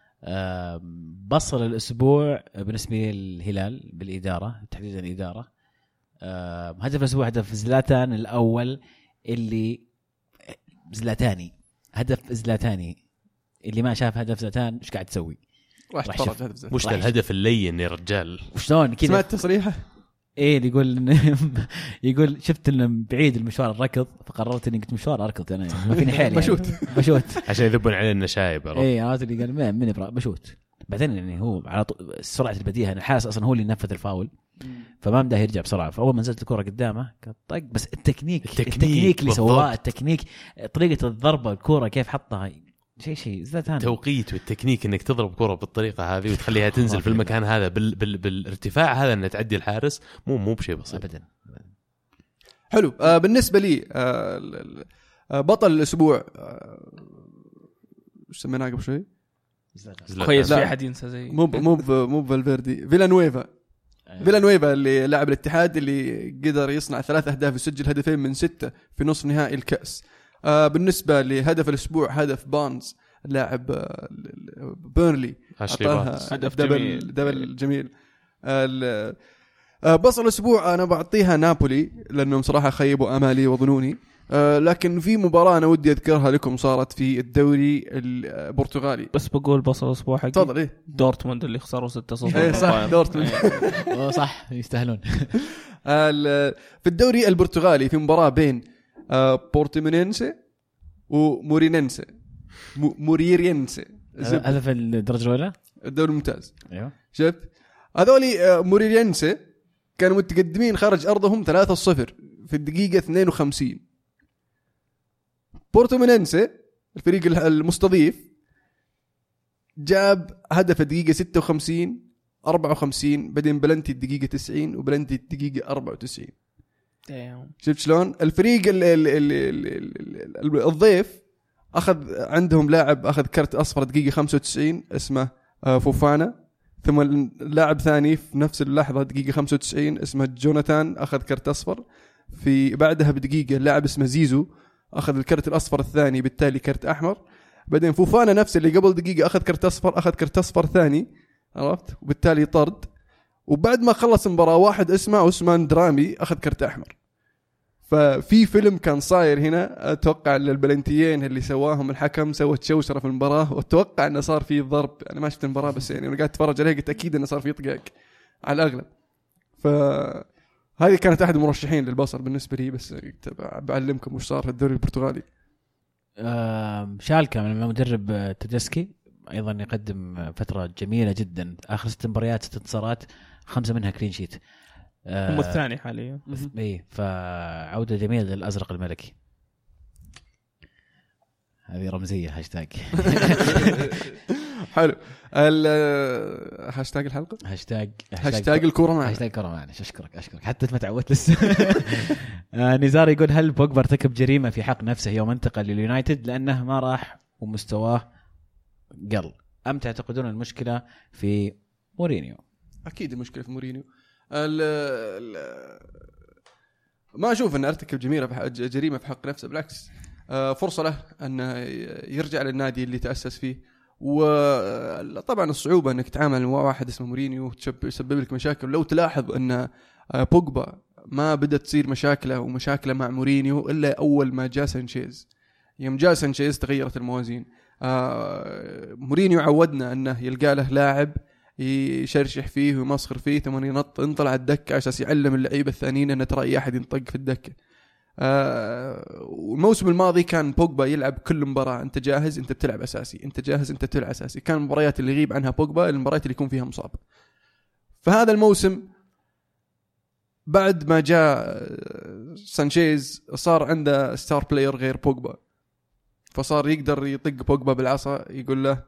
بصل الأسبوع بالنسبة للهلال بالإدارة تحديدا الإدارة. هدف الأسبوع هدف زلاتان الأول اللي زلاتاني هدف زلاتاني اللي ما شاف هدف زلاتان إيش قاعد تسوي؟ راح تفرج هدف زلاتان. وش الهدف اللين يا رجال؟ وشلون كذا؟ سمعت تصريحه ايه اللي يقول يقول شفت انه بعيد المشوار الركض فقررت اني قلت مشوار اركض انا ما فيني حيل يعني. بشوت بشوت عشان يذبون علينا النشايب. ايه عرفت اللي قال ما من بشوت بعدين يعني هو على طول سرعه البديهه الحارس اصلا هو اللي نفذ الفاول فما بده يرجع بسرعه. فاول ما نزلت الكره قدامه طق بس التكنيك التكنيك, التكنيك اللي سواه التكنيك طريقه الضربه الكره كيف حطها شيء شيء زلاتان. توقيت والتكنيك انك تضرب كره بالطريقه هذه وتخليها تنزل في المكان هذا بال بال بالارتفاع هذا ان تعدي الحارس مو مو بشيء بسيط ابدا. حلو. آه بالنسبه لي آه بطل الاسبوع ايش آه سميناه قبل شوي؟ كويس في احد ينسى زي مو مو مو فالفيردي فيلانويفا. فيلانويفا اللي لاعب الاتحاد اللي قدر يصنع ثلاث اهداف ويسجل هدفين من ستة في نصف نهائي الكأس. آه بالنسبة لهدف الأسبوع هدف بارنز لاعب آه بيرنلي هدف دبل دبل جميل. آه بصل الأسبوع أنا بعطيها نابولي لأنهم صراحة خيبوا أمالي وظنوني. آه لكن في مباراة أنا ودي أذكرها لكم صارت في الدوري البرتغالي. بس بقول بصل الأسبوع حقي تفضل. إيه دورتموند اللي خسروا ستة صفر. إيه صح دورتموند. صح يستاهلون. في الدوري البرتغالي في مباراة بين بورتيمونينسي ومورينينسي موريرينسي. هذا في الدرجة الأولى الدوري الممتاز. أيوة شفت هذولي موريرينسي كانوا متقدمين خارج أرضهم ثلاثة صفر في الدقيقة اثنين وخمسين. بورتيمونينسي الفريق المستضيف جاب هدف الدقيقة ستة وخمسين أربعة وخمسين بعدين بلنتي الدقيقة تسعين وبلنتي الدقيقة أربعة وتسعين. شفت شلون الفريق ال ال ال ال ال الضيف أخذ عندهم لاعب أخذ كرت أصفر دقيقة خمسة وتسعين اسمه فوفانا، ثم لاعب ثاني في نفس اللحظة دقيقة خمسة وتسعين اسمه جوناثان أخذ كرت أصفر. في بعدها بدقيقة لاعب اسمه زيزو أخذ الكرت الأصفر الثاني بالتالي كرت أحمر. بعدين فوفانا نفس اللي قبل دقيقة أخذ كرت أصفر أخذ كرت أصفر ثاني عرفت وبالتالي طرد. وبعد ما خلص المباراة واحد اسمه عثمان درامي أخذ كرت أحمر. ففي فيلم كان صاير هنا أتوقع البلنتيين اللي سواهم الحكم سوى تشوشرة في المباراة وأتوقع أنه صار فيه ضرب. أنا ما شفت المباراة بس يعني أنا قاعد أتفرج عليه قلت أكيد أنه صار فيه طقاق على الأغلب. فهذه كانت أحد المرشحين للبصر بالنسبة لي بس بعلمكم وش صار في الدوري البرتغالي. آه شالكا من المدرب تدسكي أيضا يقدم فترة جميلة جدا. آخر ست مباريات ست انتصارات خمسة منها كلين شيت. هم آه الثاني حاليا. ايه فعودة جميلة للأزرق الملكي. هذه رمزية هاشتاج. حلو. هاشتاج الحلقة هاشتاج هاشتاج الكرة معنا. هاشتاج الكرة معنا. أشكرك أشكرك حتى ما تعودت لسه. نزار يقول هل بوجبا ارتكب جريمة في حق نفسه يوم انتقل لليونايتد لأنه ما راح ومستواه قل أم تعتقدون المشكلة في مورينيو؟ اكيد المشكله في مورينيو. ال ال ما اشوف انه ارتكب جريمه في حق جريمه في حق نفسه، بالعكس فرصه له انه يرجع للنادي اللي تاسس فيه. وطبعا الصعوبه انك تتعامل مع واحد اسمه مورينيو يسبب لك مشاكل. لو تلاحظ ان بوجبا ما بدأت تصير مشاكله ومشاكله مع مورينيو الا اول ما جاء سانشيز. يوم جاء سانشيز تغيرت الموازين. مورينيو عودنا انه يلقى له لاعب يشرشح فيه ويمسخر فيه ثم ينط ينطلع الدكه عشان يعلم اللعيبه الثانيين ان ترى اي احد ينطق في الدكه. والموسم الماضي كان بوجبا يلعب كل مباراه، انت جاهز انت بتلعب اساسي، انت جاهز انت بتلعب اساسي. كان المباريات اللي يغيب عنها بوجبا المباريات اللي يكون فيها مصاب. فهذا الموسم بعد ما جاء سانشيز صار عنده ستار بلاير غير بوجبا، فصار يقدر يطق بوجبا بالعصا يقول له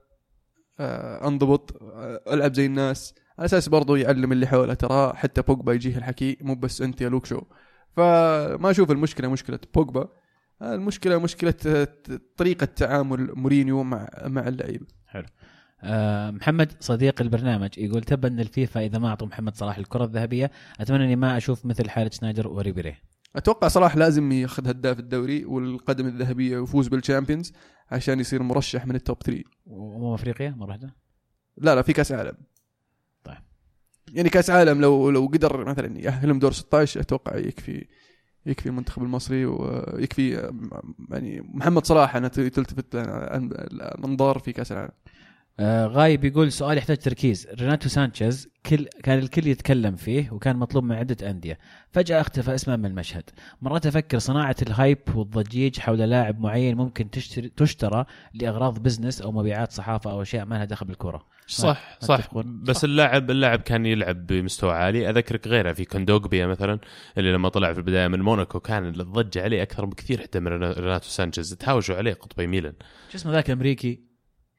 آه انضبط آه العب زي الناس، على اساس برضو يعلم اللي حوله ترى حتى بوجبا يجيه الحكي مو بس انت يا لوك شو. فما اشوف المشكله مشكله بوجبا، المشكله مشكله طريقه تعامل مورينيو مع مع اللعيبه. حلو. أه محمد صديق البرنامج يقول تبا ان الفيفا اذا ما اعطوا محمد صلاح الكره الذهبيه اتمنى اني ما اشوف مثل حاله شنايدر وريبيري. اتوقع صلاح لازم ياخذ هداف الدوري والقدم الذهبيه ويفوز بالشامبيونز عشان يصير مرشح من التوب ثلاثة. ومو افريقيا مره واحده؟ لا لا في كاس عالم. طيب يعني كاس عالم لو لو قدر مثلا يأهلهم دور ستة عشر اتوقع يكفي يكفي المنتخب المصري ويكفي يعني محمد صلاح أنا تلتفت الانظار في كاس العالم. آه غايب يقول سؤال يحتاج تركيز. ريناتو سانشيز كل كان الكل يتكلم فيه وكان مطلوب من عدة أندية، فجأة اختفى اسمه من المشهد. مرات أفكر صناعة الهايب والضجيج حول لاعب معين ممكن تشتري تشترى لأغراض بزنس أو مبيعات صحافة أو أشياء ما لها دخل بالكرة. صح صح بس صح. اللاعب اللاعب كان يلعب بمستوى عالي. أذكرك غيره في كوندوغبيا مثلا اللي لما طلع في البداية من موناكو كان الضجة عليه أكثر بكثير حتى من ريناتو سانشيز، تهاوشوا عليه قطبي ميلان. شو اسمه ذاك الأمريكي؟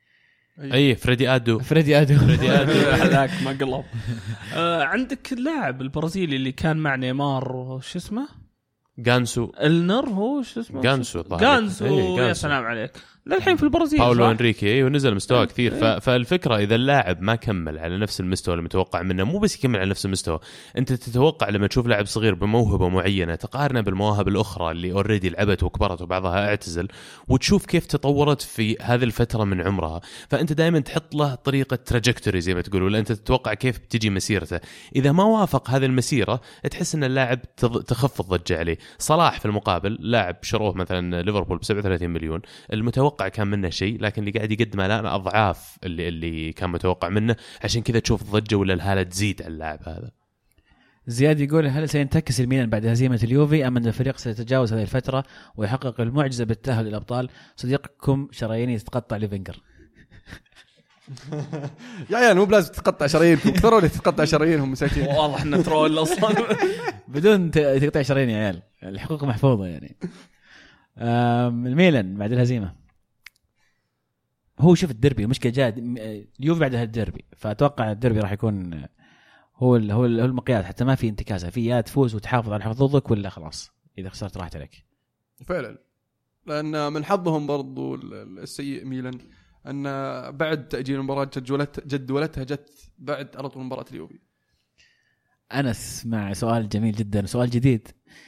اي فريدي ادو فريدي ادو فريدي ادو هذاك ما قلب. آه عندك اللاعب البرازيلي اللي كان مع نيمار شو اسمه غانسو النر هو شو اسمه غانسو غانسو يا سلام عليك للحين في البرازيل باولو انريكي ايوه نزل مستوى كثير. ف... فالفكره اذا اللاعب ما كمل على نفس المستوى المتوقع منه، مو بس يكمل على نفس المستوى، انت تتوقع لما تشوف لاعب صغير بموهبه معينه تقارنه بالمواهب الاخرى اللي اوريدي لعبت وكبرت وبعضها اعتزل وتشوف كيف تطورت في هذه الفتره من عمرها. فانت دائما تحط له طريقه تراجكتوري زي ما تقول، ولا انت تتوقع كيف بتجي مسيرته. اذا ما وافق هذه المسيره تحس ان اللاعب تخف الضجه عليه. صلاح في المقابل لاعب شروه مثلا ليفربول ب سبعة وثلاثين مليون، المتوقع كان منه شيء لكن اللي قاعد يقدمه الان اضعاف اللي اللي كان متوقع منه، عشان كذا تشوف الضجه ولا الهاله تزيد على اللاعب هذا. زياد يقول هل سينتكس الميلان بعد هزيمه اليوفي ام ان الفريق سيتجاوز هذه الفتره ويحقق المعجزه بالتاهل للابطال؟ صديقكم شراييني تتقطع لفينجر. يا عيال مو بلازم تقطع شرايينكم، كثروا اللي تقطع شرايينهم مساكين. واضح انه ترول اصلا بدون تقطع شرايين يا عيال، الحقوق محفوظه يعني. الميلان بعد الهزيمه هو شوف الديربي المشكله جاء اليوفي بعد هالديربي، فاتوقع الديربي راح يكون هو ال هو المقياس، حتى ما في انتكاسه، في يا تفوز وتحافظ على حظوظك ولا خلاص اذا خسرت راحت عليك فعلا. لان من حظهم برضو السيء ميلان ان بعد تاجيل المباراه جدولت جدولتها جت بعد على طول مباراه اليوفي. انس مع سؤال جميل جدا، سؤال جديد.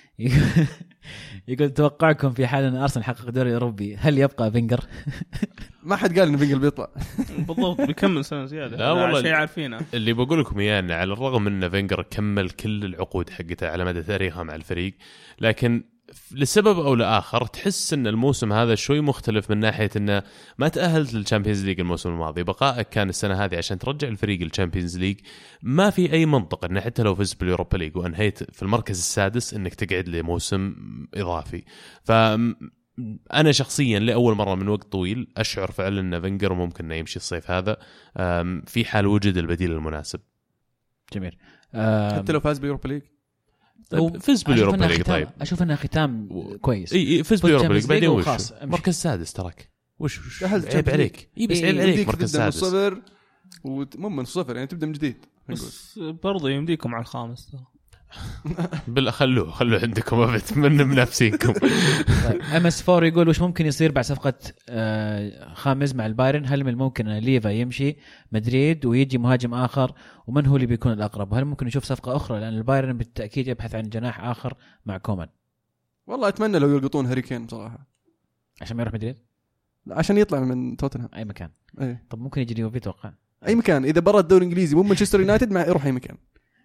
يقول توقعكم في حال ان ارسنال حقق دوري اوروبي هل يبقى فينجر؟ ما حد قال ان فينجر بيطلع. بالضبط بيكمل سنه زياده. لا والله شيء عارفينه. اللي بقول لكم اياه يعني على الرغم ان فينجر كمل كل العقود حقته على مدى تاريخه مع الفريق، لكن لسبب او لاخر تحس ان الموسم هذا شوي مختلف من ناحيه انه ما تاهلت للشامبيونز ليج الموسم الماضي. بقائك كان السنه هذه عشان ترجع الفريق للشامبيونز ليج ما في اي منطق ان حتى لو فزت باليوروبا ليج وانهيت في المركز السادس انك تقعد لموسم اضافي. ف انا شخصيا لاول مره من وقت طويل اشعر فعلا ان فينجر ممكن انه يمشي الصيف هذا في حال وجد البديل المناسب. جميل. حتى لو فاز باليوروبا ليج طيب فز باليوروبا ليج. طيب اشوف انها ختام كويس. اي فز باليوروبا ليج بعدين وش مركز سادس تراك وش عيب عليك. اي بس عيب عليك مركز سادس من صفر ومو من صفر يعني تبدا من جديد. بس برضه يمديكم على الخامس. بل خلوه خلوه عندكم أبد من بنفسيكم. طيب ام اس فور يقول وش ممكن يصير بعد صفقه آه خامس مع البايرن؟ هل من الممكن ان ليفا يمشي مدريد ويجي مهاجم اخر؟ ومن هو اللي بيكون الاقرب؟ وهل ممكن نشوف صفقه اخرى لان البايرن بالتاكيد يبحث عن جناح اخر مع كومان؟ والله اتمنى لو يلقطون هاري كين بصراحه عشان ما يروح مدريد، عشان يطلع من توتنهام اي مكان. أي. طب ممكن يجي اليوفي توقع اي مكان اذا برا الدوري الانجليزي مو مانشستر يونايتد ما يروح اي مكان.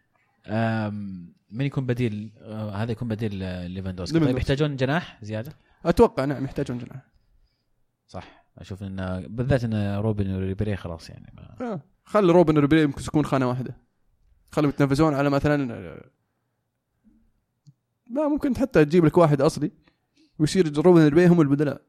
من يكون بديل؟ آه هذا يكون بديل آه ليفاندوسكي. طيب يحتاجون جناح زياده؟ اتوقع نعم يحتاجون جناح. صح اشوف ان بالذات ان روبن وريبيري خلاص يعني ما... آه. خلي روبن وريبيري يمكن تكون خانه واحده، خلوا يتنافسون على مثلا لا ممكن حتى تجيب لك واحد اصلي ويصير روبن وريبيري هم البدلاء.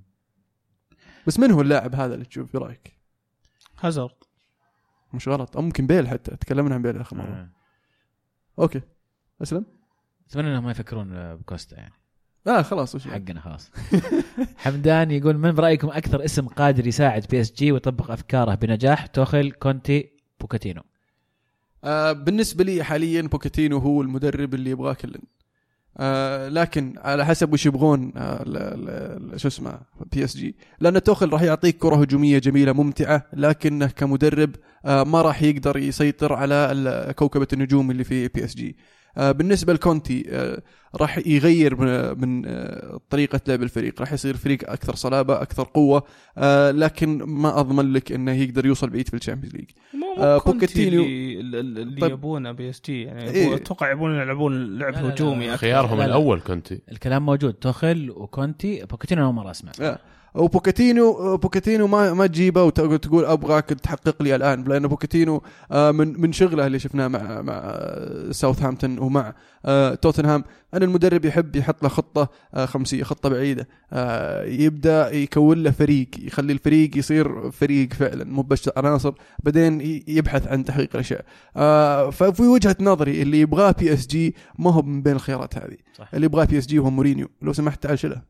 بس من هو اللاعب هذا اللي تشوف في رايك؟ هازارد مش غلط، او ممكن بيل، حتى تكلمنا عن بيل اخر مره. آه. اوكي اسلم. اتمنى انهم ما يفكرون بكوستا يعني. اه خلاص وش حقنا خلاص. حمدان يقول من برايكم اكثر اسم قادر يساعد بي اس جي ويطبق افكاره بنجاح؟ توخيل، كونتي، بوكاتينو؟ آه بالنسبه لي حاليا بوكاتينو هو المدرب اللي يبغاه كلن. آه لكن على حسب وش يبغون آه شو اسمه بي اس جي، لان توخيل راح يعطيك كره هجوميه جميله ممتعه، لكنه كمدرب آه ما راح يقدر يسيطر على كوكبه النجوم اللي في بي اس جي. آه بالنسبه لكونتي آه راح يغير من آه طريقه لعب الفريق، راح يصير فريق اكثر صلابه اكثر قوه، آه لكن ما اضمن لك انه يقدر يوصل بعيد في الشامبيونز ليج. آه بوكاتينو اللي, اللي طيب يبونه بي اس جي يعني إيه؟ اتوقع يبون يلعبون لعب لا لا هجومي لا لا خيارهم لا لا الاول كونتي. الكلام موجود توخيل وكونتي. بوكاتينو اول مره اسمع. آه. او بوكاتينو بوكاتينو ما ما تجيبه وتقول ابغاك تحقق لي الان، لان بوكاتينو من من شغله اللي شفناه مع مع ساوثهامبتون ومع توتنهام، ان المدرب يحب يحط له خطه خمسيه، خطه بعيده، يبدا يكون له فريق، يخلي الفريق يصير فريق فعلا مو بس عناصر، بعدين يبحث عن تحقيق الاشياء. ففي وجهه نظري اللي يبغاه بي اس جي ما هو من بين الخيارات هذه. صح. اللي يبغاه بي اس جي هو مورينيو، لو سمحت تعال شله.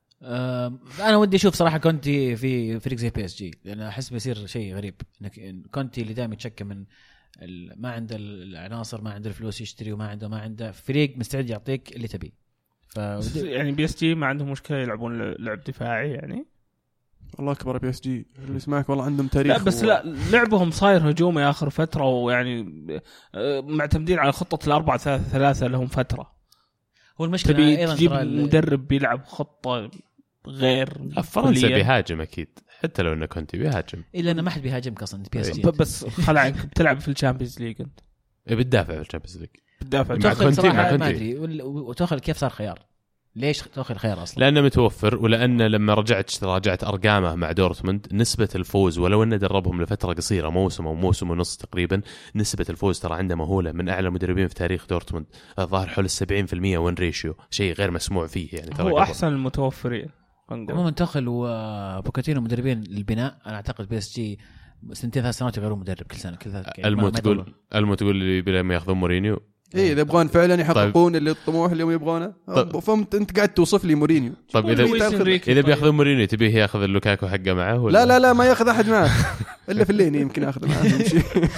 أه انا ودي اشوف صراحه كونتي في فريق زي بي اس جي، لان احس بيصير شيء غريب انك كونتي اللي دائما يتشكى من ما عنده العناصر، ما عنده الفلوس يشتري، وما عنده ما عنده فريق مستعد يعطيك اللي تبيه. ف يعني بي اس جي ما عندهم مشكله يلعبون لعب دفاعي يعني. الله اكبر بي اس جي اللي اسمعك والله عندهم تاريخ. لا بس و... لا لعبهم صاير هجومي اخر فتره، ويعني معتمدين على خطه الأربعة ثلاثة ثلاثة لهم فتره. هو المشكله ايضا تجيب مدرب بيلعب خطه غير فرنسا بيهاجم اكيد، حتى لو انه كنت بيهاجم الا انه ما حد بيهاجمك اصلا بي اس جي. بس خلعنك بتلعب في الشامبيونز ليج انت بتدافع في الشامبيونز ليج، بتدافع مع كنتي ما ادري. وتوخل كيف صار خيار؟ ليش توخل خيار اصلا؟ لانه متوفر، ولان لما رجعت راجعت ارقامه مع دورتموند نسبه الفوز، ولو انه دربهم لفتره قصيره موسم او موسم ونص تقريبا، نسبه الفوز ترى عنده مهوله، من اعلى المدربين في تاريخ دورتموند، الظاهر حول سبعين بالمئة وين ريشيو، شيء غير مسموع فيه يعني. ترى هو احسن المتوفرين عموما. توخل وبوكاتينو مدربين البناء، انا اعتقد بي اس جي سنتين ثلاث سنوات يغيرون مدرب كل سنه كل ثلاث. المتقول المتقول اللي بلا ياخذون مورينيو. ايه اذا يبغون فعلا يحققون طيب. اللي الطموح اللي هم يبغونه. طيب. فهمت انت قاعد توصف لي مورينيو. طيب اذا اذا بياخذون مورينيو تبيه ياخذ اللوكاكو حقه معه ولا؟ لا لا لا ما ياخذ احد معه الا في الليل يمكن ياخذه معه يمشي.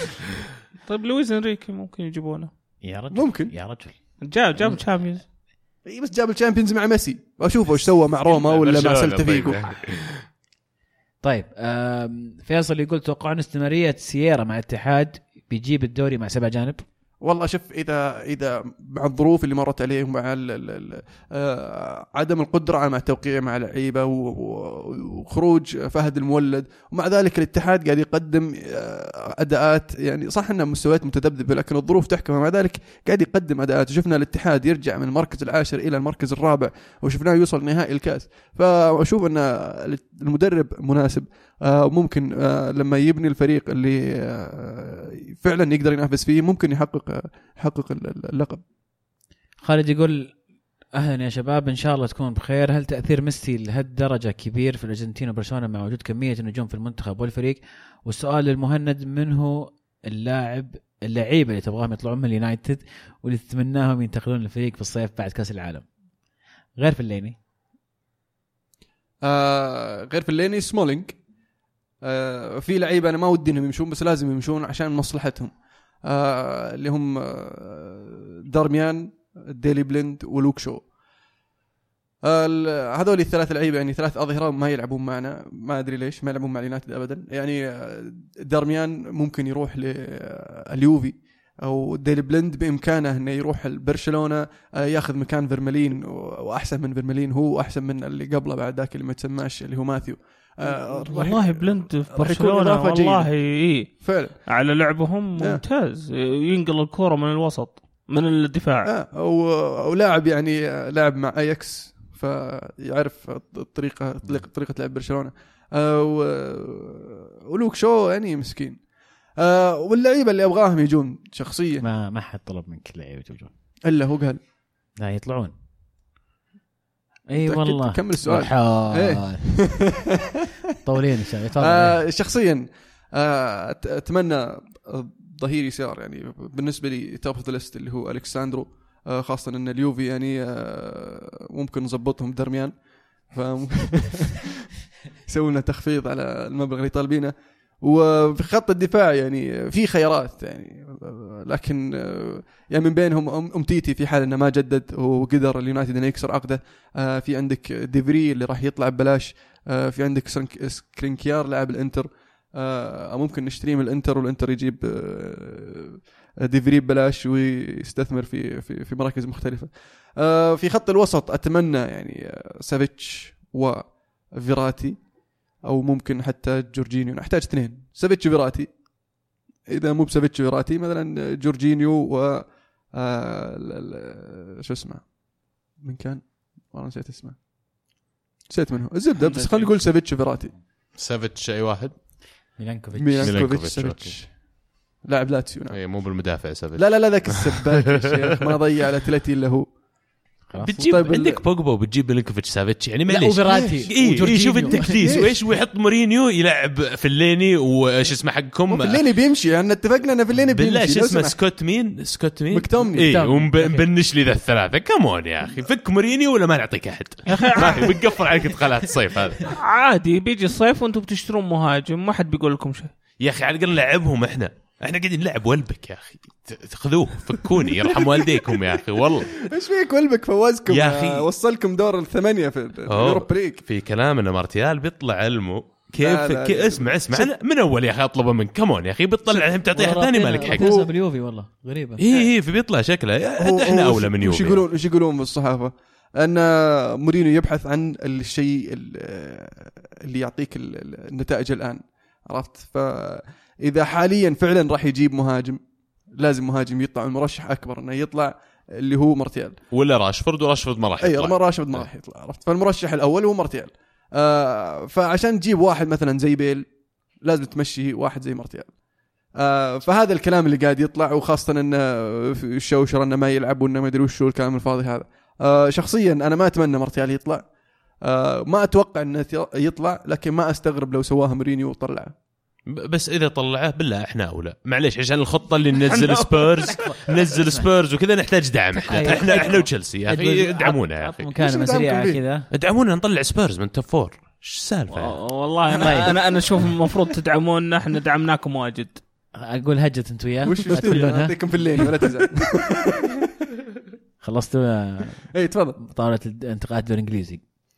طيب لويس انريكي ممكن يجيبونه يا رجل. ممكن يا رجل جاب جاب تشامبيونز. اي بس جاب الشامبيونز مع ميسي، واشوفه ايش سوى مع روما ولا مع سلتا فيغو. طيب فيصل يقول توقعون استمراريه سييرا مع الاتحاد بيجيب الدوري مع سبع جانب؟ والله شوف اذا اذا مع الظروف اللي مرت عليه مع ال ال ال عدم القدره على التوقيع مع لعيبه وخروج فهد المولد، ومع ذلك الاتحاد قاعد يقدم اداءات يعني صح انها مستويات متذبذبه، لكن الظروف تحكم، مع ذلك قاعد يقدم اداءات. شفنا الاتحاد يرجع من المركز العاشر الى المركز الرابع، وشفناه يوصل نهائي الكاس. فاشوف ان المدرب مناسب، وممكن لما يبني الفريق اللي فعلا يقدر ينافس فيه ممكن يحقق يحقق اللقب. خالد يقول اهلا يا شباب، ان شاء الله تكون بخير. هل تاثير ميسي لهالدرجه كبير في الارجنتين وبرشلونه مع وجود كميه النجوم في المنتخب والفريق؟ والسؤال للمهند، من هو اللاعب اللعيبه اللي تبغاهم يطلعون من اليونايتد واللي تتمناهم ينتقلون للفريق في الصيف بعد كاس العالم غير في الليني؟ آه غير في الليني سمولينج. آه في لعيبه انا ما ودي انهم يمشون، بس لازم يمشون عشان مصلحتهم. آه اللي هم آه دارميان، ديلي بلند، ولوك شو. آه هذول الثلاث لعيبه يعني ثلاث اظهره ما يلعبون معنا، ما ادري ليش ما يلعبون مع اليونايتد ابدا. يعني دارميان ممكن يروح لليوفي، او ديلي بلند بامكانه انه يروح لبرشلونه ياخذ مكان فيرمالين، واحسن من فيرمالين، هو احسن من اللي قبله بعد ذاك اللي ما تسماش اللي هو ماثيو. آه والله بلند في برشلونه والله اي فعلا على لعبهم ممتاز، ينقل الكره من الوسط من الدفاع. اه ولاعب يعني لاعب مع اياكس فيعرف الطريقه طريقه لعب برشلونه. آه ولوك شو يعني مسكين. آه واللعيبه اللي ابغاهم يجون شخصيا ما ما حد طلب منك اللعيبه يجون الا هو قال لا يطلعون. اي والله كمل السؤال. ايه طولين ان شاء الله. آه شخصيا آه اتمنى ظهير يسار يعني بالنسبه لي توب اوف ذا ليست اللي هو الكساندرو، آه خاصه ان اليوفي يعني آه ممكن نظبطهم درميان ف يسوي لنا تخفيض على المبلغ اللي طالبينه. وفي خط الدفاع يعني في خيارات يعني، لكن يعني من بينهم أمتيتي في حال انه ما جدد وقدر اليونايتد انه يكسر عقده. في عندك ديفري اللي راح يطلع ببلاش، في عندك سكرينكيار لاعب الانتر، ممكن نشتريه من الانتر والانتر يجيب ديفري ببلاش ويستثمر في في في مراكز مختلفه. في خط الوسط اتمنى يعني سافيتش وفيراتي، او ممكن حتى جورجينيو. نحتاج اثنين، سافيتش وفيراتي. اذا مو بسافيتش وفيراتي مثلا جورجينيو و آه... شو اسمه من كان والله نسيت اسمه نسيت منه الزبده، بس خلينا نقول سافيتش وفيراتي. سافيتش اي واحد ميلانكوفيتش ميلانكوفيتش سافيتش لاعب لاتسيو. نعم اي مو بالمدافع سافيتش. لا لا لا ذاك السباك يا شيخ ما ضيع على ثلاثين الا هو. بتجيب طيب عندك بوجبا وبتجيب ميلينكوفيتش سافيتش يعني معليش. وفيراتي إيه شوف التكديس وايش ويحط مورينيو يلعب في الليني وش اسمه حقكم في الليني بيمشي يعني اتفقنا ان في الليني بيمشي. بالله شو اسمه سكوت مين سكوت مين مكتومني اي ومبنش لي ذا الثلاثه كمون يا اخي فك مورينيو ولا ما نعطيك احد ما في بتقفل عليك ادخالات الصيف هذا عادي بيجي الصيف وانتم بتشترون مهاجم ما حد بيقول لكم شيء يا اخي على الاقل لعبهم احنا احنا قاعدين نلعب ولبك يا اخي خذوه فكوني يرحم والديكم يا اخي والله. ايش فيك ولبك فوزكم يا اخي وصلكم دور الثمانية في اليوروب ليج. في كلام ان مارتيال بيطلع علمه كيف لا لا كي اسمع اسمع أنا من اول يا اخي اطلبه من كمون يا اخي بيطلع الحين تعطيه ثاني مالك حق حسب اليوفي والله غريبه. اي اي في بيطلع شكله احنا اولى من يوفي. ايش يقولون ايش يقولون بالصحافه ان مورينيو يبحث عن الشيء اللي يعطيك النتائج الان عرفت. فاذا حاليا فعلا راح يجيب مهاجم لازم مهاجم يطلع المرشح اكبر انه يطلع اللي هو مارتيال ولا راشفورد وراشفورد ما راح يطلع. اي راشفورد ما راح يطلع عرفت. فالمرشح الاول هو مارتيال. آه فعشان تجيب واحد مثلا زي بيل لازم تمشي واحد زي مارتيال. آه فهذا الكلام اللي قاعد يطلع وخاصه انه الشوشر انه ما يلعب وانه ما ادري وش هو الكلام الفاضي هذا. آه شخصيا انا ما اتمنى مارتيال يطلع. آه ما اتوقع انه يطلع لكن ما استغرب لو سواها مورينيو وطلعه. بس اذا طلعه بالله احنا اولى معليش عشان الخطه اللي ننزل سبيرز ننزل سبيرز وكذا نحتاج دعم احنا احنا احنا وتشيلسي يا اخي ادعمونا يا اخي مكان سريعه كذا ادعمونا نطلع سبيرز من توب فور. ايش السالفه والله انا انا انا اشوف المفروض تدعمونا احنا دعمناكم واجد. اقول هجت انت وياه وش نعطيكم في الليل ولا تزعل. خلصتوا اي تفضل طاوله الانتقاد الانجليزي.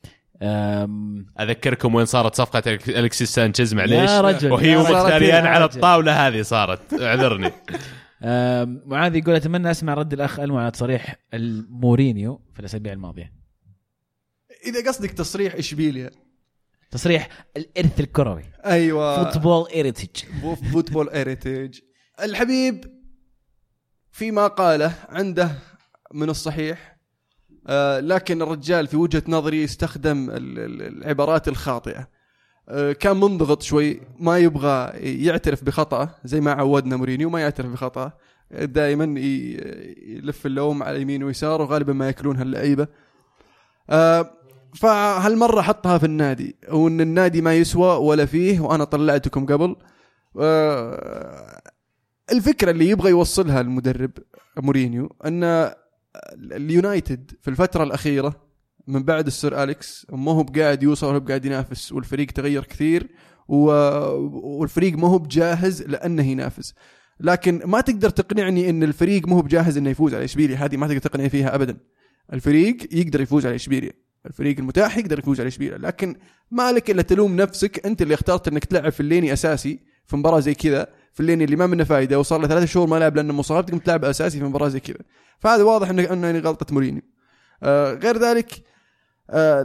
اذكركم وين صارت صفقه الكسيس سانشيز معليش رجل. وهي ومختاريان على الطاوله هذه صارت اعذرني. معاذ يقول اتمنى اسمع رد الاخ المو على تصريح المورينيو في الاسابيع الماضيه. اذا قصدك تصريح اشبيليا تصريح الارث الكروي ايوه فوتبول ايريتج فوتبول ايريتج الحبيب فيما قاله عنده من الصحيح. آه لكن الرجال في وجهة نظري استخدم العبارات الخاطئة. آه كان منضغط شوي ما يبغى يعترف بخطأه زي ما عودنا مورينيو ما يعترف بخطأه دائما يلف اللوم على يمين ويسار وغالبا ما ياكلونها اللعيبة. آه فهالمرة حطها في النادي وان النادي ما يسوى ولا فيه وانا طلعتكم قبل. آه الفكرة اللي يبغى يوصلها المدرب مورينيو ان اليونايتد في الفترة الأخيرة من بعد السير أليكس ما هو بقاعد يوصل ولا بقاعد ينافس والفريق تغير كثير والفريق ما هو بجاهز لأنه ينافس. لكن ما تقدر تقنعني ان الفريق مو بجاهز انه يفوز على اشبيليا. هذه ما تقدر تقنعني فيها ابدا. الفريق يقدر يفوز على اشبيليا، الفريق المتاح يقدر يفوز على اشبيليا، لكن ما لك الا تلوم نفسك. انت اللي اخترت انك تلعب في الليني اساسي في مباراه زي كذا، في الليني اللي ما منه فايده، وصار له ثلاثة شهور ما لعب لانه مصاب، تقوم تلعب اساسي في مباراه زي كذا. فهذا واضح انه انه يعني غلطه مورينيو. آه غير ذلك آه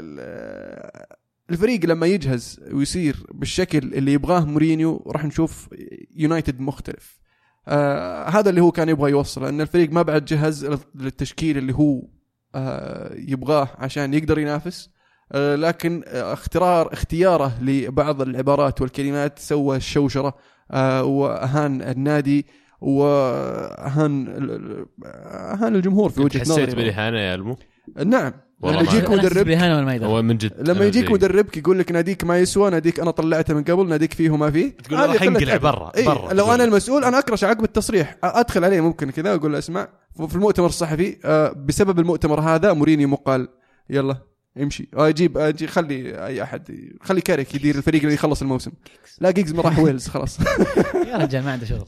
الفريق لما يجهز ويصير بالشكل اللي يبغاه مورينيو راح نشوف يونايتد مختلف. آه هذا اللي هو كان يبغى يوصله، ان الفريق ما بعد جهز للتشكيل اللي هو آه يبغاه عشان يقدر ينافس. آه لكن اختيار اختياره لبعض العبارات والكلمات سوى الشوشرة آه وأهان النادي وأهان أهان الجمهور في وجهة نظري. حسيت بالإهانة يا ألمو؟ نعم. لما يجيك مدرب هو من جد لما يجيك مدربك يقول لك ناديك ما يسوى، ناديك أنا طلعته من قبل، ناديك فيه وما فيه، تقول له راح ينقلع برا. إيه لو أنا المسؤول أنا أكرش عقب التصريح، أدخل عليه ممكن كذا أقول له اسمع في المؤتمر الصحفي آه بسبب المؤتمر هذا مورينيو مقال يلا امشي، اجيب اجي خلي اي احد، خلي كاريك يدير الفريق اللي يخلص الموسم. لا جيجز راح ويلز خلاص. يا رجال ما عنده شغل.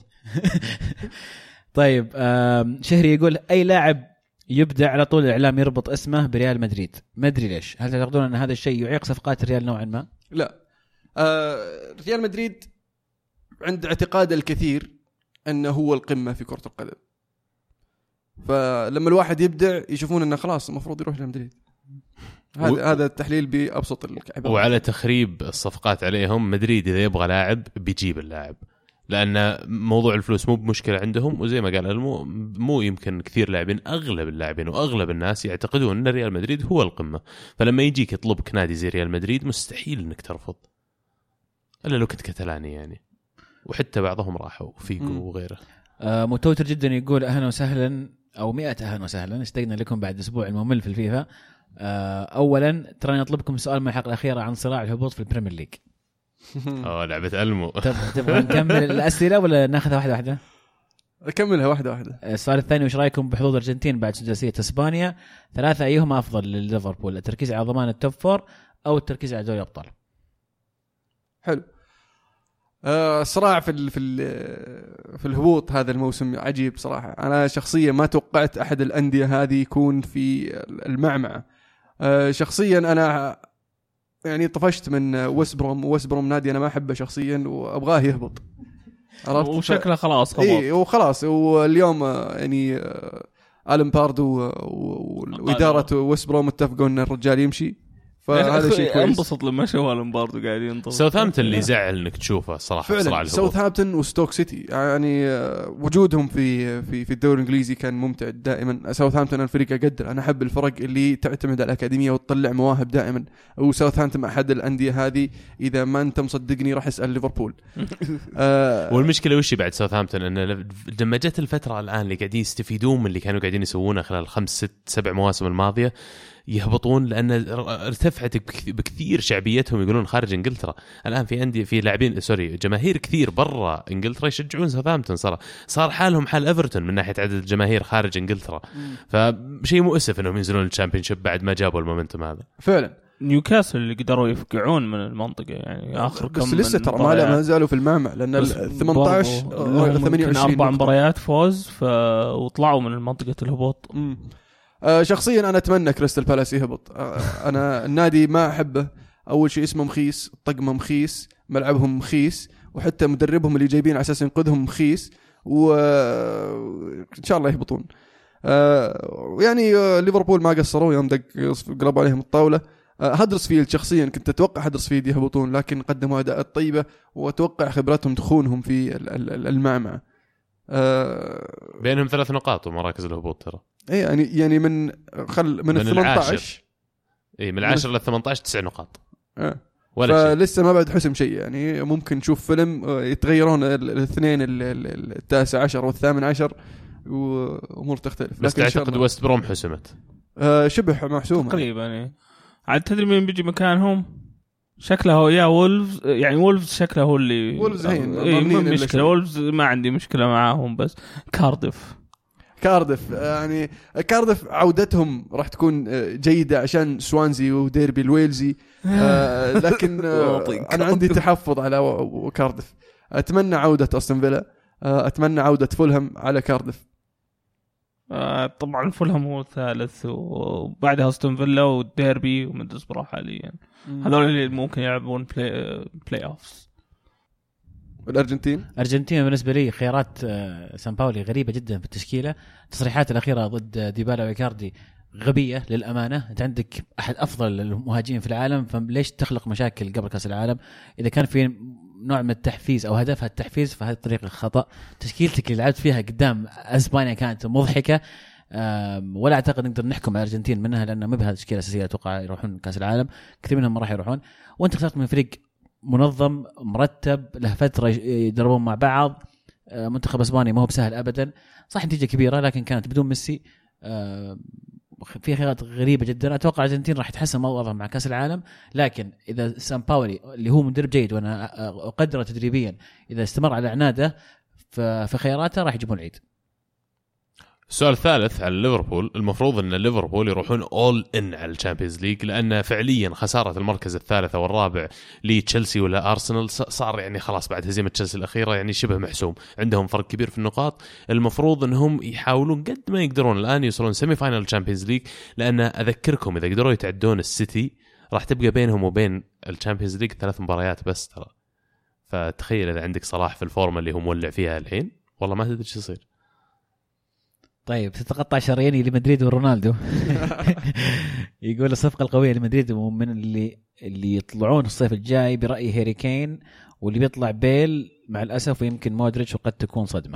طيب شهري يقول اي لاعب يبدع على طول الاعلام يربط اسمه بريال مدريد، ما ادري ليش. هل تعتقدون ان هذا الشيء يعيق صفقات الريال نوعا ما؟ لا. آه ريال مدريد عند اعتقاد الكثير انه هو القمه في كره القدم، فلما الواحد يبدع يشوفون انه خلاص المفروض يروح لمدريد. هذا و... هذا التحليل بأبسط العبارات. وعلى تخريب الصفقات عليهم، مدريد إذا يبغى لاعب بيجيب اللاعب، لأن موضوع الفلوس مو بمشكلة عندهم. وزي ما قال المو مو يمكن كثير لاعبين، أغلب اللاعبين وأغلب الناس يعتقدون أن ريال مدريد هو القمة، فلما يجيك يطلبك نادي زي ريال مدريد مستحيل أنك ترفض، إلا لو كنت كتلاني يعني. وحتى بعضهم راحوا فيكو وغيره. آه متوتر جدا يقول أهلا وسهلا أو مئة أهلا وسهلا، اشتقنا لكم بعد أسبوع الممل في الفيفا. اولا ترى نطلبكم سؤال من الحلقه الاخيره عن صراع الهبوط في البريمير ليج. اه لعبه المو. تبغى نكمل الاسئله ولا ناخذها واحده واحده؟ اكملها واحده واحده. السؤال الثاني، وش رايكم بحظوظ الارجنتين بعد سداسيه اسبانيا؟ ثلاثه، ايهما افضل لليفربول، التركيز على ضمان التوب فور او التركيز على دوري الابطال؟ حلو. آه صراع في ال في ال في الهبوط هذا الموسم عجيب صراحه. انا شخصيا ما توقعت احد الانديه هذه يكون في المعمعه. آه شخصيا انا يعني طفشت من ويسبروم، ويسبروم نادي انا ما احبه شخصيا وابغاه يهبط، عرفت؟ وشكله خلاص خلاص اي وخلاص. واليوم يعني آلم باردو واداره ويسبروم اتفقوا ان الرجال يمشي، فهذا شيء كويس. انبسط لما شوال المباراه قاعدين ينطر. ساوثهامبتون اللي يزعل انك تشوفه صراحه. فعلا ساوثهامبتون وستوك سيتي يعني وجودهم في في في الدوري الانجليزي كان ممتع دائما. ساوثهامبتون الفريق اقدر، انا احب الفرق اللي تعتمد على الاكاديميه وتطلع مواهب دائما. وساوثهامبتون احد الانديه هذه، اذا ما انت مصدقني راح اسال ليفربول. آه والمشكله وش بعد ساوثهامبتون، ان لما جت الفتره الان اللي قاعدين يستفيدون من اللي كانوا قاعدين يسوونه خلال الخمس ست سبع مواسم الماضيه، يهبطون لأن ارتفعت بكثير شعبيتهم. يقولون خارج إنجلترا الآن في عندي في لاعبين سوري جماهير كثير برا إنجلترا يشجعون ساوثهامبتون. صار صار حالهم حال إيفرتون من ناحية عدد الجماهير خارج إنجلترا. فشيء مؤسف إنهم ينزلون الشامبيونشيب بعد ما جابوا المومنتوم هذا. فعلا نيوكاسل اللي قدروا يفقعون من المنطقة يعني آخر كم، بس لسه ترى ما ما زالوا في المعمع، لأن ال ثمانية عشر ثمانية وعشرين أربع مباريات فوز ف وطلعوا من منطقة الهبوط. م. أه شخصيا أنا أتمنى كريستال بالاس يهبط. أه أنا النادي ما أحبه. أول شيء اسمه مخيس، طقمه مخيس، ملعبهم مخيس، وحتى مدربهم اللي جايبين على أساس ينقذهم مخيس، وإن شاء الله يهبطون. أه يعني أه ليفربول ما قصروا يوم دق قلبوا عليهم الطاولة. أه هدرسفيلد شخصيا كنت أتوقع هدرسفيلد يهبطون، لكن قدموا أداء طيبة وأتوقع خبراتهم تخونهم في المعمعة. أه بينهم ثلاث نقاط ومراكز الهبوط ترى. اي يعني يعني من خل من, من ثمانية عشر اي من العاشر لل ثمانية عشر تسع نقاط. اه فلسه ما بعد حسم شيء يعني. ممكن نشوف فيلم يتغيرون الاثنين التاسع عشر والثامن عشر وامور تختلف. بس تعتقد ويست بروم حسمت؟ آه شبه محسومه تقريبا يعني. عاد تدري مين بيجي مكانهم؟ شكله يا وولفز يعني. وولفز شكله هو اللي وولفز هين إيه مشكله. وولفز ما عندي مشكله معاهم، بس كارديف كارديف يعني كارديف عودتهم راح تكون جيدة عشان سوانزي وديربي الويلزي. آه لكن آه أنا عندي تحفظ على كارديف. أتمنى عودة أستون فيلا. اتمنى عوده فولهام على كاردف. آه طبعا فولهام هو الثالث وبعدها استون فيلا والديربي وميدلسبرو حاليا. هذول اللي ممكن يلعبون بلاي, بلاي اوفس. والارجنتين ارجنتين بالنسبه لي خيارات سان باولي غريبه جدا في التشكيله. التصريحات الاخيره ضد ديبالا وإيكاردي غبيه للامانه. انت عندك احد افضل المهاجمين في العالم، فليش تخلق مشاكل قبل كاس العالم؟ اذا كان في نوع من التحفيز او هدفها التحفيز فهذه الطريقه خطا. تشكيلتك اللي لعبت فيها قدام اسبانيا كانت مضحكه، ولا اعتقد نقدر نحكم على الارجنتين منها لانه ما بهذه التشكيله الاساسيه اتوقع يروحون كاس العالم. كثير منهم ما راح يروحون، وانت اخترت من فريق منظم مرتب له فتره يدربون مع بعض. منتخب اسبانيا ما هو بسهل ابدا، صح نتيجه كبيره لكن كانت بدون ميسي. في خيارات غريبه جدا. اتوقع الارجنتين راح يتحسن موضوعها مع كاس العالم، لكن اذا سان باولي اللي هو مدرب جيد وانا اقدره تدريبيا اذا استمر على عناده في خياراته راح يجيبون العيد. السؤال الثالث على ليفربول. المفروض ان ليفربول يروحون اول ان على الشامبيونز ليج، لان فعليا خساره المركز الثالث او الرابع لتشيلسي ولا ارسنال صار يعني خلاص بعد هزيمه تشيلسي الاخيره يعني شبه محسوم. عندهم فرق كبير في النقاط. المفروض انهم يحاولون قد ما يقدرون الان يوصلون سيمي فاينل الشامبيونز ليج، لان اذكركم اذا قدروا يتعدون السيتي راح تبقى بينهم وبين الشامبيونز ليج ثلاث مباريات بس ترى. فتخيل اذا عندك صلاح في الفورمه اللي هو مولع فيها الحين والله ما تدري ايش يصير. طيب تتقطع شراييني لمدريد ورونالدو. يقول الصفقة القوية لمدريد من اللي اللي يطلعون الصيف الجاي برأي هاري كين، واللي بيطلع بيل مع الأسف ويمكن مودريتش وقد تكون صدمة.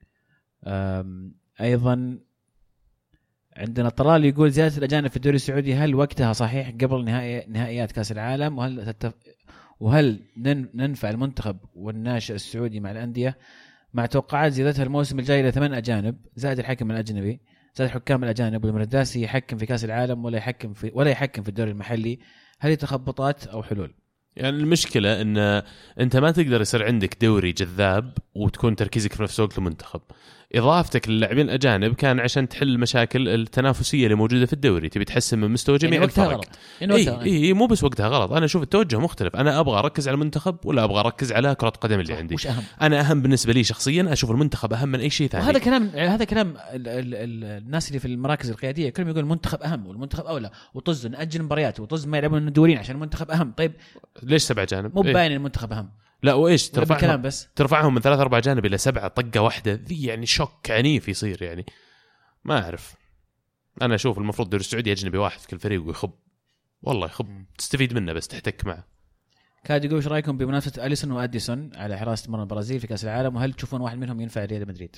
أيضا عندنا طلال يقول زيادة الأجانب في الدوري السعودي هل وقتها صحيح قبل نهائي نهائيات كأس العالم؟ وهل تتف... وهل ننفع المنتخب والناشئ السعودي مع الأندية؟ مع توقعات زيادتها الموسم الجاي إلى ثمان أجانب زائد الحكم الأجنبي زائد الحكام الأجانب، والمرداسي يحكم في كأس العالم ولا يحكم في ولا يحكم في الدوري المحلي. هل تخبطات أو حلول؟ يعني المشكلة إن أنت ما تقدر يصير عندك دوري جذاب وتكون تركيزك في نفس الوقت المنتخب. إضافتك للاعبين الأجانب كان عشان تحل المشاكل التنافسية اللي موجودة في الدوري، تبي تحسن من مستوى جميع يعني الفرق. يعني إيه إيه مو بس وقتها غلط. أنا أشوف التوجه مختلف. أنا أبغى أركز على المنتخب ولا أبغى أركز على كرة قدم اللي عندي؟ وش أهم؟ أنا أهم بالنسبة لي شخصيا أشوف المنتخب أهم من أي شيء ثاني. هذا كلام هذا كلام ال ال ال الناس اللي في المراكز القيادية كلهم يقول المنتخب أهم والمنتخب أولى، وطز نأجل مباريات وطز ما يلعبون الدورين عشان المنتخب أهم. طيب ليش سبع جانب؟ مو باين إيه؟ المنتخب أهم. لا وإيش ترفعهم بس ترفعهم من ثلاث أربع جانب إلى سبعة طقة واحدة ذي يعني شوك عنيف يصير. يعني ما أعرف. أنا أشوف المفروض الدوري السعودي أجنبي واحد في كل فريق ويخب والله يخب تستفيد منه بس تحتك معه. كاد يقول ايش رايكم بمنافسه أليسون وأديسون على حراسه مرمى البرازيل في كاس العالم، وهل تشوفون واحد منهم ينفع ريال مدريد؟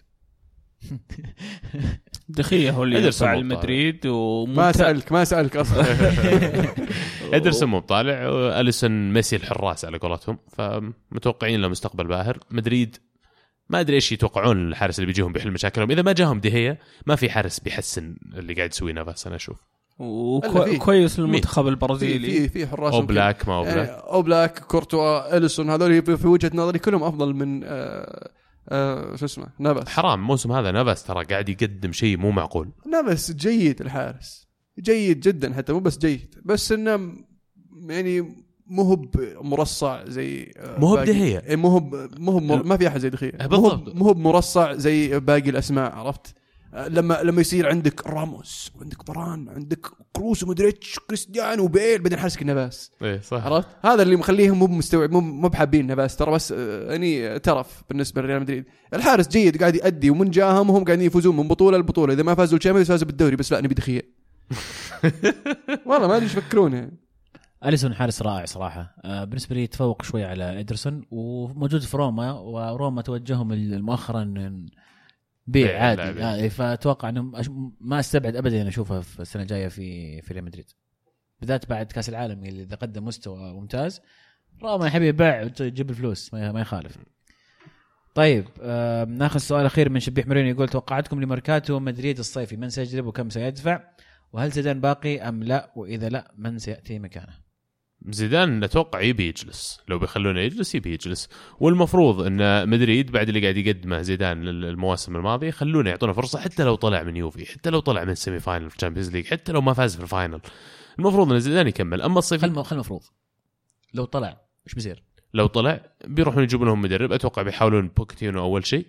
دخيه هو اللي ينفع المدريد وممت... ما سألك ما سألك أصلا. إدرسون مو طالع أليسون ميسي الحراس على قولتهم، فمتوقعين له مستقبل باهر. مدريد ما أدري إيش يتوقعون الحارس اللي بيجيهم بيحل مشاكلهم. إذا ما جاهم دهية ما في حارس بيحسن اللي قاعد يسوي نافاس. أنا أشوف وكويس المنتخب البرازيلي في في حراس أو بلاك ما أو بلاك يعني أو بلاك كورتوا أليسون هذول في وجهة نظري كلهم أفضل من آه آه شو اسمه نافاس. حرام الموسم هذا نافاس ترى قاعد يقدم شيء مو معقول. نافاس جيد الحارس جيد جدا حتى مو بس جيد بس إنه يعني مو هو مرصع زي مو هو بدهية مو هو مو هو ما في أحد زي دخية مو هو مرصع زي باقي الأسماء. عرفت لما لما يصير عندك راموس وعندك بران عندك كروس ومودريتش كريستيانو وبيل بعدين حارسك نافاس. ايه صح. عرفت هذا اللي مخليهم مو مستوعب مو مو بحابين نافاس ترى بس يعني ترف بالنسبه لريال مدريد. الحارس جيد قاعد يؤدي ومن جاهم وهم قاعدين يفوزون من بطوله لبطوله. اذا ما فازوا الشامبيونز فازوا بالدوري بس لا نبي دخيه. والله ما ادري ايش يفكرون يعني. أليسون حارس رائع صراحة. آه بالنسبة لي يتفوق شوي على إدرسون وموجود في روما، وروما توجههم مؤخرا بيع عادي آه فأتوقع أنه ما استبعد أبدا أن أشوفه في السنة الجاية في في ريال مدريد بالذات بعد كأس العالم اللي إذا قدم مستوى ممتاز. روما يحب يبيع ويجيب الفلوس ما يخالف. طيب آه ناخذ سؤال أخير من شبيح مرينو يقول توقعاتكم لميركاتو مدريد الصيفي من سيجلب وكم سيدفع، وهل زيدان باقي أم لا، وإذا لا من سيأتي مكانه؟ زيدان نتوقع يبي يجلس. لو بيخلونه يجلس يبي يجلس. والمفروض ان مدريد بعد اللي قاعد يقدمه زيدان المواسم الماضيه خلونا يعطونا فرصه حتى لو طلع من يوفي حتى لو طلع من سيمي فاينل في الشامبيونز ليج حتى لو ما فاز في الفاينل. المفروض ان زيدان يكمل. اما الصيف خل خل المفروض لو طلع ايش بيصير؟ لو طلع بيروحون يجيبون لهم مدرب. اتوقع بيحاولون بوكيتينو اول شيء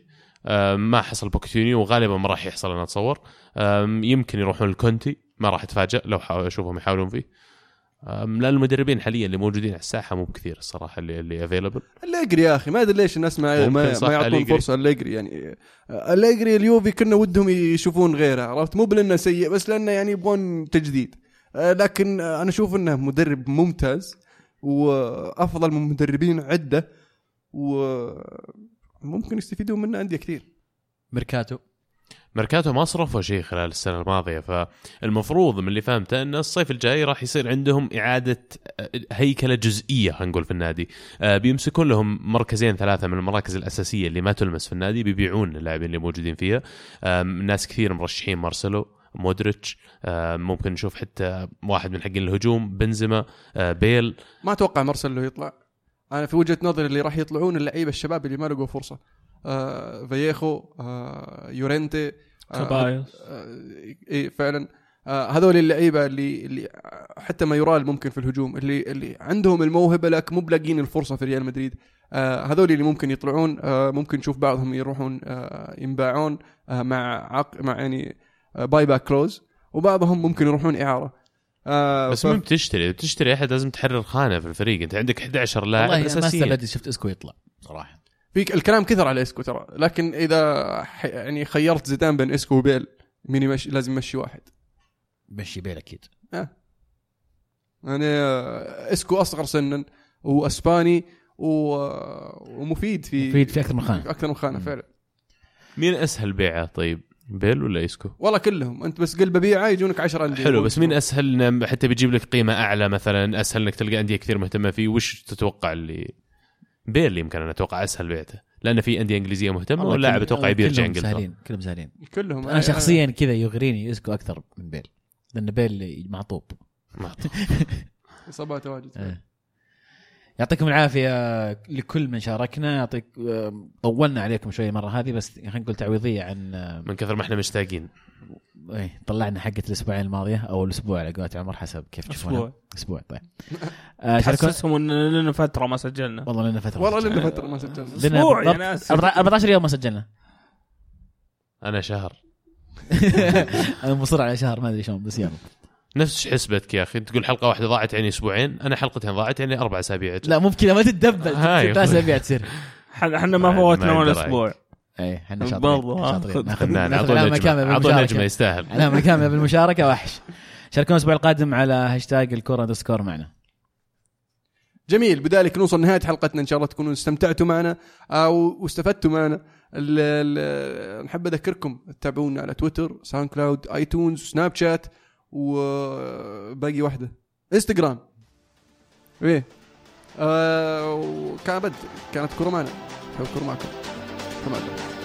ما حصل بوكيتينيو وغالبا ما راح يحصل أنا أتصور. يمكن يروحون الكونتي، ما راح أتفاجأ لو أشوفهم يحاولون فيه، لأن المدربين حاليا اللي موجودين على الساحة مو بكثير الصراحة اللي اللي افيلبل. أليجري يا أخي ما أدري ليش الناس ما ما, ما يعطون فرصة أليجري. يعني أليجري اليوفي كنا ودهم يشوفون غيره، عرفت؟ مو بلنا سيء بس لأنه يعني يبغون تجديد، لكن أنا أشوف إنه مدرب ممتاز وأفضل من مدربين عدة وممكن يستفيدون منه أندية كثير. ميركاتو ميركاتو ما صرفوا شيء خلال السنة الماضية، فالمفروض من اللي فهمته أن الصيف الجاي راح يصير عندهم إعادة هيكلة جزئية هنقول في النادي. بيمسكون لهم مركزين ثلاثة من المراكز الأساسية اللي ما تلمس في النادي، بيبيعون اللاعبين اللي موجودين فيها. ناس كثير مرشحين مارسيلو، مودريتش، ممكن نشوف حتى واحد من حقين الهجوم بنزيما، بيل. ما أتوقع مارسيلو يطلع. أنا في وجهة نظري اللي راح يطلعون اللعيبة الشباب اللي ما لقوا فرصة، آه، فييخو، آه، يورينتي، كابايوس، آه، إيه فعلا. آه، هذول اللعيبة اللي اللي حتى ما يرال ممكن في الهجوم اللي اللي عندهم الموهبة لك مو بلاقين الفرصة في ريال مدريد. آه، هذول اللي ممكن يطلعون. آه، ممكن نشوف بعضهم يروحون آه، ينباعون آه، مع عق مع يعني آه، باي باك كلوز، وبعضهم ممكن يروحون إعارة. آه بس ف... مو بتشتري بتشتري أحد لازم تحرر خانة في الفريق. أنت عندك إحدى عشر لاعب أساسيين. والله ما شفت إسكو يطلع صراحة. فيك الكلام كثر على إسكو ترى، لكن إذا ح... يعني خيرت زيدان بين إسكو وبيل مين يمشي؟ لازم يمشي واحد. مشي بيل أكيد. آه. يعني إسكو أصغر سنا وأسباني و... ومفيد في مفيد في أكثر من خانة أكثر من خانة فعلا. مين أسهل بيعة طيب، بيل ولا إسكو؟ والله كلهم. أنت بس قل ببيعة يجونك عشرة أندية. حلو، بس مين أسهل حتى بيجيب لك قيمة أعلى مثلا؟ أسهل إنك تلقى أندية كثير مهتمة فيه. وش تتوقع اللي بيل يمكن أنا أتوقع أسهل بيعته لأن في أندية إنجليزية مهتمة ولا لاعب أتوقع بيرجع إنجلترا؟ سهلين كلهم سهلين كلهم. أنا شخصيا كذا يغريني إسكو أكثر من بيل، لأن بيل معطوب معطوب إصابات واجد. يعطيكم العافية لكل من شاركنا. يعطيك طولنا عليكم شوية مرة هذه، بس خلينا نقول تعويضية عن من كثر ما احنا مشتاقين. ايه طلعنا حقة الأسبوعين الماضية أو الأسبوع على قولة عمر حسب كيف تشوفونها. أسبوع أسبوع طيب. حسسهم إن لنا فترة ما سجلنا. والله لنا فترة والله لنا فترة ما سجلنا. أسبوع يا ناس. أربعة عشر يوم ما سجلنا. أنا شهر. أنا مصر على شهر ما أدري شلون بس يلا. نفس حسبتك يا أخي، تقول حلقة واحدة ضاعت يعني أسبوعين، أنا حلقتين ضاعت يعني أربع أسابيع. لا مو بكذا ما تتدبل ثلاث أسابيع تصير. حنا ما فوتنا ولا أسبوع. ايه احنا شاطرين شاطرين ناخذ نجمة يستاهل. علامة كاملة بالمشاركة وحش. شاركونا الأسبوع القادم على هاشتاج الكرة دسكور معنا. جميل، بذلك نوصل نهاية حلقتنا. إن شاء الله تكونوا استمتعتوا معنا أو استفدتوا معنا. نحب أذكركم تتابعونا على تويتر، ساوند كلاود، آيتونز، سناب شات، وباقي واحدة انستغرام. ايه آه وكانت كانت كرة معنا. كرة معكم. تمام.